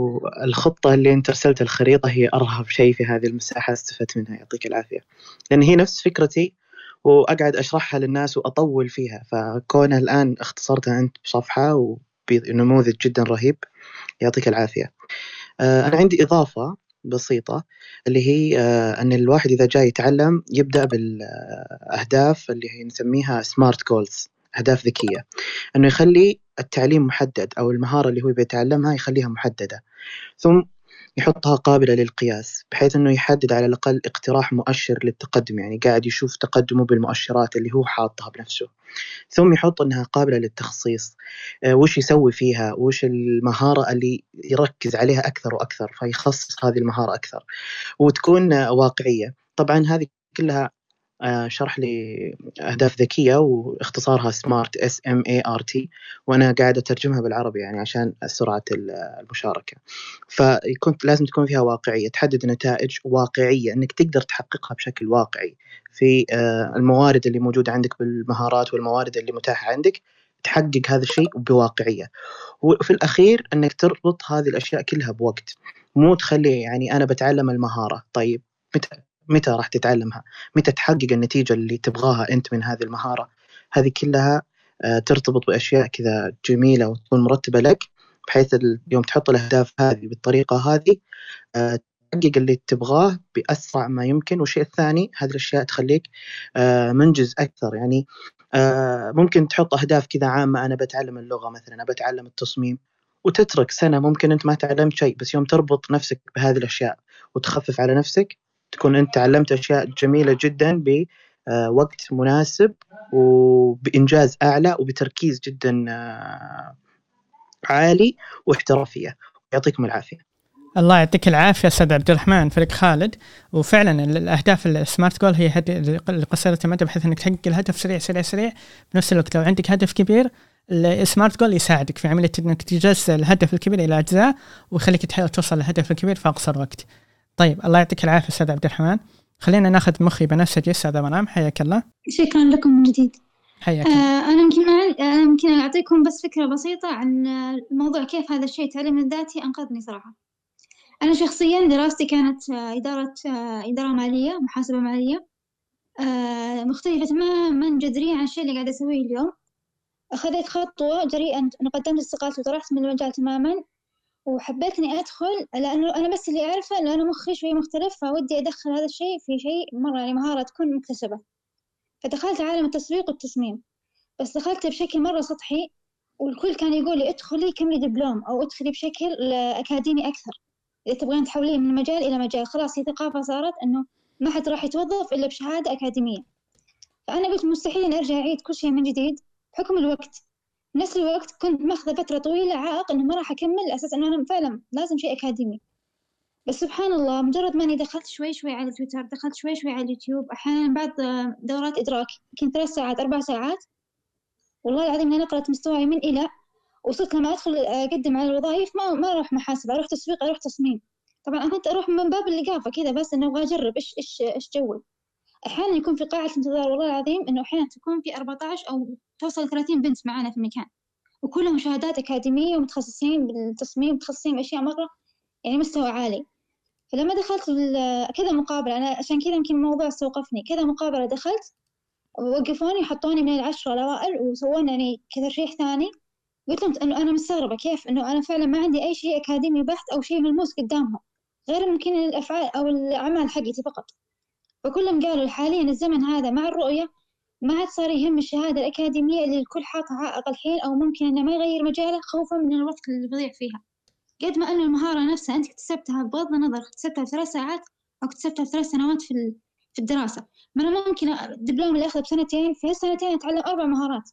والخطة اللي أنت أرسلت الخريطة هي أرهب شيء في هذه المساحة، استفدت منها، يعطيك العافية، لأن هي نفس فكرتي وأقعد أشرحها للناس وأطول فيها، فكونها الآن اختصرتها أنت بصفحة وبنموذج جدا رهيب، يعطيك العافية. أنا عندي إضافة بسيطة، اللي هي أن الواحد إذا جاي يتعلم يبدأ بالأهداف اللي هي نسميها سمارت جولز، أهداف ذكية، أنه يخلي التعليم محدد، أو المهارة اللي هو بيتعلمها يخليها محددة، ثم يحطها قابلة للقياس، بحيث أنه يحدد على الأقل اقتراح مؤشر للتقدم، يعني قاعد يشوف تقدمه بالمؤشرات اللي هو حاطها بنفسه، ثم يحط أنها قابلة للتخصيص، وش يسوي فيها، وش المهارة اللي يركز عليها أكثر وأكثر، فيخصص هذه المهارة أكثر، وتكون واقعية. طبعا هذه كلها شرح لي أهداف ذكية واختصارها SMART SMART، وأنا قاعد أترجمها بالعربي يعني عشان سرعة المشاركة. فكنت لازم تكون فيها واقعية، تحدد نتائج واقعية أنك تقدر تحققها بشكل واقعي في الموارد اللي موجودة عندك بالمهارات والموارد اللي متاحة عندك، تحقق هذا الشيء بواقعية. وفي الأخير أنك تربط هذه الأشياء كلها بوقت، مو تخلي يعني أنا بتعلم المهارة، طيب متى راح تتعلمها، متى تحقق النتيجة اللي تبغاها أنت من هذه المهارة. هذه كلها ترتبط بأشياء كذا جميلة وتكون مرتبة لك، بحيث يوم تحط الأهداف هذه بالطريقة هذه تحقق اللي تبغاه بأسرع ما يمكن. والشيء الثاني، هذه الأشياء تخليك منجز أكثر، يعني ممكن تحط أهداف كذا عامة، أنا بتعلم اللغة مثلا، أنا بتعلم التصميم، وتترك سنة ممكن أنت ما تعلمت شيء، بس يوم تربط نفسك بهذه الأشياء وتخفف على نفسك، تكون أنت تعلمت أشياء جميلة جدا بوقت مناسب وبإنجاز أعلى وبتركيز جدا عالي واحترافية. يعطيكم العافية. الله يعطيك العافية أستاذ عبد الرحمن فريق خالد. وفعلا الأهداف السمارت جول هي قصيرة المدى، بحيث أنك تحقق الهدف سريع. بنفس الوقت لو عندك هدف كبير، السمارت جول يساعدك في عملية أنك تجزء الهدف الكبير إلى أجزاء، ويخليك تحاول توصل للهدف الكبير في أقصر وقت. طيب الله يعطيك العافية أستاذ عبد الرحمن. خلينا ناخذ مخي بنفسجي. أستاذة مرام حياك الله. شكرا لكم من جديد. حياك. أنا يمكن أعطيكم بس فكرة بسيطة عن الموضوع، كيف هذا الشيء التعليم الذاتي أنقذني صراحة. أنا شخصيا دراستي كانت إدارة مالية، محاسبة مالية، مختلفة تماما جذريا عن الشيء اللي قاعدة أسويه اليوم. أخذت خطوة جريئة أن قدمت استقالتي وطرحت من المجال تماما، وحبيت إني أدخل لأنه أنا بس اللي أعرفه إنه أنا مخي شوي مختلف، فودي أدخل هذا الشيء في شيء مرة يعني مهارة تكون مكتسبة. فدخلت عالم التسويق والتصميم، بس دخلت بشكل مرة سطحي، والكل كان يقول لي ادخلي كملي دبلوم أو ادخلي بشكل أكاديمي أكثر إذا تبغين تحولين من مجال إلى مجال. خلاص هي ثقافة صارت إنه ما حد راح يتوظف إلا بشهادة أكاديمية. فأنا قلت مستحيل إني أرجع أعيد كل شيء من جديد بحكم الوقت. نفس الوقت كنت ماخذة فترة طويلة عائق إنه ما راح أكمل أساس إنه أنا فعلا لازم شيء أكاديمي. بس سبحان الله مجرد ما إني دخلت شوي شوي على تويتر، دخلت شوي شوي على اليوتيوب، أحيانا بعض دورات إدراك يمكن 3 ساعات 4 ساعات، والله العظيم أنا نقلت مستواي من إلى. وصلت لما أدخل أقدم على الوظائف ما أروح محاسبة، أروح تسويق، أروح تصميم. طبعا أنا كنت أروح من باب اللقافة كذا بس إنه أبغى أجرب إيش جوي. أحيانا يكون في قاعة انتظار والله العظيم إنه أحيانا تكون في 14 أو توصل 30 بنت معانا في المكان، وكلهم شهادات أكاديمية ومتخصصين بالتصميم، متخصصين بأشياء مرة يعني مستوى عالي. فلما دخلت كذا مقابلة، أنا عشان كذا يمكن الموضوع استوقفني، كذا مقابلة دخلت ووقفوني وحطوني من 10 الأوائل وسوونا يعني كترشيح ثاني. قلت لهم إنه أنا مستغربة كيف إنه أنا فعلا ما عندي أي شيء أكاديمي بحت أو شيء ملموس قدامهم غير ممكن الأفعال أو الأعمال حقتي فقط. فكلهم قالوا حاليا الزمن هذا مع الرؤية ما عاد صار يهم الشهادة الأكاديمية اللي الكل حاطها عائق الحين، أو ممكن إنه ما يغير مجاله خوفا من الوقت اللي بيضيع فيها، قد ما إنه المهارة نفسها أنت اكتسبتها بغض النظر اكتسبتها في 3 ساعات أو اكتسبتها في 3 سنوات في الدراسة. ما أنا ممكن الدبلوم اللي أخذه بسنتين في هالسنتين أتعلم 4 مهارات.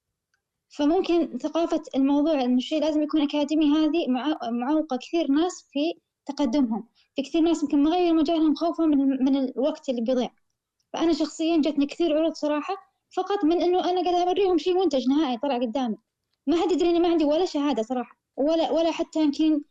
فممكن ثقافة الموضوع إنه الشيء لازم يكون أكاديمي هذه معوقة كثير ناس في تقدمهم. في كثير ناس ممكن مغير مجالهم خوفا من الوقت اللي بيضيع. فأنا شخصيا جتني كثير عروض صراحة فقط من إنه أنا قاعدة أوريهم شيء منتج نهائي طلع قدامي. ما حد يدري إني ما عندي ولا شهادة صراحة، ولا حتى يمكن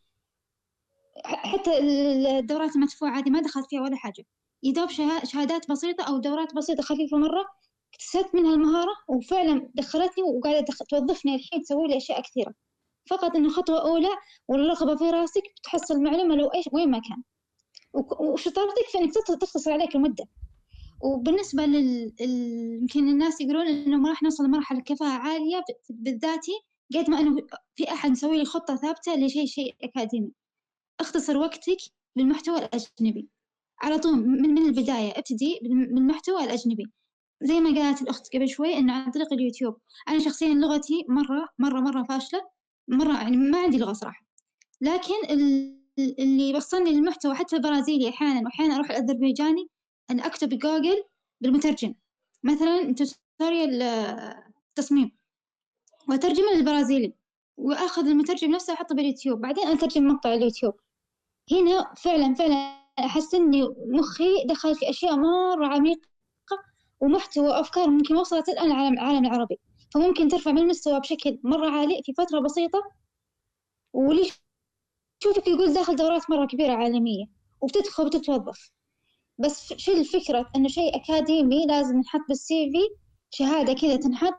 حتى الدورات المدفوعة هذه ما دخلت فيها ولا حاجة. يدوب شهادات بسيطة أو دورات بسيطة خفيفة مرة اكتسبت منها المهارة وفعلا دخلتني وقاعدة توظفني الحين تسوي لي أشياء كثيرة. فقط إنه خطوة أولى والرغبة في راسك تحصل معلومة لو إيش وين ما كان، وشطارتك في إنك تختصر عليك المدة. وبالنسبة يمكن الناس يقولون إنه ما راح نوصل لمرحلة كفاءة عالية بالذاتي قد ما إنه في أحد يسوي لي خطة ثابتة لشيء أكاديمي. اختصر وقتك بالمحتوى الأجنبي على طول من البداية، ابتدي بالمحتوى الأجنبي زي ما قالت الأخت قبل شوي إنه عن طريق اليوتيوب. أنا شخصيا لغتي مرة فاشلة، مرة يعني ما عندي لغة صراحة، لكن اللي وصلني للمحتوى حتى البرازيلي أحيانا، وأحيانا أروح الأذربيجاني أن أكتب جوجل بالمترجم مثلا توتوريال تصميم وأترجمه للبرازيلي وأخذ المترجم نفسه أحطه باليوتيوب، بعدين أترجم مقطع اليوتيوب. هنا فعلا أحس إني مخي دخل في أشياء مرة عميقة ومحتوى وأفكار ممكن وصلت الآن العالم العربي، فممكن ترفع من المستوى بشكل مرة عالي في فترة بسيطة. وليش شوفك يقول داخل دورات مرة كبيرة عالمية وبتدخل وتتوظف. بس شو الفكرة إنه شيء أكاديمي لازم نحط بالسي في شهادة كذا تنحط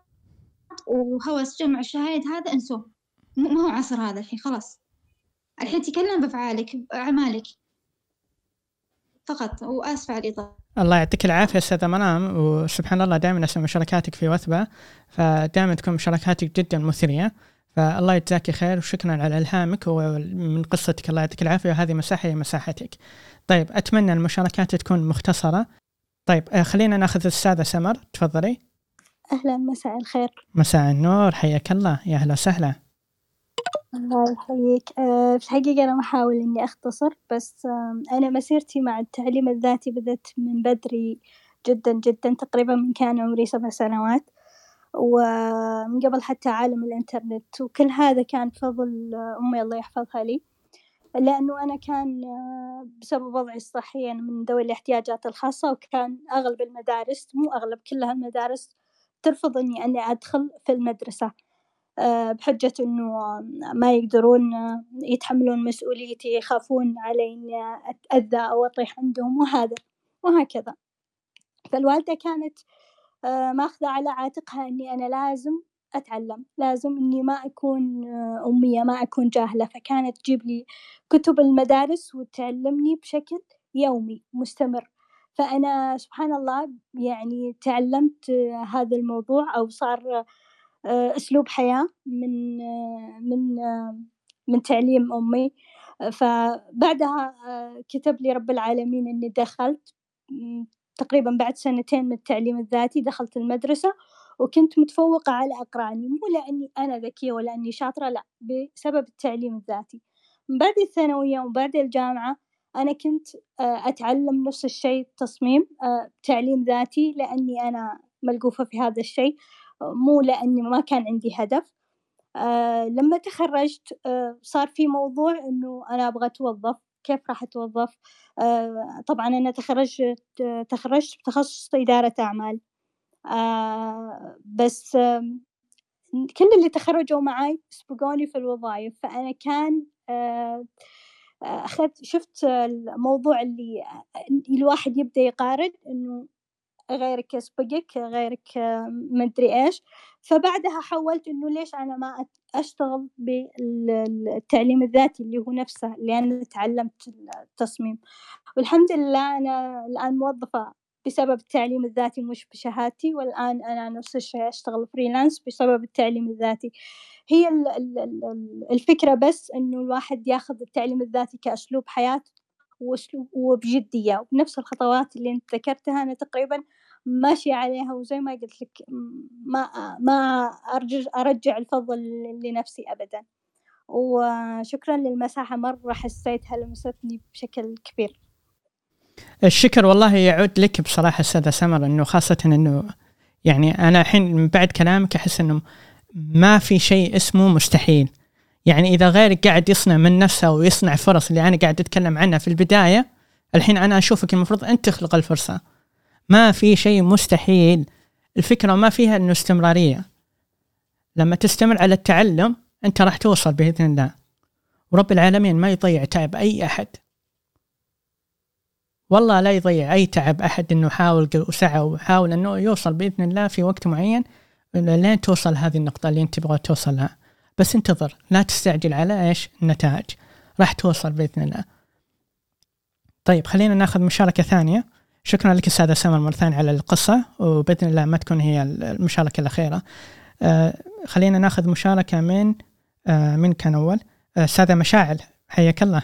وهوس جمع الشهايد هذا انسوه. ما هو عصر هذا الحين، خلاص الحين تكلم بأفعالك بأعمالك فقط. وآسفة على الإطالة. الله يعطيك العافية أستاذة منام، وسبحان الله دائما أسمع مشاركاتك في وثبة، فدائما تكون مشاركاتك جدا مثرية، فالله يجزاك خير وشكرا على إلهامك ومن قصتك. الله يعطيك العافية، وهذه مساحتك. طيب أتمنى المشاركات تكون مختصرة. طيب خلينا ناخذ الأستاذة سمر، تفضلي. أهلا، مساء الخير. مساء النور، حياك الله، يا أهلا وسهلا. الله يحييك. في الحقيقة أنا بحاول إني أختصر، بس أنا مسيرتي مع التعليم الذاتي بدأت من بدري جدا جدا، تقريبا من كان عمري 7 سنوات، ومن قبل حتى عالم الإنترنت، وكل هذا كان بفضل أمي الله يحفظها لي، لأنه أنا كان بسبب وضعي الصحي أنا من ذوي الاحتياجات الخاصة، وكان أغلب المدارس مو أغلب كلها المدارس ترفض أني أدخل في المدرسة بحجة أنه ما يقدرون يتحملون مسؤوليتي، يخافون علي أني أتأذى أو أطيح عندهم وهكذا. فالوالدة كانت ماخذة على عاتقها أني أنا لازم أتعلم، لازم أني ما أكون أمية، ما أكون جاهلة، فكانت تجيب لي كتب المدارس وتعلمني بشكل يومي مستمر. فأنا سبحان الله يعني تعلمت هذا الموضوع، أو صار أسلوب حياة من تعليم أمي. فبعدها كتب لي رب العالمين إني دخلت تقريبا بعد 2 من التعليم الذاتي دخلت المدرسة، وكنت متفوقة على أقراني، مو لأني أنا ذكية ولا أني شاطرة، لا، بسبب التعليم الذاتي. من بعد الثانوية وبعد الجامعة أنا كنت أتعلم نفس الشيء، تصميم، تعليم ذاتي، لأني أنا ملقوفة في هذا الشيء، مو لأني ما كان عندي هدف. لما تخرجت صار في موضوع إنه أنا أبغى أتوظف، كيف راح أتوظف؟ طبعا أنا تخرجت بتخصص إدارة أعمال، بس كل اللي تخرجوا معي سبقوني في الوظائف. فأنا كان شفت الموضوع اللي الواحد يبدأ يقارن إنه غيرك يسبقك، غيرك مدري إيش. فبعدها حاولت إنه ليش أنا ما أشتغل بالتعليم الذاتي اللي هو نفسه اللي أنا تعلمت التصميم. والحمد لله أنا الآن موظفة بسبب التعليم الذاتي مش بشهادتي، والآن أنا نفس الشيء أشتغل فريلانس بسبب التعليم الذاتي. هي الفكرة بس إنه الواحد ياخذ التعليم الذاتي كأسلوب حياة وأسلوب وبجدية، وبنفس الخطوات اللي أنت ذكرتها أنا تقريبا ماشية عليها، وزي ما قلت لك ما أرجع الفضل لنفسي أبدا. وشكرا للمساحة، مرة حسيتها لمستني بشكل كبير. الشكر والله يعود لك بصراحة أستاذة سمر، إنه خاصة إنه يعني أنا الحين من بعد كلامك أحس إنه ما في شيء اسمه مستحيل. يعني إذا غيرك قاعد يصنع من نفسه ويصنع فرص اللي أنا قاعد أتكلم عنها في البداية، الحين أنا أشوفك المفروض أنت تخلق الفرصة. ما في شيء مستحيل. الفكرة ما فيها إنه استمرارية. لما تستمر على التعلم أنت راح توصل بإذن الله، ورب العالمين ما يضيع تعب أي أحد، والله لا يضيع أي تعب أحد إنه حاول وسعى وحاول إنه يوصل بإذن الله في وقت معين لين توصل هذه النقطة اللي أنت تبغى توصل لها. بس انتظر، لا تستعجل على إيش النتائج، راح توصل بإذن الله. طيب خلينا ناخذ مشاركة ثانية. شكرا لك أستاذة سمر مرة ثانية على القصة، وبإذن الله ما تكون هي المشاركة الأخيرة. خلينا ناخذ مشاركة من كان أول. أستاذة مشاعل، حياك الله.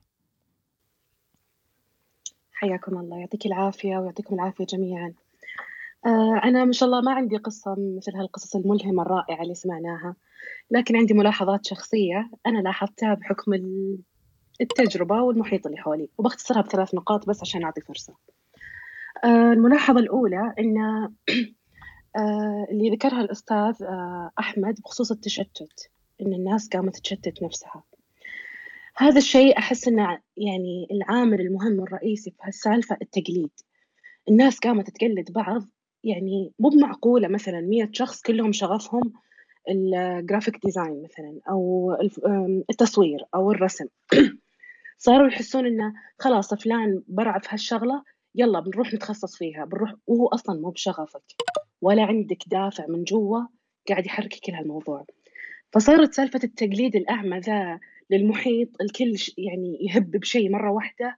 حياكم الله، يعطيك العافية ويعطيكم العافية جميعا. أنا ما شاء الله ما عندي قصة مثل هالقصص الملهمة الرائعة اللي سمعناها، لكن عندي ملاحظات شخصية أنا لاحظتها بحكم التجربة والمحيط اللي حولي، وبختصرها ب3 نقاط بس عشان أعطي فرصة. الملاحظة الأولى إن اللي ذكرها الأستاذ أحمد بخصوص التشتت، إن الناس قامت تشتت نفسها. هذا الشيء أحس إنه يعني العامل المهم والرئيسي في هالسالفة التقليد. الناس قامت تقلد بعض، يعني مو بمعقولة مثلا 100 شخص كلهم شغفهم الجرافيك ديزاين مثلا أو التصوير أو الرسم صاروا يحسون إنه خلاص فلان برع في هالشغلة، يلا بنروح نتخصص فيها، بنروح، وهو أصلا مو بشغفك ولا عندك دافع من جوا قاعد يحركك كل هالموضوع. فصارت سالفة التقليد الأعمى ذا للمحيط، الكل يعني يهب بشيء مرة واحدة،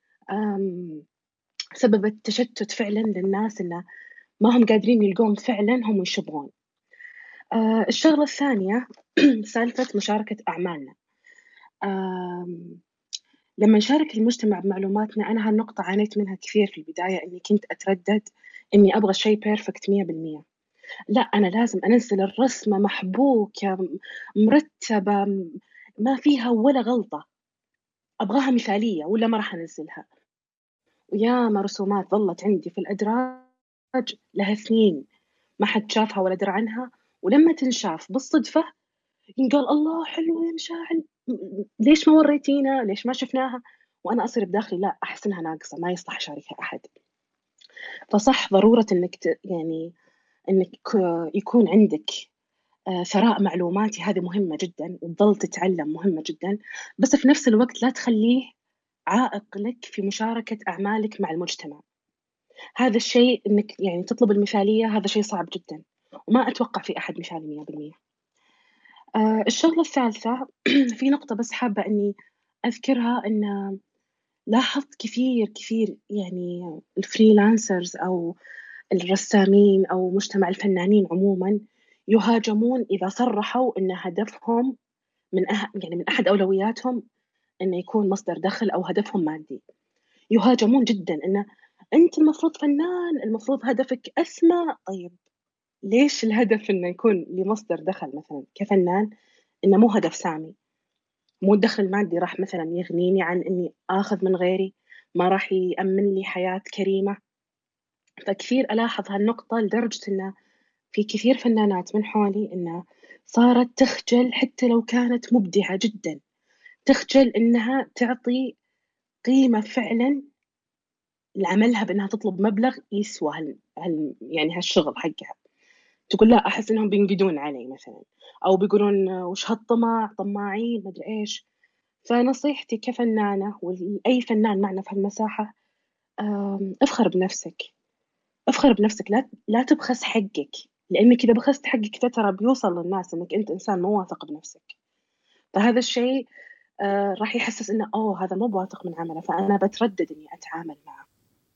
سببت تشتت فعلا للناس إنه ما هم قادرين يلقون فعلا هم وش يبغون. الشغلة الثانية سالفة مشاركة أعمالنا. لما نشارك المجتمع بمعلوماتنا، أنا هالنقطة عانيت منها كثير في البداية، إني كنت أتردد إني أبغى شيء بيرفكت 100%. لا، أنا لازم أنزل الرسمة محبوكة مرتبة ما فيها ولا غلطة، أبغاها مثالية ولا ما راح أنزلها. وياما رسومات ظلت عندي في الأدراج لها سنين ما حد شافها ولا درى عنها، ولما تنشاف بالصدفة ينقال الله حلوة يا مشاعل، ليش ما وريتينا، ليش ما شفناها؟ وأنا أصير بداخلي لا، أحس إنها ناقصة، ما يصلح أشاركها أحد. فصح ضرورة إنك يعني إنك يكون عندك ثراء معلوماتي، هذه مهمة جدا، وتظل تتعلم مهمة جدا، بس في نفس الوقت لا تخليه عائق لك في مشاركة أعمالك مع المجتمع. هذا الشيء إنك يعني تطلب المثالية، هذا شيء صعب جدا، وما أتوقع في أحد مثالي 100%. الشغلة الثالثة في نقطة بس حابة أني أذكرها، أن لاحظت كثير يعني الفريلانسرز أو الرسامين أو مجتمع الفنانين عموما يهاجمون إذا صرحوا أن هدفهم يعني من أحد أولوياتهم إنه يكون مصدر دخل أو هدفهم مادي. يهاجمون جدا إنه أنت المفروض فنان، المفروض هدفك أسمى. طيب ليش الهدف إنه يكون لمصدر دخل مثلا كفنان، إنه مو هدف سامي، مو الدخل المادي راح مثلا يغنيني عن إني آخذ من غيري، ما راح يأمن لي حياة كريمة. فكثير ألاحظ هالنقطة لدرجة إنه في كثير فنانات من حولي إنها صارت تخجل حتى لو كانت مبدعة جدا، تخجل إنها تعطي قيمة فعلا لعملها، بإنها تطلب مبلغ يسوى يعني هالشغل حقها. تقول لا، أحس إنهم بينقدون علي مثلا، أو بيقولون وش هالطماع، طماعين، مدري إيش. فنصيحتي كفنانة ولأي فنان معنا في هالمساحة، افخر بنفسك، افخر بنفسك، لا تبخس حقك، لأنك إذا بخست حقك ترى بيوصل للناس إنك أنت إنسان مو واثق بنفسك. فهذا الشيء راح يحسس إنه هذا مو واثق من عمله، فأنا بتردد إني أتعامل معه.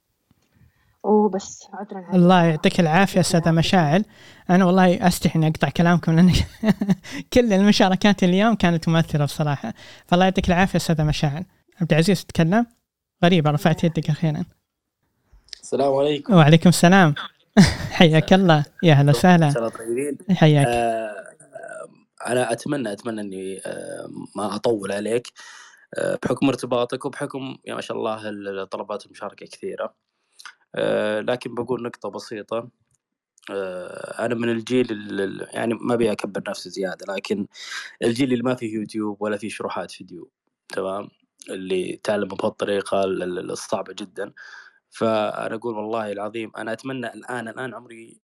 وبس عذرا. الله يعطيك العافية أستاذة مشاعل. أنا والله أستحي إني أقطع كلامكم لأن كل المشاركات اليوم كانت مؤثرة بصراحة، فالله يعطيك العافية أستاذة مشاعل. عبد العزيز تتكلم؟ غريبة، رفعت يدك أخيرا. السلام عليكم. وعليكم السلام. حياك الله، يا هلا وسهلا. حياك. أنا أتمنى إني ما أطول عليك بحكم ارتباطك وبحكم ما شاء الله طلبات المشاركة كثيرة، لكن بقول نقطة بسيطة. أنا من الجيل يعني ما بي أكبر نفسي زيادة، لكن الجيل اللي ما فيه يوتيوب ولا فيه شروحات فيديو، تمام، اللي تعلم بهالطريقة الصعبة جدا. فأنا أقول والله العظيم أنا أتمنى الآن عمري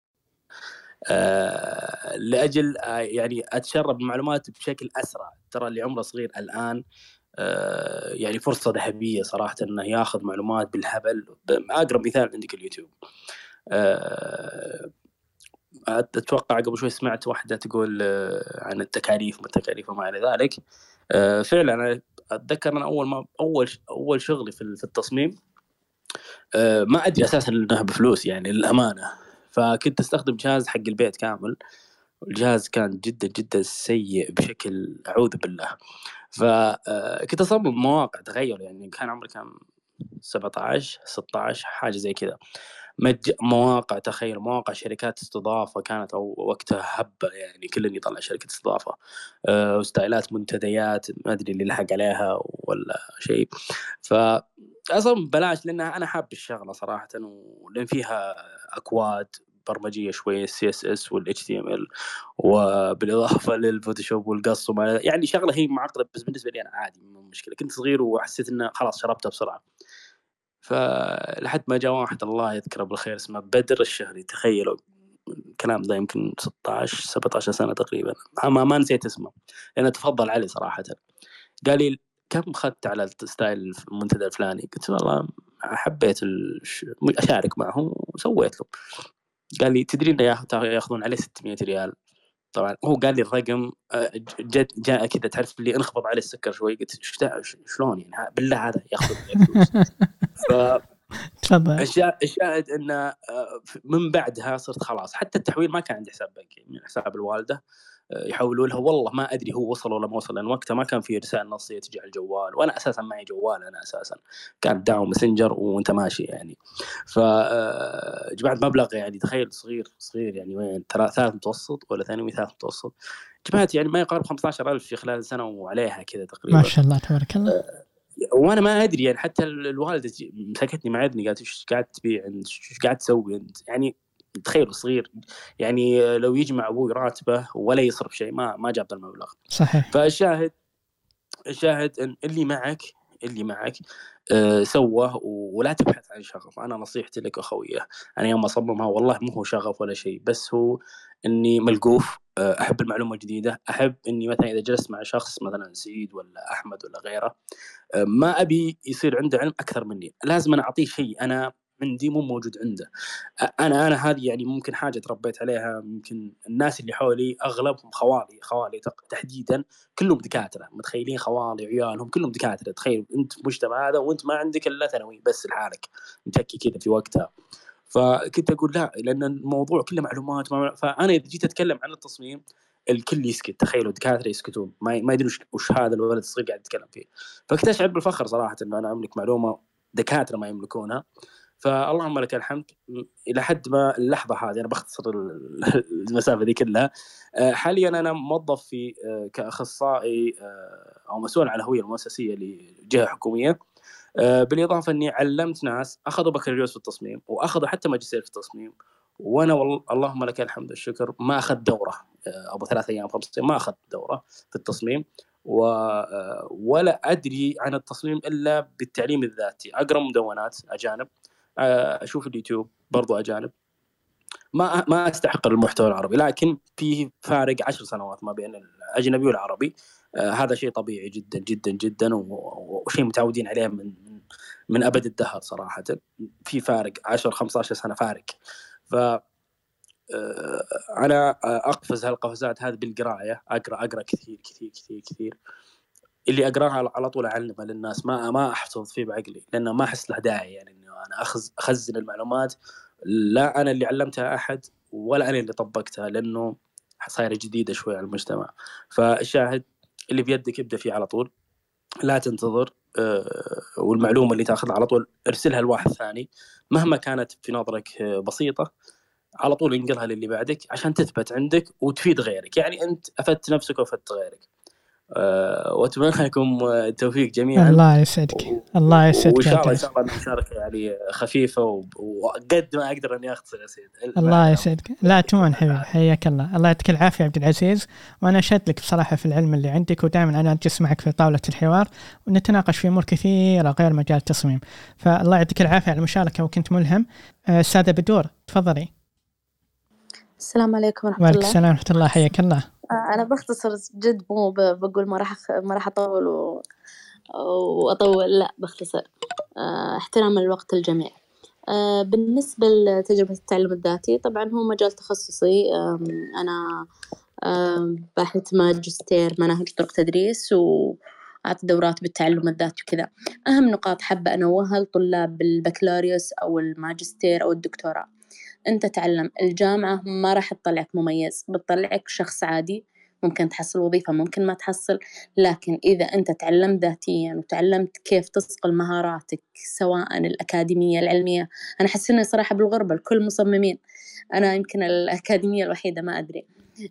لأجل يعني أتشرب المعلومات بشكل أسرع. ترى اللي عمره صغير الآن يعني فرصة ذهبية صراحة إنه يأخذ معلومات بالهبل. أقرب مثال عندك اليوتيوب. أتوقع قبل شوي سمعت واحدة تقول عن التكاليف وما إلى ذلك. فعلا أنا أتذكر أنا أول شغلي في التصميم ما أدري أساسا إنها بفلوس يعني للأمانة. فكنت أستخدم جهاز حق البيت كامل، والجهاز كان جدا جدا سيء بشكل أعوذ بالله. فكنت أصمم مواقع، تخيل يعني كان عمري كان 17 16 حاجة زي كذا، مواقع، تخيل مواقع شركات استضافة كانت أو وقتها هبة، يعني كل اللي يطلع شركة استضافة، وستايلات منتديات ما أدري اللي لحق عليها ولا شيء. فأصلا بلاش لأنها أنا حاب الشغلة صراحة، ولأن فيها أكواد برمجية شوية CSS وال HTML وبالإضافة للفوتوشوب والقص يعني شغلة هي معقدة، بس بالنسبة لي أنا عادي مو مشكلة. كنت صغير وحسيت إنه خلاص شربتها بسرعة. فلحد ما جاء واحد الله يذكره بالخير اسمه بدر الشهري، تخيلوا الكلام ده يمكن 16-17 سنة تقريبا، ما نسيت اسمه لأنه تفضل علي صراحة. قال لي كم خدت على الستايل المنتدى الفلاني؟ قلت والله حبيت أشارك معهم وسويت له. قال لي تدري إنه يأخذون عليه 600 ريال. طبعا هو قال لي الرقم جاء كذا تعرف اللي انخفض عليه السكر شوي. قلت شلون يعني بالله هذا ياخذ فلوس؟ الشاهد ان من بعدها صرت خلاص، حتى التحويل ما كان عندي حساب بنكي، من حساب الوالده يحولوا لها. والله ما ادري هو وصل ولا ما وصل، لان وقتها ما كان في رسائل نصيه تجي على الجوال، وانا اساسا معي جوال، انا اساسا كان داو ماسنجر وانت ماشي يعني. فجمعت مبلغ يعني تخيل صغير يعني وين ترى ثالث متوسط ولا ثانوي ثالث متوسط، جمعت يعني ما يقارب 15,000 في خلال سنه وعليها كذا تقريبا. ما شاء الله تبارك الله. وانا ما ادري يعني، حتى الوالده مسكتني مع ابني قالت ايش قاعد تبيع انت، ايش قاعد تسوي انت؟ يعني تخيل صغير يعني لو يجمع ابوي راتبه ولا يصرف شيء ما جاب المبلغ. صحيح. فالشاهد ان اللي معك سوه ولا تبحث عن شغف. انا نصيحتي لك اخويه، انا يوم اصممها والله مو هو شغف ولا شيء، بس هو اني ملقوف، احب المعلومه الجديده، احب اني مثلا اذا جلست مع شخص مثلا سعيد ولا احمد ولا غيره ما ابي يصير عنده علم اكثر مني، لازم انا اعطيه شيء انا عندي مو موجود عنده. انا هذه يعني ممكن حاجه تربيت عليها. ممكن الناس اللي حولي اغلبهم خوالي تحديدا كلهم دكاتره، متخيلين خوالي عيالهم كلهم دكاتره. تخيل انت مجتمع هذا وانت ما عندك الا ثانوي بس لحالك، متكي كذا في وقتها. فكنت اقول لا، لان الموضوع كله معلومات. فانا اذا جيت اتكلم عن التصميم الكل يسكت. تخيلوا دكاترة يسكتون، ما يدرون وش هذا الولد الصغير قاعد يتكلم فيه. فكنت أشعر بالفخر صراحة إن أنا أملك معلومة دكاترة ما يملكونها. فاللهم لك الحمد. إلى حد ما اللحظة هذه أنا بختصر المسافة دي كلها. حاليا أنا موظف في كأخصائي أو مسؤول على الهوية المؤسسية لجهة حكومية. بالإضافة أني علمت ناس أخذوا بكالوريوس في التصميم وأخذوا حتى ماجستير في التصميم، وأنا اللهم لك الحمد والشكر ما أخذ دورة أبو 3 أيام 5 أيام، ما أخذ دورة في التصميم ولا أدري عن التصميم إلا بالتعليم الذاتي. أقرأ مدونات أجانب، أشوف اليوتيوب برضو أجانب. ما أستحق المحتوى العربي، لكن فيه فارق 10 سنوات ما بين الأجنبي والعربي. هذا شيء طبيعي جدا جدا جدا، وشيء متعودين عليه من أبد الدهر صراحة. في فارق 10-15 سنة فارق. أنا أقفز هالقفزات هذه بالقراءة، أقرأ كثير كثير كثير كثير. اللي أقرأها على طول أعلمها للناس، ما أحفظ فيه بعقلي، لأنه ما أحس له داعي يعني إنه أنا أخزن المعلومات. لا أنا اللي علمتها أحد ولا أنا اللي طبقتها، لأنه صايرة جديدة شوي على المجتمع. فالشاهد اللي بيدك ابدأ فيه على طول، لا تنتظر. والمعلومة اللي تأخذها على طول ارسلها لواحد ثاني مهما كانت في نظرك بسيطة، على طول انقلها للي بعدك عشان تثبت عندك وتفيد غيرك. يعني أنت أفدت نفسك وأفدت غيرك. وأتمنى لكم التوفيق جميعا. الله يسعدك. الله يسعدك. وإن شاء الله المشاركة يعني خفيفة وقد ما أقدر أني أختصر يا سيد. الله يسعدك. لا تمون حبيبي، حياك الله. الله يعطيك العافية عبد العزيز، وأنا أشهد لك بصراحة في العلم اللي عندك، ودائما أنا أجلس معك في طاولة الحوار ونتناقش في أمور كثيرة غير مجال التصميم. فالله يعطيك العافية على المشاركة وكنت ملهم. السادة بدور تفضلي. السلام عليكم ورحمة الله. الله. السلام ورحمة الله، حياك الله. أنا بختصر جد، مو بقول ما راح أطول وأطول، لا بختصر احترام الوقت الجميع. بالنسبة لتجربة التعلم الذاتي، طبعا هو مجال تخصصي. أنا باحث ماجستير مناهج طرق تدريس، وأعطي دورات بالتعلم الذاتي وكذا. أهم نقاط حابة أنوهها لطلاب البكالوريوس أو الماجستير أو الدكتوراه: أنت تعلم، الجامعة ما راح تطلعك مميز، بتطلعك شخص عادي، ممكن تحصل وظيفة ممكن ما تحصل. لكن إذا أنت تعلمت ذاتيا وتعلمت كيف تصقل مهاراتك سواء الأكاديمية العلمية، أنا حسيني صراحة بالغربة، الكل مصممين، أنا يمكن الأكاديمية الوحيدة ما أدري.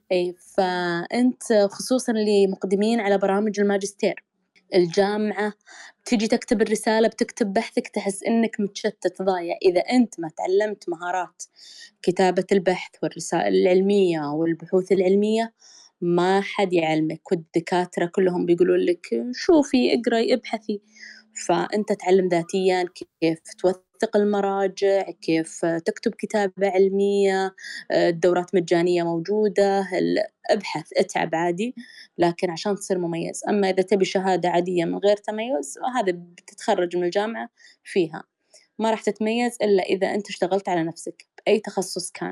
فأنت خصوصا اللي مقدمين على برامج الماجستير، الجامعة تيجي تكتب الرسالة، بتكتب بحثك، تحس إنك متشتت ضايع. إذا أنت ما تعلمت مهارات كتابة البحث والرسائل العلمية والبحوث العلمية، ما حد يعلمك، والدكاترة كلهم بيقولوا لك شوفي اقرأي ابحثي. فأنت تعلم ذاتيا كيف توثق المراجع، كيف تكتب كتابة علمية، الدورات مجانية موجودة، ابحث اتعب عادي، لكن عشان تصير مميز. أما إذا تبي شهادة عادية من غير تميز، هذا بتتخرج من الجامعة فيها، ما راح تتميز إلا إذا أنت اشتغلت على نفسك بأي تخصص كان.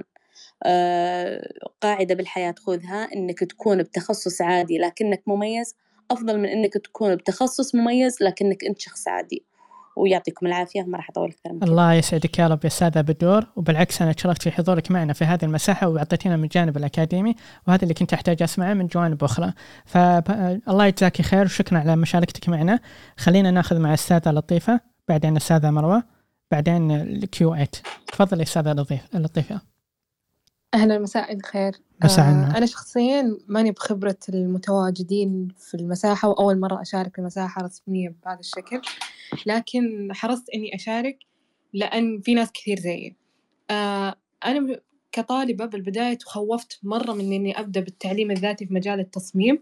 قاعدة بالحياة خذها، إنك تكون بتخصص عادي لكنك مميز أفضل من إنك تكون بتخصص مميز لكنك أنت شخص عادي. ويعطيكم العافية، ما راح أطول أكثر من كده. الله يسعدك يا رب يا أستاذة بدور، وبالعكس أنا تشرفت في حضورك معنا في هذه المساحة، وأعطيتنا من الجانب الأكاديمي، وهذا اللي كنت أحتاج أسمعه من جوانب أخرى. فالله يجزاك خير وشكرا على مشاركتك معنا. خلينا ناخذ مع الأستاذة لطيفة، بعدين الأستاذة مروة، بعدين الكيو8. تفضل أستاذة لطيفة. أهلا، مساء الخير. أنا شخصيا ماني بخبرة المتواجدين في المساحة، وأول مرة أشارك في مساحة رسمية بهذا الشكل، لكن حرصت إني أشارك لأن في ناس كثير زيي. أنا كطالبة بالبداية تخوفت مرة من إني أبدأ بالتعليم الذاتي في مجال التصميم.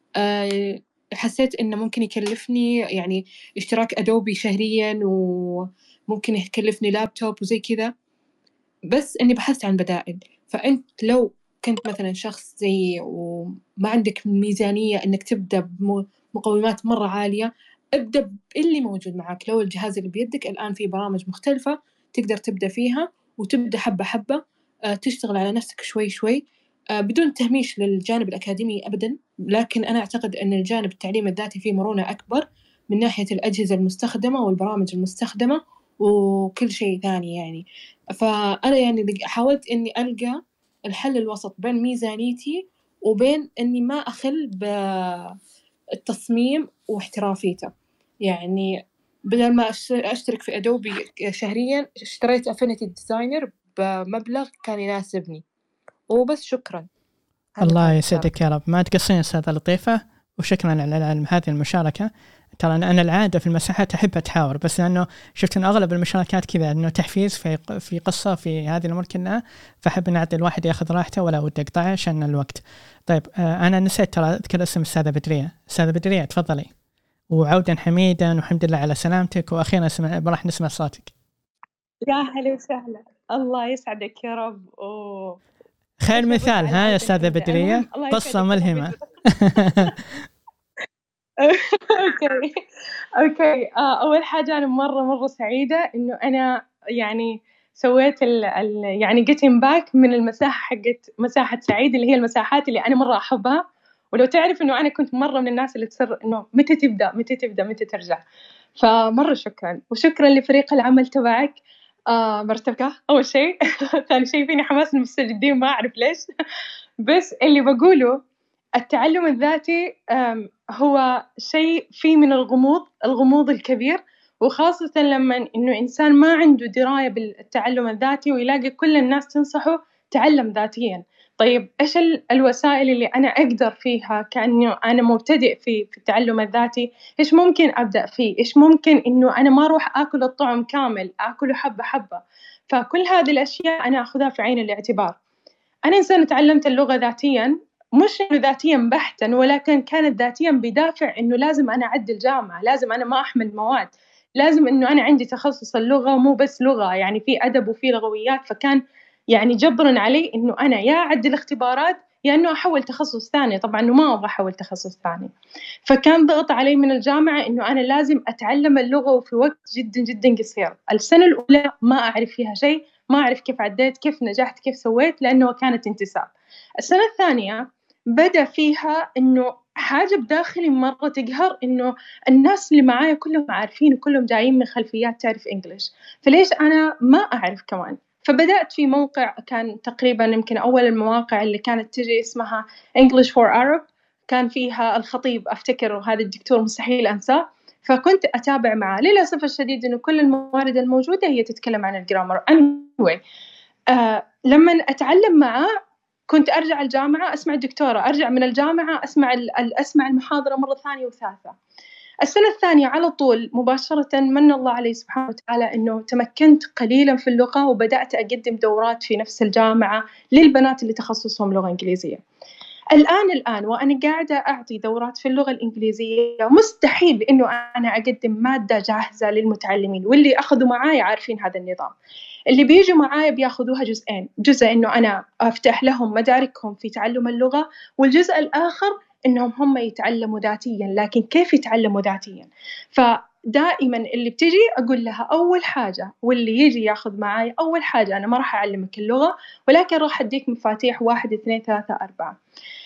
حسيت إنه ممكن يكلفني يعني اشتراك أدوبي شهريا، وممكن يكلفني لابتوب وزي كذا، بس إني بحثت عن بدائل. فأنت لو كنت مثلا شخص زي وما عندك ميزانية إنك تبدأ بمقومات مرة عالية، ابدأ باللي موجود معك. لو الجهاز اللي بيدك الآن في برامج مختلفة تقدر تبدأ فيها، وتبدأ حبة حبة، تشتغل على نفسك شوي شوي، بدون تهميش للجانب الأكاديمي أبدا. لكن أنا أعتقد أن الجانب التعليم الذاتي فيه مرونة أكبر من ناحية الأجهزة المستخدمة والبرامج المستخدمة وكل شيء ثاني يعني. فأنا يعني حاولت إني ألقى الحل الوسط بين ميزانيتي وبين إني ما أخل بالتصميم واحترافيته. يعني بدل ما أشترك في أدوبي شهريا اشتريت أفينيتي ديزاينر بمبلغ كان يناسبني وبس. شكرا. الله يسعدك يا رب. ما تقصين أستاذة لطيفة، وشكرا على هذه المشاركة. ترى أنا العادة في المساحات أحب أتحاور، بس لأنه شفت أن أغلب المشاركات كذا أنه تحفيز في قصة في هذه الأمور كلها، فأحب نعطي الواحد يأخذ راحته ولا ودي أقطعه عشان الوقت. طيب أنا نسيت ترى أذكر اسم الأستاذة بدرية. أستاذة بدرية تفضلي، وعودا حميدا وحمد لله على سلامتك، وأخيرا راح نسمع صوتك. يا هلا وسهلا، الله يسعدك يا رب. خير مثال ها يا أستاذة بدرية، قصة ملهمة. أوكي. أول حاجة أنا مرة سعيدة إنه أنا يعني سويت يعني getting back من المساحة حقت مساحة سعيد، اللي هي المساحات اللي أنا مرة أحبها. ولو تعرف إنه أنا كنت مرة من الناس اللي تصر إنه متى تبدأ متى ترجع. فمرة شكرا، وشكرا لفريق العمل تبعك. مرتبكة أول شيء. ثاني شيء فيني حماس المستجدين، ما أعرف ليش. بس اللي بقوله التعلم الذاتي هو شيء فيه من الغموض الكبير، وخاصة لما إنه إنسان ما عنده دراية بالتعلم الذاتي ويلاقي كل الناس تنصحه تعلم ذاتيا. طيب إيش الوسائل اللي أنا أقدر فيها كأنه أنا مبتدئ في التعلم الذاتي؟ إيش ممكن أبدأ فيه؟ إيش ممكن إنه أنا ما أروح أكل الطعم كامل، أكله حبة حبة. فكل هذه الأشياء أنا أخذها في عين الاعتبار. أنا إنسان تعلمت اللغة ذاتيا، مش إنه ذاتيا بحتا، ولكن كانت ذاتيا بدافع إنه لازم أنا أعدل جامعة، لازم أنا ما أحمل مواد، لازم إنه أنا عندي تخصص اللغة، مو بس لغة يعني في أدب وفي لغويات. فكان يعني جبرا علي إنه أنا يا أعدل اختبارات يا إنه أحول تخصص ثاني. طبعا إنه ما أبغى أحول تخصص ثاني، فكان ضغط علي من الجامعة إنه أنا لازم أتعلم اللغة وفي وقت جدا قصير. السنة الأولى ما أعرف فيها شيء، ما أعرف كيف عديت، كيف نجحت، كيف سويت، لأنه كانت انتساب. السنة الثانية بدأ فيها إنه حاجة بداخلي مرة تقهر، إنه الناس اللي معايا كلهم عارفين وكلهم جايين من خلفيات تعرف إنجليش، فليش أنا ما أعرف كمان؟ فبدأت في موقع كان تقريبا يمكن أول المواقع اللي كانت تجي اسمها English for Arab، كان فيها الخطيب أفتكر، وهذا الدكتور مستحيل أنساه. فكنت أتابع معه. للأسف الشديد إنه كل الموارد الموجودة هي تتكلم عن الجرامر. anyway لما أتعلم معه كنت أرجع الجامعة أسمع الدكتورة، أرجع من الجامعة أسمع المحاضرة مرة ثانية وثالثة. السنة الثانية على طول مباشرة من الله عليه سبحانه وتعالى إنه تمكنت قليلا في اللغة، وبدأت أقدم دورات في نفس الجامعة للبنات اللي تخصصهم لغة إنجليزية. الآن وأنا قاعدة أعطي دورات في اللغة الإنجليزية، مستحيل إنه أنا أقدم مادة جاهزة للمتعلمين، واللي أخذوا معايا عارفين هذا النظام. اللي بيجوا معايا بياخذوها جزئين، جزء إنه أنا أفتح لهم مداركهم في تعلم اللغة، والجزء الآخر إنهم هم يتعلموا ذاتيا. لكن كيف يتعلموا ذاتيا؟ فدائما اللي بتجي أقول لها أول حاجة، واللي يجي ياخذ معايا أول حاجة، أنا ما راح أعلمك اللغة، ولكن راح أديك مفاتيح 1 2 3 4.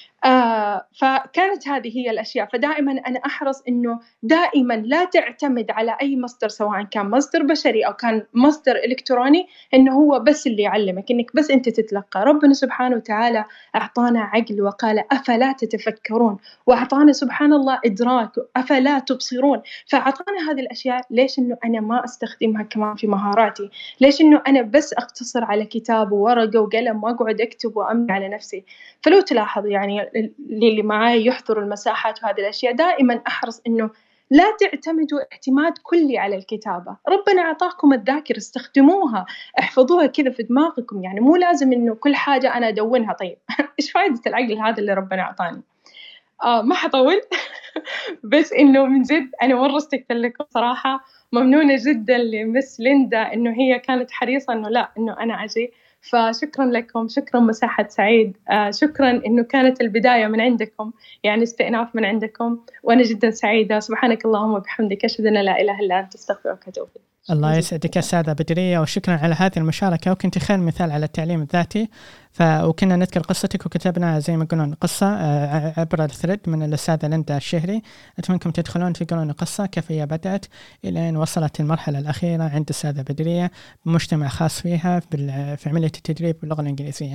فكانت هذه هي الأشياء. فدائما أنا أحرص إنه دائما لا تعتمد على أي مصدر، سواء كان مصدر بشري أو كان مصدر إلكتروني، إنه هو بس اللي يعلمك، إنك بس أنت تتلقى. ربنا سبحانه وتعالى أعطانا عقل وقال أفلا تتفكرون، وأعطانا سبحان الله إدراك أفلا تبصرون. فأعطانا هذه الأشياء، ليش إنه أنا ما أستخدمها كمان في مهاراتي؟ ليش إنه أنا بس أقتصر على كتاب وورقة وقلم وأقعد أكتب وأملي على نفسي؟ فلو تلاحظ يعني اللي معاي يحضروا المساحات وهذه الأشياء، دائما أحرص إنه لا تعتمدوا اعتماد كلي على الكتابة. ربنا أعطاكم الذاكرة، استخدموها، احفظوها كذا في دماغكم. يعني مو لازم إنه كل حاجة أنا أدونها. طيب إيش فائدة العقل هذا اللي ربنا أعطاني؟ ما حطول. بس إنه من جد أنا مرة استقبلت لكم صراحة، ممنونة جدا لمس ليندا إنه هي كانت حريصة إنه لا إنه أنا أجي. فشكرا لكم، شكرا مساحة سعيد، شكرا إنه كانت البداية من عندكم، يعني استئناف من عندكم، وأنا جدا سعيدة. سبحانك اللهم وبحمدك، أشهد أن لا إله إلا أنت، أستغفرك وأتوب إليك. الله يسعدك أستاذة بدرية، وشكرا على هذه المشاركة، وكنت خير مثال على التعليم الذاتي. وكنا نذكر قصتك وكتبنا زي ما قلنا قصة عبر الثريد من الأستاذة ليندا الشهري. أتمنىكم تدخلون تقرون القصة كيف هي بدأت إلى أن وصلت المرحلة الأخيرة عند الأستاذة بدرية، مجتمع خاص فيها في عملية التدريب باللغة الإنجليزية.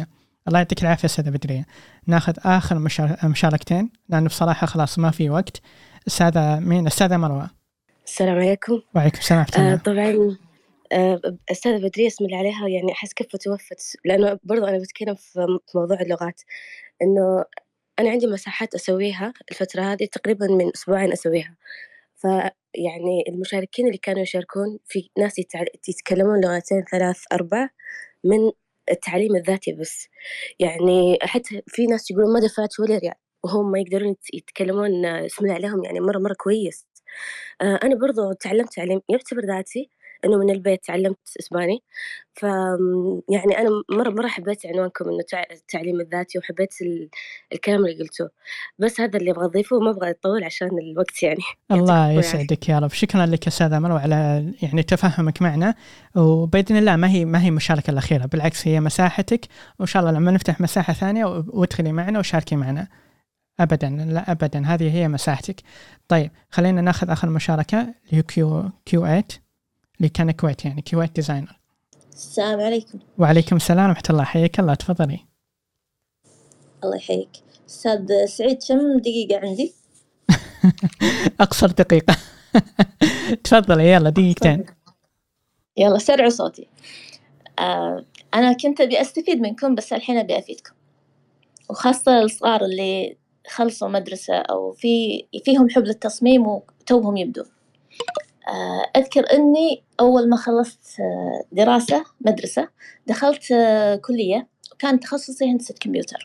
الله يعطيك العافية أستاذة بدرية. ناخذ آخر مشاركتين لأنه بصراحة خلاص ما في وقت. أستاذة مين؟ أستاذة مروة. السلام عليكم. وعليكم السلام ورحمة الله. طبعا أستاذة بدرية اسم اللي عليها يعني أحس كفة توفت، لأنه برضو أنا بتكلم في موضوع اللغات، إنه أنا عندي مساحات أسويها الفترة هذه تقريبا من أسبوعين أسويها. فيعني المشاركين اللي كانوا يشاركون في ناس يتكلمون لغتين 3 4 من التعليم الذاتي بس. يعني حتى في ناس يقولون ما دفعت ولا ريال وهم ما يقدرون يتكلمون اسم الله عليهم يعني مرة كويس. أنا برضو تعلمت تعليم يعتبر ذاتي، إنه من البيت تعلمت إسباني. يعني أنا مرة حبيت عنوانكم إنه التعليم الذاتي، وحبيت الكلام اللي قلتوه، بس هذا اللي أبغى أضيفه وما أبغى أطول عشان الوقت يعني. الله يسعدك يا رب. شكرا لك أستاذة مروة على يعني تفهمك معنا، وبإذن الله ما هي مشاركة الأخيرة، بالعكس هي مساحتك، وإن شاء الله لما نفتح مساحة ثانية وادخلي معنا وشاركي معنا. أبدا لا أبدا، هذه هي مساحتك. طيب خلينا ناخذ آخر مشاركة اللي هي Q8 اللي كان كويت، يعني كويت ديزاينر. السلام عليكم. وعليكم السلام ورحمة الله. حياك الله، تفضلي. الله يحييك أستاذ سعيد. كم دقيقة عندي؟ أقصر دقيقة. تفضلي يلا دقيقتين. يلا سرعوا صوتي. أنا كنت أبي أستفيد منكم، بس الحين أبي أفيدكم، وخاصة الصغار اللي خلصوا مدرسة أو فيهم حب للتصميم وتوهم يبدون. أذكر أني أول ما خلصت دراسة مدرسة دخلت كلية، وكان تخصصي هندسة كمبيوتر.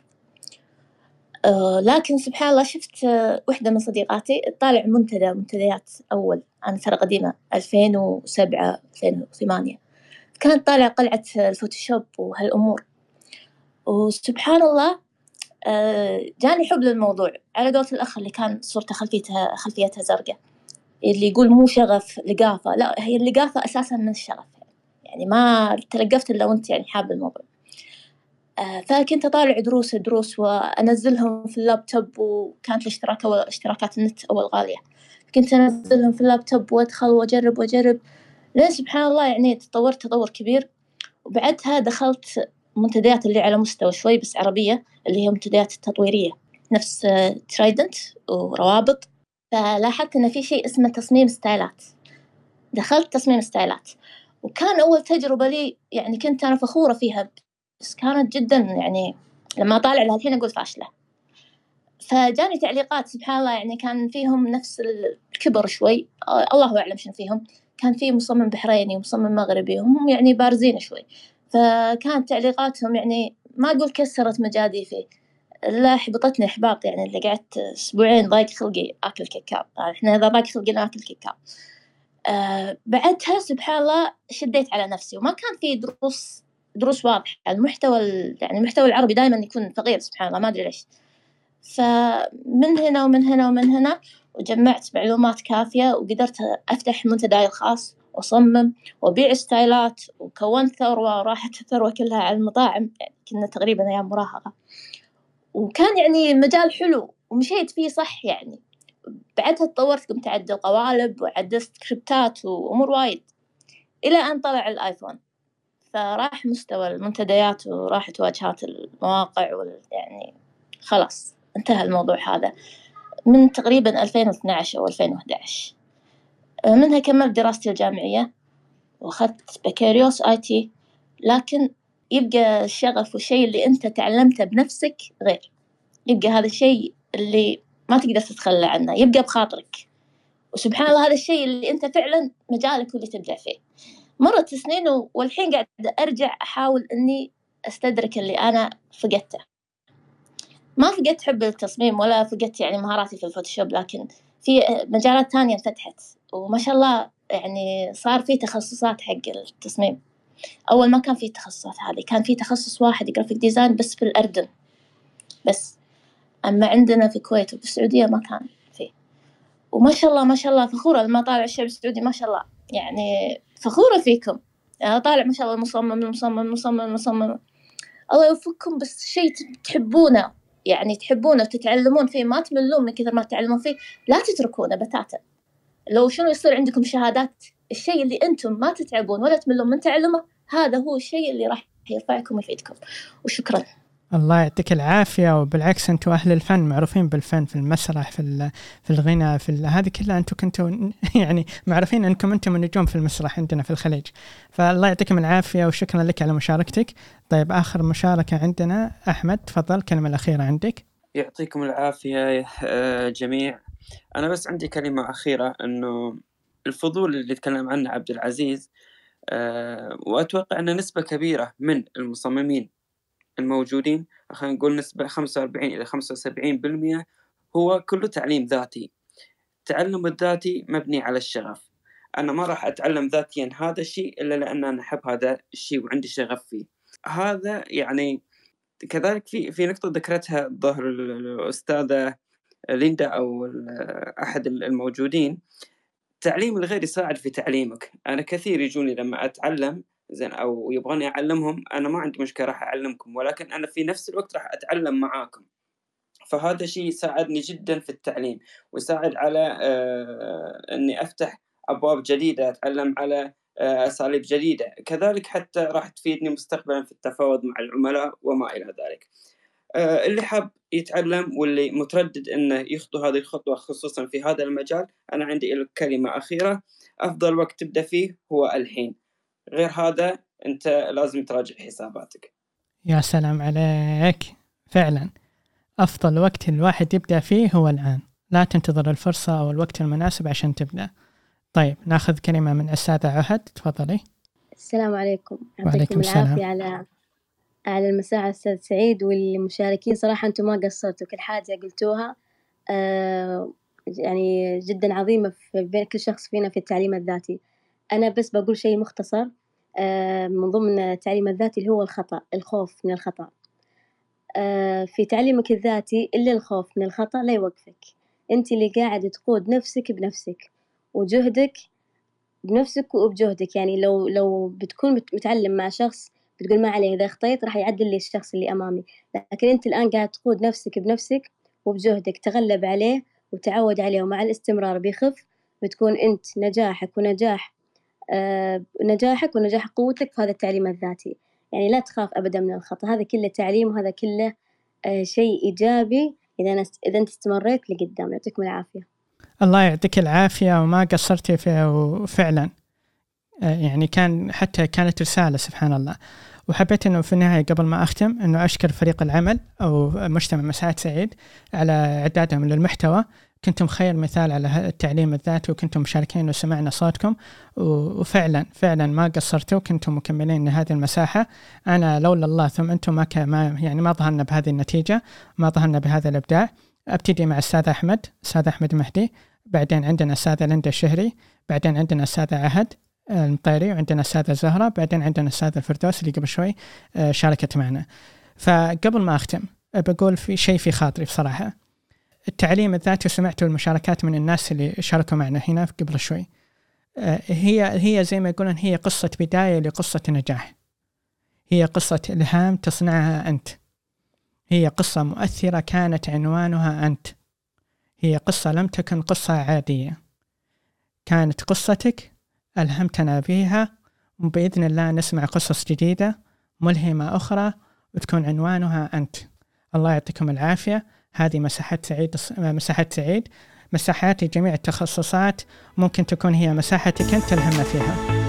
لكن سبحان الله شفت واحدة من صديقاتي تطالع منتديات أول، أنا ترى قديمة 2007 2008، كانت طالعة قلعة الفوتوشوب وهالأمور، وسبحان الله جاني حب للموضوع. على قولة الأخ اللي كان صورته خلفيتها زرقاء، اللي يقول مو شغف لقافة، لا هي اللقافة أساساً من الشغف، يعني ما تلقفت إلا وأنت يعني حاب الموضوع. فكنت أطالع دروس وأنزلهم في اللابتوب، وكانت اشتراكات النت أول غالية، كنت أنزلهم في اللابتوب وأدخل وأجرب لين سبحان الله يعني تطورت تطور كبير. وبعدها دخلت منتديات اللي على مستوى شوي بس عربية، اللي هي منتديات التطويرية نفس ترايدنت وروابط. فلاحظت إن في شيء اسمه تصميم ستايلات، دخلت تصميم ستايلات، وكان أول تجربة لي يعني كنت أنا فخورة فيها، بس كانت جدا يعني لما أطالع لها الحين أقول فاشلة. فجاني تعليقات سبحان الله يعني كان فيهم نفس الكبر شوي، الله أعلم شنو فيهم، كان فيه مصمم بحريني ومصمم مغربي وهم يعني بارزين شوي، فكانت تعليقاتهم يعني ما أقول كسرت مجاديفي، لا حبطتني إحباط، يعني اللي قعدت أسبوعين ضايق خلقي أكل كيكاو. إحنا إذا ضايق خلقنا أكل كيكاو. بعدها سبحان الله شديت على نفسي، وما كان في دروس واضحة. المحتوى يعني المحتوى العربي دائما يكون فقير سبحان الله، ما أدري ليش. فمن هنا ومن هنا ومن هنا وجمعت معلومات كافية، وقدرت أفتح منتداي الخاص وأصمم وأبيع ستايلات، وكونت ثروة، وراحت الثروة كلها على المطاعم، يعني كنا تقريبا أيام مراهقة، وكان يعني مجال حلو ومشيت فيه صح يعني. بعدها تطورت، قمت أعدل قوالب وعدلت سكريبتات وأمور وايد، إلى أن طلع الآيفون، فراح مستوى المنتديات وراحت واجهات المواقع يعني خلاص انتهى الموضوع هذا من تقريبا 2012 أو 2011. منها كملت دراستي الجامعية وأخذت بكالوريوس IT، لكن يبقى الشغف والشيء اللي أنت تعلمته بنفسك غير، يبقى هذا الشيء اللي ما تقدر تتخلى عنه، يبقى بخاطرك، وسبحان الله هذا الشيء اللي أنت فعلا مجالك واللي تبدع فيه. مرت سنين والحين قاعد أرجع أحاول أني أستدرك اللي أنا فقدته. ما فقدت حب التصميم ولا فقدت يعني مهاراتي في الفوتوشوب، لكن في مجالات تانية انفتحت، وما شاء الله يعني صار في تخصصات حق التصميم. أول ما كان في تخصصات هذه، كان في تخصص واحد جرافيك ديزاين بس في الأردن بس، أما عندنا في الكويت وفي السعودية ما كان فيه. وما شاء الله ما شاء الله فخورة لما طالع الشعب السعودي، ما شاء الله يعني فخورة فيكم، يعني طالع ما شاء الله مصمم الله يوفقكم، بس شيء تحبونه يعني تحبونه وتتعلمون فيه، ما تملون من كثر ما تتعلمون فيه، لا تتركونه بتاتا. لو شنو يصير عندكم شهادات، الشيء اللي أنتم ما تتعبون ولا تملون من تعلمه، هذا هو الشيء اللي راح يرفعكم ويفيدكم. وشكرا. الله يعطيك العافية. وبالعكس أنتوا أهل الفن معروفين بالفن في المسرح في الغناء هذه كلها أنتوا كنتوا يعني معروفين أنكم أنتم النجوم في المسرح عندنا في الخليج. فالله يعطيكم العافية وشكرا لك على مشاركتك. طيب آخر مشاركة عندنا أحمد، تفضل كلمة الأخيرة عندك. يعطيكم العافية جميع. أنا بس عندي كلمة أخيرة، أنه الفضول اللي تكلم عنه عبد العزيز، وأتوقع أن نسبة كبيرة من المصممين الموجودين، خلينا نقول نسبة 45 إلى 75% هو كله تعليم ذاتي. التعلم الذاتي مبني على الشغف. أنا ما راح أتعلم ذاتيا هذا الشيء إلا لأن أنا أحب هذا الشيء وعندي شغف فيه. هذا يعني كذلك في نقطة ذكرتها الظاهر الأستاذة ليندا أو أحد الموجودين، تعليم الغير يساعد في تعليمك. أنا كثير يجوني لما أتعلم زين أو يبغوني أعلمهم، أنا ما عندي مشكلة راح أعلمكم، ولكن أنا في نفس الوقت راح أتعلم معاكم. فهذا شيء يساعدني جدا في التعليم، ويساعد على أني أفتح أبواب جديدة، أتعلم على أساليب جديدة. كذلك حتى راح تفيدني مستقبلا في التفاوض مع العملاء وما إلى ذلك. اللي حاب يتعلم واللي متردد أنه يخطو هذه الخطوة خصوصا في هذا المجال، أنا عندي لك كلمة أخيرة: أفضل وقت تبدأ فيه هو الحين، غير هذا أنت لازم تراجع حساباتك. يا سلام عليك، فعلا أفضل وقت الواحد يبدأ فيه هو الآن، لا تنتظر الفرصة أو الوقت المناسب عشان تبدأ. طيب ناخذ كلمة من السادة عهد، تفضلي. السلام عليكم. وعليكم العافية على المساحة أستاذ سعيد والمشاركين. صراحة أنتم ما قصرتوا، كل حاجة قلتوها يعني جدا عظيمة بين كل شخص فينا في التعليم الذاتي. أنا بس بقول شيء مختصر من ضمن التعليم الذاتي اللي هو الخوف من الخطأ. في تعليمك الذاتي إلا الخوف من الخطأ لا يوقفك. أنت اللي قاعد تقود نفسك بنفسك وجهدك بنفسك وبجهدك. يعني لو بتكون متعلم مع شخص بتقول ما عليه، إذا اخطيت راح يعدل لي الشخص اللي أمامي، لكن أنت الآن قاعد تقود نفسك بنفسك وبجهدك، تغلب عليه وتعود عليه، ومع الاستمرار بيخف، بتكون أنت نجاحك ونجاح قوتك في هذا التعليم الذاتي. يعني لا تخاف أبدا من الخطأ، هذا كله تعليم وهذا كله شيء إيجابي إذا أنت استمريت لقدام. يعطيكم العافية. الله يعطيك العافية وما قصرتي فعلا. يعني كانت رسالة سبحان الله. وحبيت أنه في النهاية قبل ما أختم أنه أشكر فريق العمل أو مجتمع مساحات سعيد على إعدادهم للمحتوى. كنتم خير مثال على التعليم الذاتي وكنتم مشاركين وسمعنا صوتكم، وفعلا ما قصرتوا، كنتم مكملين لهذه المساحة. أنا لولا الله ثم أنتم ما ظهرنا بهذه النتيجة، ما ظهرنا بهذا الإبداع. أبتدي مع الأستاذ أحمد مهدي، بعدين عندنا الأستاذة ليندا الشهري، بعدين عندنا الأستاذ عهد المطيري، وعندنا الأستاذة زهرة، بعدين عندنا الأستاذ الفردوس اللي قبل شوي شاركت معنا. فقبل ما أختم بقول في شيء في خاطري بصراحة. التعليم الذاتي، سمعتوا المشاركات من الناس اللي شاركوا معنا هنا قبل شوي، هي زي ما يقولون هي قصة بداية لقصة نجاح، هي قصة إلهام تصنعها أنت، هي قصة مؤثرة كانت عنوانها أنت، هي قصة لم تكن قصة عادية، كانت قصتك ألهمتنا بها، وبإذن الله نسمع قصص جديدة ملهمة أخرى وتكون عنوانها أنت. الله يعطيكم العافية. هذه مساحات سعيد، مساحات جميع التخصصات، ممكن تكون هي مساحتك أنت تلهمنا فيها.